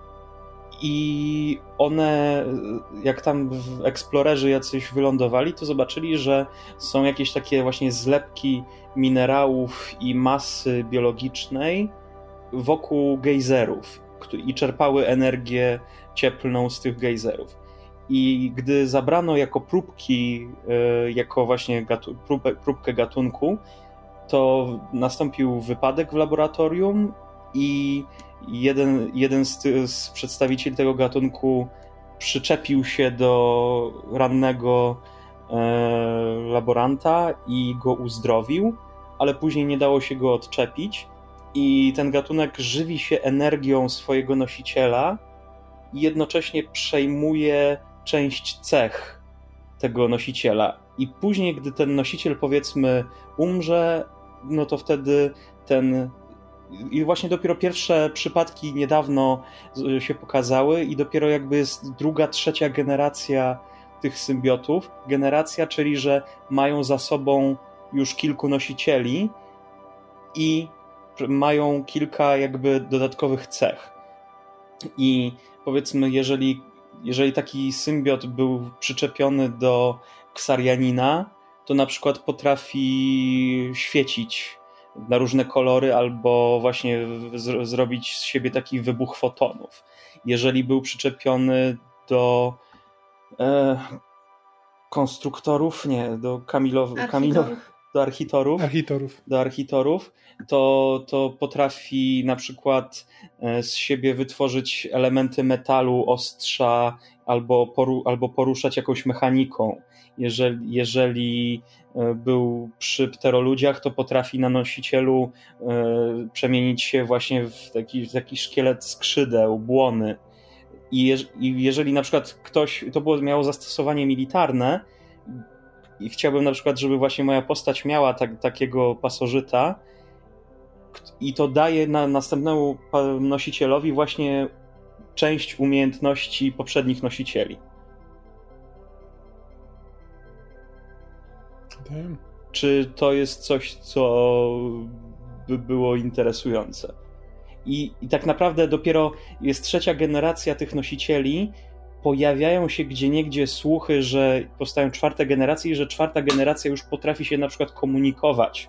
I one, jak tam w eksplorerzy jacyś wylądowali, to zobaczyli, że są jakieś takie właśnie zlepki minerałów i masy biologicznej wokół gejzerów i czerpały energię cieplną z tych gejzerów. I gdy zabrano jako próbki, jako właśnie próbkę gatunku, to nastąpił wypadek w laboratorium i jeden z przedstawicieli tego gatunku przyczepił się do rannego laboranta i go uzdrowił, ale później nie dało się go odczepić i ten gatunek żywi się energią swojego nosiciela i jednocześnie przejmuje część cech tego nosiciela. i później, gdy ten nosiciel, powiedzmy, umrze, no to wtedy i właśnie dopiero pierwsze przypadki niedawno się pokazały i dopiero jakby jest druga, trzecia generacja tych symbiotów. Generacja, czyli że mają za sobą już kilku nosicieli i mają kilka jakby dodatkowych cech. I powiedzmy, jeżeli taki symbiot był przyczepiony do ksarianina, to na przykład potrafi świecić na różne kolory albo właśnie zrobić z siebie taki wybuch fotonów. Jeżeli był przyczepiony do konstruktorów, nie, do architorów, to potrafi na przykład z siebie wytworzyć elementy metalu, ostrza albo poruszać jakąś mechaniką. Jeżeli był przy pteroludziach, to potrafi na nosicielu przemienić się właśnie w taki szkielet skrzydeł, błony. I jeżeli na przykład miało zastosowanie militarne i chciałbym na przykład, żeby właśnie moja postać miała takiego pasożyta i to daje następnemu nosicielowi właśnie część umiejętności poprzednich nosicieli. Czy to jest coś, co by było interesujące? I tak naprawdę dopiero jest trzecia generacja tych nosicieli, pojawiają się gdzieniegdzie słuchy, że powstają czwarte generacje i że czwarta generacja już potrafi się na przykład komunikować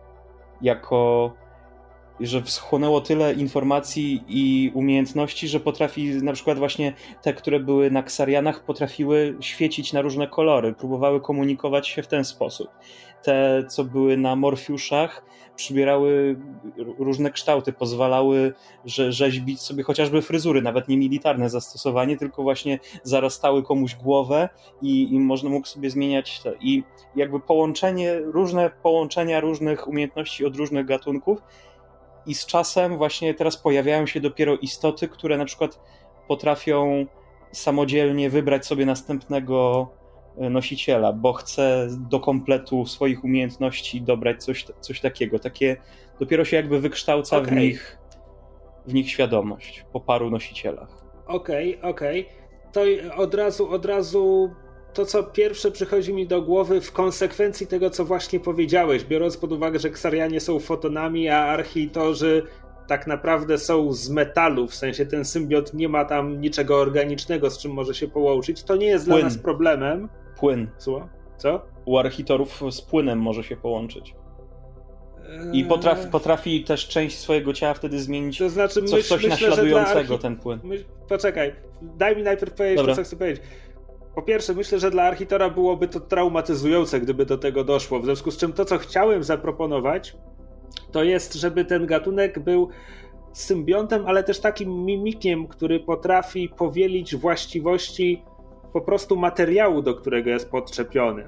że wschłonęło tyle informacji i umiejętności, że potrafi na przykład właśnie te, które były na ksarianach, potrafiły świecić na różne kolory, próbowały komunikować się w ten sposób. Te, co były na Morfiuszach, przybierały różne kształty, pozwalały rzeźbić sobie chociażby fryzury, nawet nie militarne zastosowanie, tylko właśnie zarastały komuś głowę i można mógł sobie zmieniać i jakby różne połączenia różnych umiejętności od różnych gatunków. I z czasem właśnie teraz pojawiają się dopiero istoty, które na przykład potrafią samodzielnie wybrać sobie następnego nosiciela, bo chce do kompletu swoich umiejętności dobrać coś takiego. Takie dopiero się jakby wykształca w nich świadomość po paru nosicielach. Okej. To od razu to, co pierwsze przychodzi mi do głowy w konsekwencji tego, co właśnie powiedziałeś, biorąc pod uwagę, że ksarianie są fotonami, a architorzy tak naprawdę są z metalu, w sensie ten symbiot nie ma tam niczego organicznego, z czym może się połączyć, to nie jest dla nas problemem. Płyn. Co? U architorów z płynem może się połączyć. I potrafi też część swojego ciała wtedy zmienić, to znaczy, coś naśladującego ten płyn. Poczekaj, daj mi najpierw powiedzieć to, co chcę powiedzieć. Po pierwsze, myślę, że dla architora byłoby to traumatyzujące, gdyby do tego doszło. W związku z czym to, co chciałem zaproponować, to jest, żeby ten gatunek był symbiontem, ale też takim mimikiem, który potrafi powielić właściwości po prostu materiału, do którego jest podczepiony.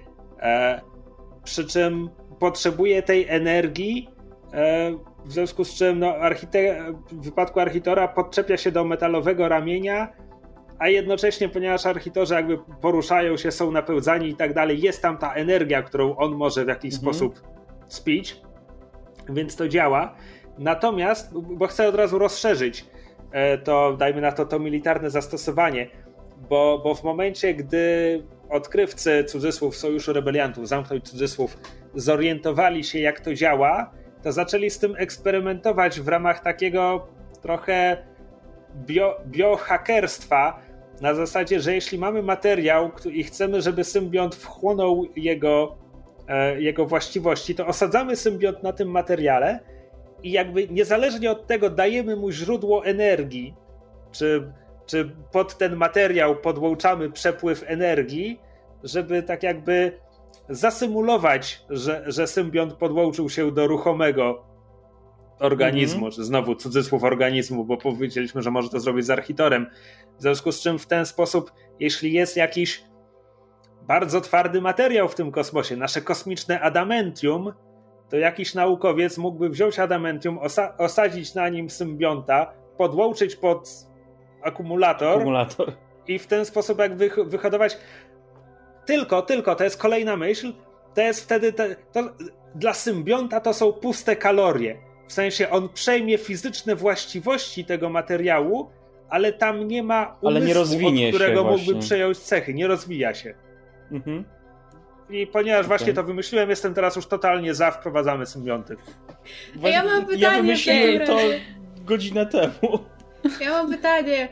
Przy czym potrzebuje tej energii, w związku z czym w wypadku architora podczepia się do metalowego ramienia, a jednocześnie, ponieważ architorzy jakby poruszają się, są napełzani i tak dalej, jest tam ta energia, którą on może w jakiś sposób spić, więc to działa. Natomiast, bo chcę od razu rozszerzyć to, dajmy na to militarne zastosowanie, bo w momencie, gdy odkrywcy, cudzysłów, Sojuszu Rebeliantów, zamknąć cudzysłów, zorientowali się, jak to działa, to zaczęli z tym eksperymentować w ramach takiego trochę biohackerstwa, na zasadzie, że jeśli mamy materiał i chcemy, żeby symbiont wchłonął jego właściwości, to osadzamy symbiont na tym materiale i jakby niezależnie od tego dajemy mu źródło energii, czy pod ten materiał podłączamy przepływ energii, żeby tak jakby zasymulować, że symbiont podłączył się do ruchomego organizmu, czy znowu cudzysłów organizmu, bo powiedzieliśmy, że może to zrobić z architorem. W związku z czym w ten sposób, jeśli jest jakiś bardzo twardy materiał w tym kosmosie, nasze kosmiczne adamentium, to jakiś naukowiec mógłby wziąć adamentium, osadzić na nim symbionta, podłączyć pod akumulator i w ten sposób jakby wyhodować. Tylko, to jest kolejna myśl, to jest wtedy, dla symbionta to są puste kalorie. W sensie on przejmie fizyczne właściwości tego materiału, ale tam nie ma umysłu, od którego mógłby przejąć cechy. Nie rozwija się. Mhm. I ponieważ właśnie to wymyśliłem, jestem teraz już totalnie za, wprowadzamy symbionty. Ja mam pytanie. Ja wymyśliłem to godzinę temu. Ja mam pytanie,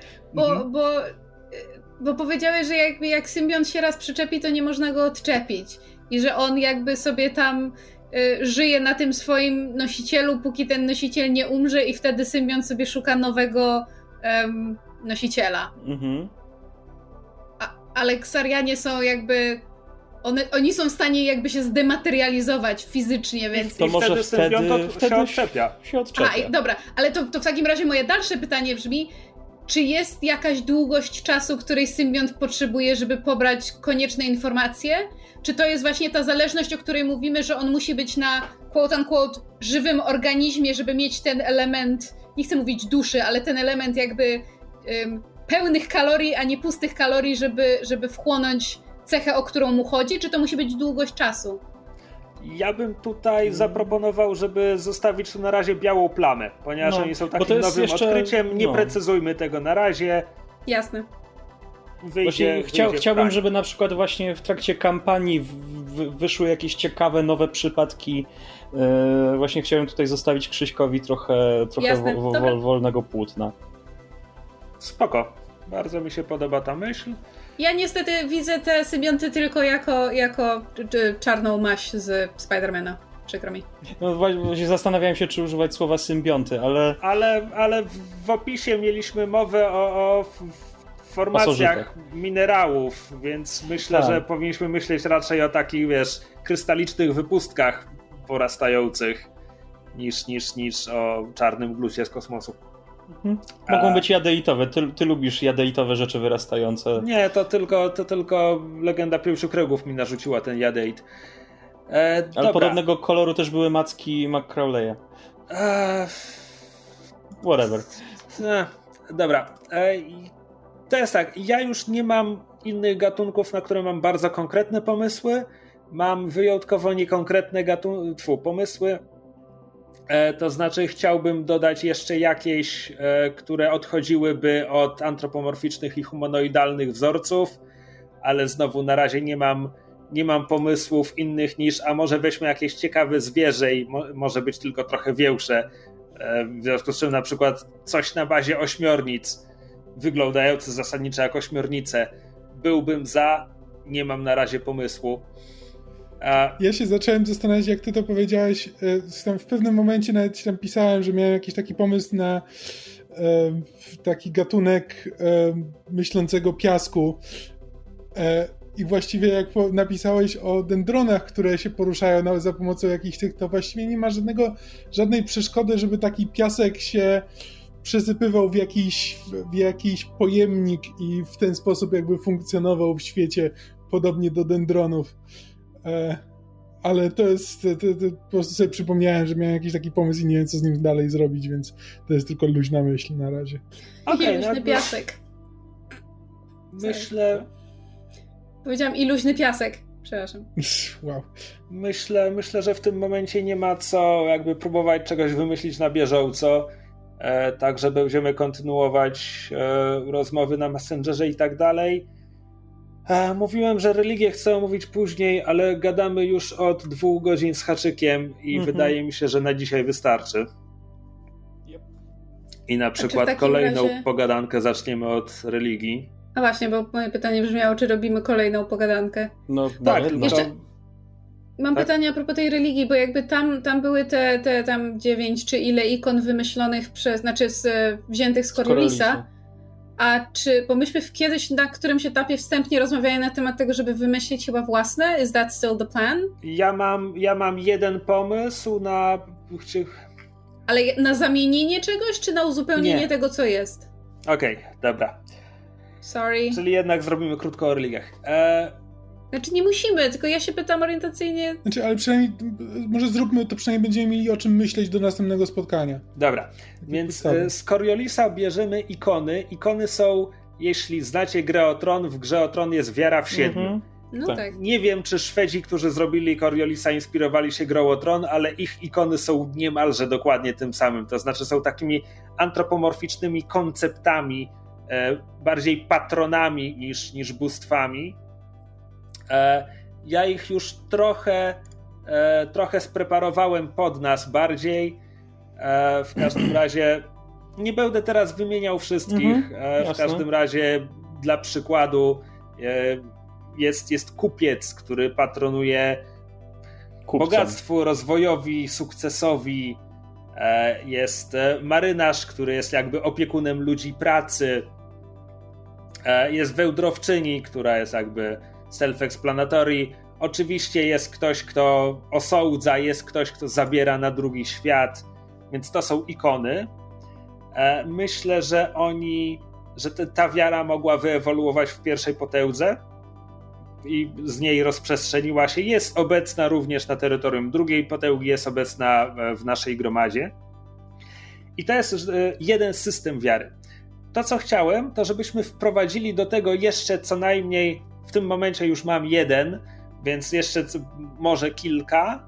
bo powiedziałeś, że jak symbiont się raz przyczepi, to nie można go odczepić. I że on jakby sobie tam żyje na tym swoim nosicielu, póki ten nosiciel nie umrze i wtedy symbiont sobie szuka nowego nosiciela. Mhm. Ale Ksarianie są jakby... Oni są w stanie jakby się zdematerializować fizycznie, więc... To może wtedy się odczepia. Dobra, ale to w takim razie moje dalsze pytanie brzmi, czy jest jakaś długość czasu, której symbiont potrzebuje, żeby pobrać konieczne informacje? Czy to jest właśnie ta zależność, o której mówimy, że on musi być na quote-unquote żywym organizmie, żeby mieć ten element, nie chcę mówić duszy, ale ten element jakby pełnych kalorii, a nie pustych kalorii, żeby wchłonąć cechę, o którą mu chodzi? Czy to musi być długość czasu? Ja bym tutaj zaproponował, żeby zostawić tu na razie białą plamę, ponieważ oni są takim nowym odkryciem. Nie precyzujmy tego na razie. Jasne. Chciałbym, żeby na przykład właśnie w trakcie kampanii wyszły jakieś ciekawe, nowe przypadki. Właśnie chciałem tutaj zostawić Krzyśkowi trochę wolnego płótna. Spoko. Bardzo mi się podoba ta myśl. Ja niestety widzę te symbionty tylko jako czarną maść z Spidermana. Przykro mi. No właśnie zastanawiałem się, czy używać słowa symbionty, ale w opisie mieliśmy mowę o formacjach minerałów, więc myślę, że powinniśmy myśleć raczej o takich, krystalicznych wypustkach porastających niż o czarnym glucie z kosmosu. Mogą być jadeitowe. Ty lubisz jadeitowe rzeczy wyrastające. Nie, to tylko legenda Pięciu Kręgów mi narzuciła ten jadeit. Ale podobnego koloru też były macki McCrawleya. Whatever. Dobra. To jest tak, ja już nie mam innych gatunków, na które mam bardzo konkretne pomysły. Mam wyjątkowo niekonkretne pomysły. To znaczy chciałbym dodać jeszcze jakieś, które odchodziłyby od antropomorficznych i humanoidalnych wzorców, ale znowu na razie nie mam pomysłów innych niż, a może weźmy jakieś ciekawe zwierzę i może być tylko trochę większe. W związku z czym na przykład coś na bazie ośmiornic, wyglądające zasadniczo jak ośmiornice. Byłbym za, nie mam na razie pomysłu. Ja się zacząłem zastanawiać, jak ty to powiedziałeś. W pewnym momencie nawet ci tam pisałem, że miałem jakiś taki pomysł na taki gatunek myślącego piasku. I właściwie jak napisałeś o dendronach, które się poruszają za pomocą jakichś tych, to właściwie nie ma żadnej przeszkody, żeby taki piasek się przesypywał w jakiś pojemnik i w ten sposób jakby funkcjonował w świecie podobnie do dendronów. Ale to jest po prostu sobie przypomniałem, że miałem jakiś taki pomysł i nie wiem, co z nim dalej zrobić, więc to jest tylko luźna myśl na razie. Luźny piasek. Myślę... Powiedziałam i luźny piasek. Przepraszam. Wow. Myślę, że w tym momencie nie ma co jakby próbować czegoś wymyślić na bieżąco, tak że będziemy kontynuować rozmowy na Messengerze i tak dalej. Mówiłem, że religię chcę omówić później, ale gadamy już od 2 godzin z haczykiem i wydaje mi się, że na dzisiaj wystarczy. Yep. I na przykład kolejną pogadankę zaczniemy od religii. A właśnie, bo moje pytanie brzmiało, czy robimy kolejną pogadankę. No tak, jeszcze mam pytanie a propos tej religii, bo jakby tam były te tam 9 czy ile ikon wymyślonych wziętych z Coriolisa. Bo myśmy kiedyś na którymś etapie wstępnie rozmawiali na temat tego, żeby wymyślić chyba własne? Is that still the plan? Ja mam jeden pomysł na... Ale na zamienienie czegoś, czy na uzupełnienie tego, co jest? Okej, dobra. Sorry. Czyli jednak zrobimy krótko o religiach. Znaczy nie musimy, tylko ja się pytam orientacyjnie. Ale przynajmniej, może zróbmy to, przynajmniej będziemy mieli o czym myśleć do następnego spotkania. Dobra, więc z Coriolisa bierzemy ikony. Ikony są, jeśli znacie grę o Tron, w grze o Tron jest wiara w 7. No tak. Nie wiem, czy Szwedzi, którzy zrobili Coriolisa, inspirowali się Grą o Tron, ale ich ikony są niemalże dokładnie tym samym. To znaczy są takimi antropomorficznymi konceptami, bardziej patronami niż bóstwami. Ja ich już trochę spreparowałem pod nas bardziej. W każdym razie nie będę teraz wymieniał wszystkich. W każdym razie dla przykładu jest kupiec, który patronuje bogactwu, rozwojowi, sukcesowi. Jest marynarz, który jest jakby opiekunem ludzi pracy. Jest wełdrowczyni, która jest jakby self-explanatory. Oczywiście jest ktoś, kto osądza, jest ktoś, kto zabiera na drugi świat, więc to są ikony. Myślę, że ta wiara mogła wyewoluować w pierwszej potędze i z niej rozprzestrzeniła się. Jest obecna również na terytorium drugiej potęgi, jest obecna w naszej gromadzie. I to jest jeden system wiary. To, co chciałem, to żebyśmy wprowadzili do tego jeszcze co najmniej, w tym momencie już mam jeden, więc jeszcze może kilka,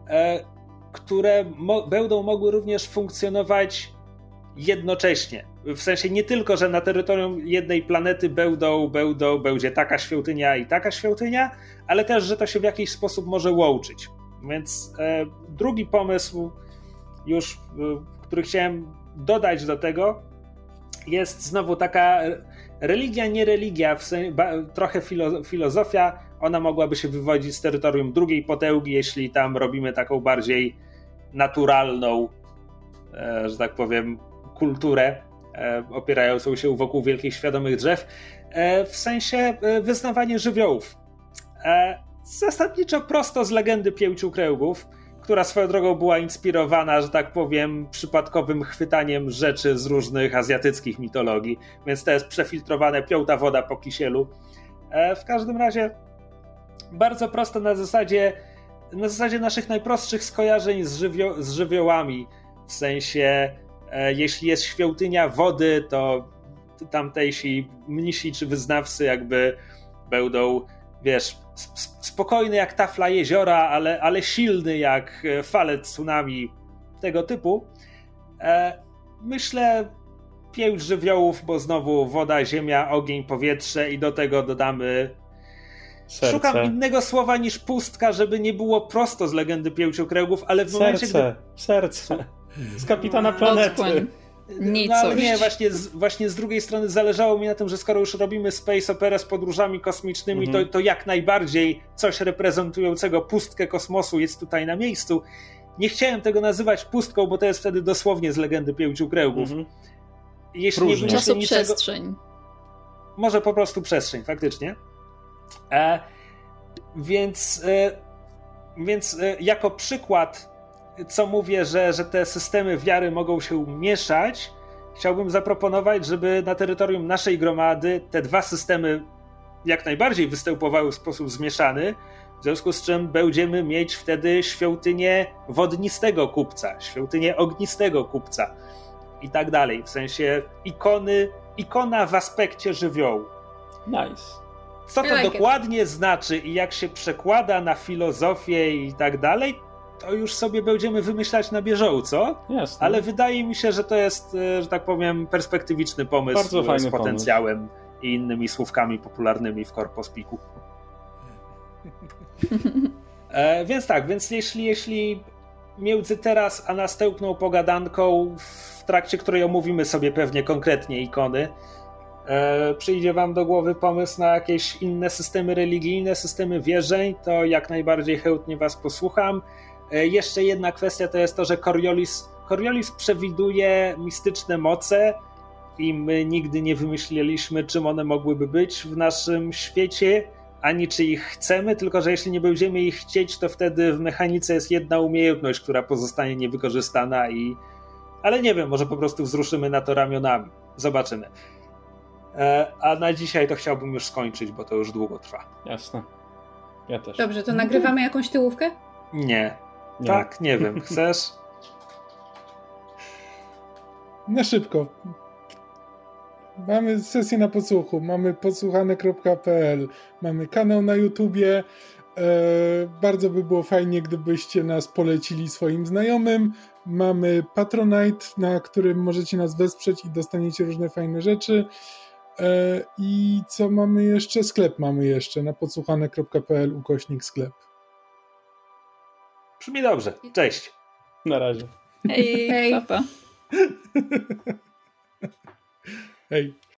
które będą mogły również funkcjonować jednocześnie. W sensie nie tylko, że na terytorium jednej planety będzie taka świątynia i taka świątynia, ale też, że to się w jakiś sposób może łączyć. Więc drugi pomysł już, który chciałem dodać do tego, jest znowu taka religia, nie religia, trochę filozofia. Ona mogłaby się wywodzić z terytorium drugiej potęgi, jeśli tam robimy taką bardziej naturalną, że tak powiem, kulturę opierającą się wokół wielkich, świadomych drzew, w sensie wyznawanie żywiołów. Zasadniczo prosto z legendy Pięciu Kręgów, która swoją drogą była inspirowana, że tak powiem, przypadkowym chwytaniem rzeczy z różnych azjatyckich mitologii, więc to jest przefiltrowane, piąta woda po kisielu. W każdym razie bardzo prosto na zasadzie naszych najprostszych skojarzeń z żywiołami, w sensie jeśli jest świątynia wody, to tamtejsi mnisi czy wyznawcy jakby będą, wiesz, spokojny jak tafla jeziora, ale silny jak fale tsunami, tego typu. Myślę 5 żywiołów, bo znowu woda, ziemia, ogień, powietrze i do tego dodamy serce. Szukam innego słowa niż pustka, żeby nie było prosto z legendy Pięciu Kręgów, ale w momencie, serce. Z kapitana planety. No, ale nie, właśnie z drugiej strony zależało mi na tym, że skoro już robimy space opera z podróżami kosmicznymi, to jak najbardziej coś reprezentującego pustkę kosmosu jest tutaj na miejscu. Nie chciałem tego nazywać pustką, bo to jest wtedy dosłownie z legendy Pięciu Kręgów. Jeśli nie wymyślę niczego, może po prostu przestrzeń, faktycznie. Więc jako przykład, co mówię, że te systemy wiary mogą się mieszać, chciałbym zaproponować, żeby na terytorium naszej gromady te dwa systemy jak najbardziej występowały w sposób zmieszany, w związku z czym będziemy mieć wtedy świątynię wodnistego kupca, świątynię ognistego kupca i tak dalej. W sensie ikona w aspekcie żywiołu. Nice. Co to dokładnie znaczy i jak się przekłada na filozofię i tak dalej, to już sobie będziemy wymyślać na bieżąco. Jasne. Ale wydaje mi się, że to jest, że tak powiem, perspektywiczny pomysł. Bardzo fajny z potencjałem i innymi słówkami popularnymi w korpospiku. Więc jeśli między teraz a następną pogadanką, w trakcie której omówimy sobie pewnie konkretnie ikony, przyjdzie wam do głowy pomysł na jakieś inne systemy religijne, systemy wierzeń, to jak najbardziej chętnie was posłucham. Jeszcze jedna kwestia to jest to, że Coriolis przewiduje mistyczne moce i my nigdy nie wymyśliliśmy, czym one mogłyby być w naszym świecie, ani czy ich chcemy, tylko że jeśli nie będziemy ich chcieć, to wtedy w mechanice jest jedna umiejętność, która pozostanie niewykorzystana ale nie wiem, może po prostu wzruszymy na to ramionami. Zobaczymy. A na dzisiaj to chciałbym już skończyć, bo to już długo trwa. Jasne. Ja też. Dobrze, to nagrywamy jakąś tyłówkę? Nie. Tak, nie wiem. Chcesz? Na szybko. Mamy sesję na podsłuchu, mamy podsłuchane.pl, mamy kanał na YouTubie. Bardzo by było fajnie, gdybyście nas polecili swoim znajomym. Mamy Patronite, na którym możecie nas wesprzeć i dostaniecie różne fajne rzeczy. I co mamy jeszcze? Sklep mamy jeszcze na podsłuchane.pl/sklep. Brzmi dobrze. Cześć. Na razie. Hej, papa. Hej.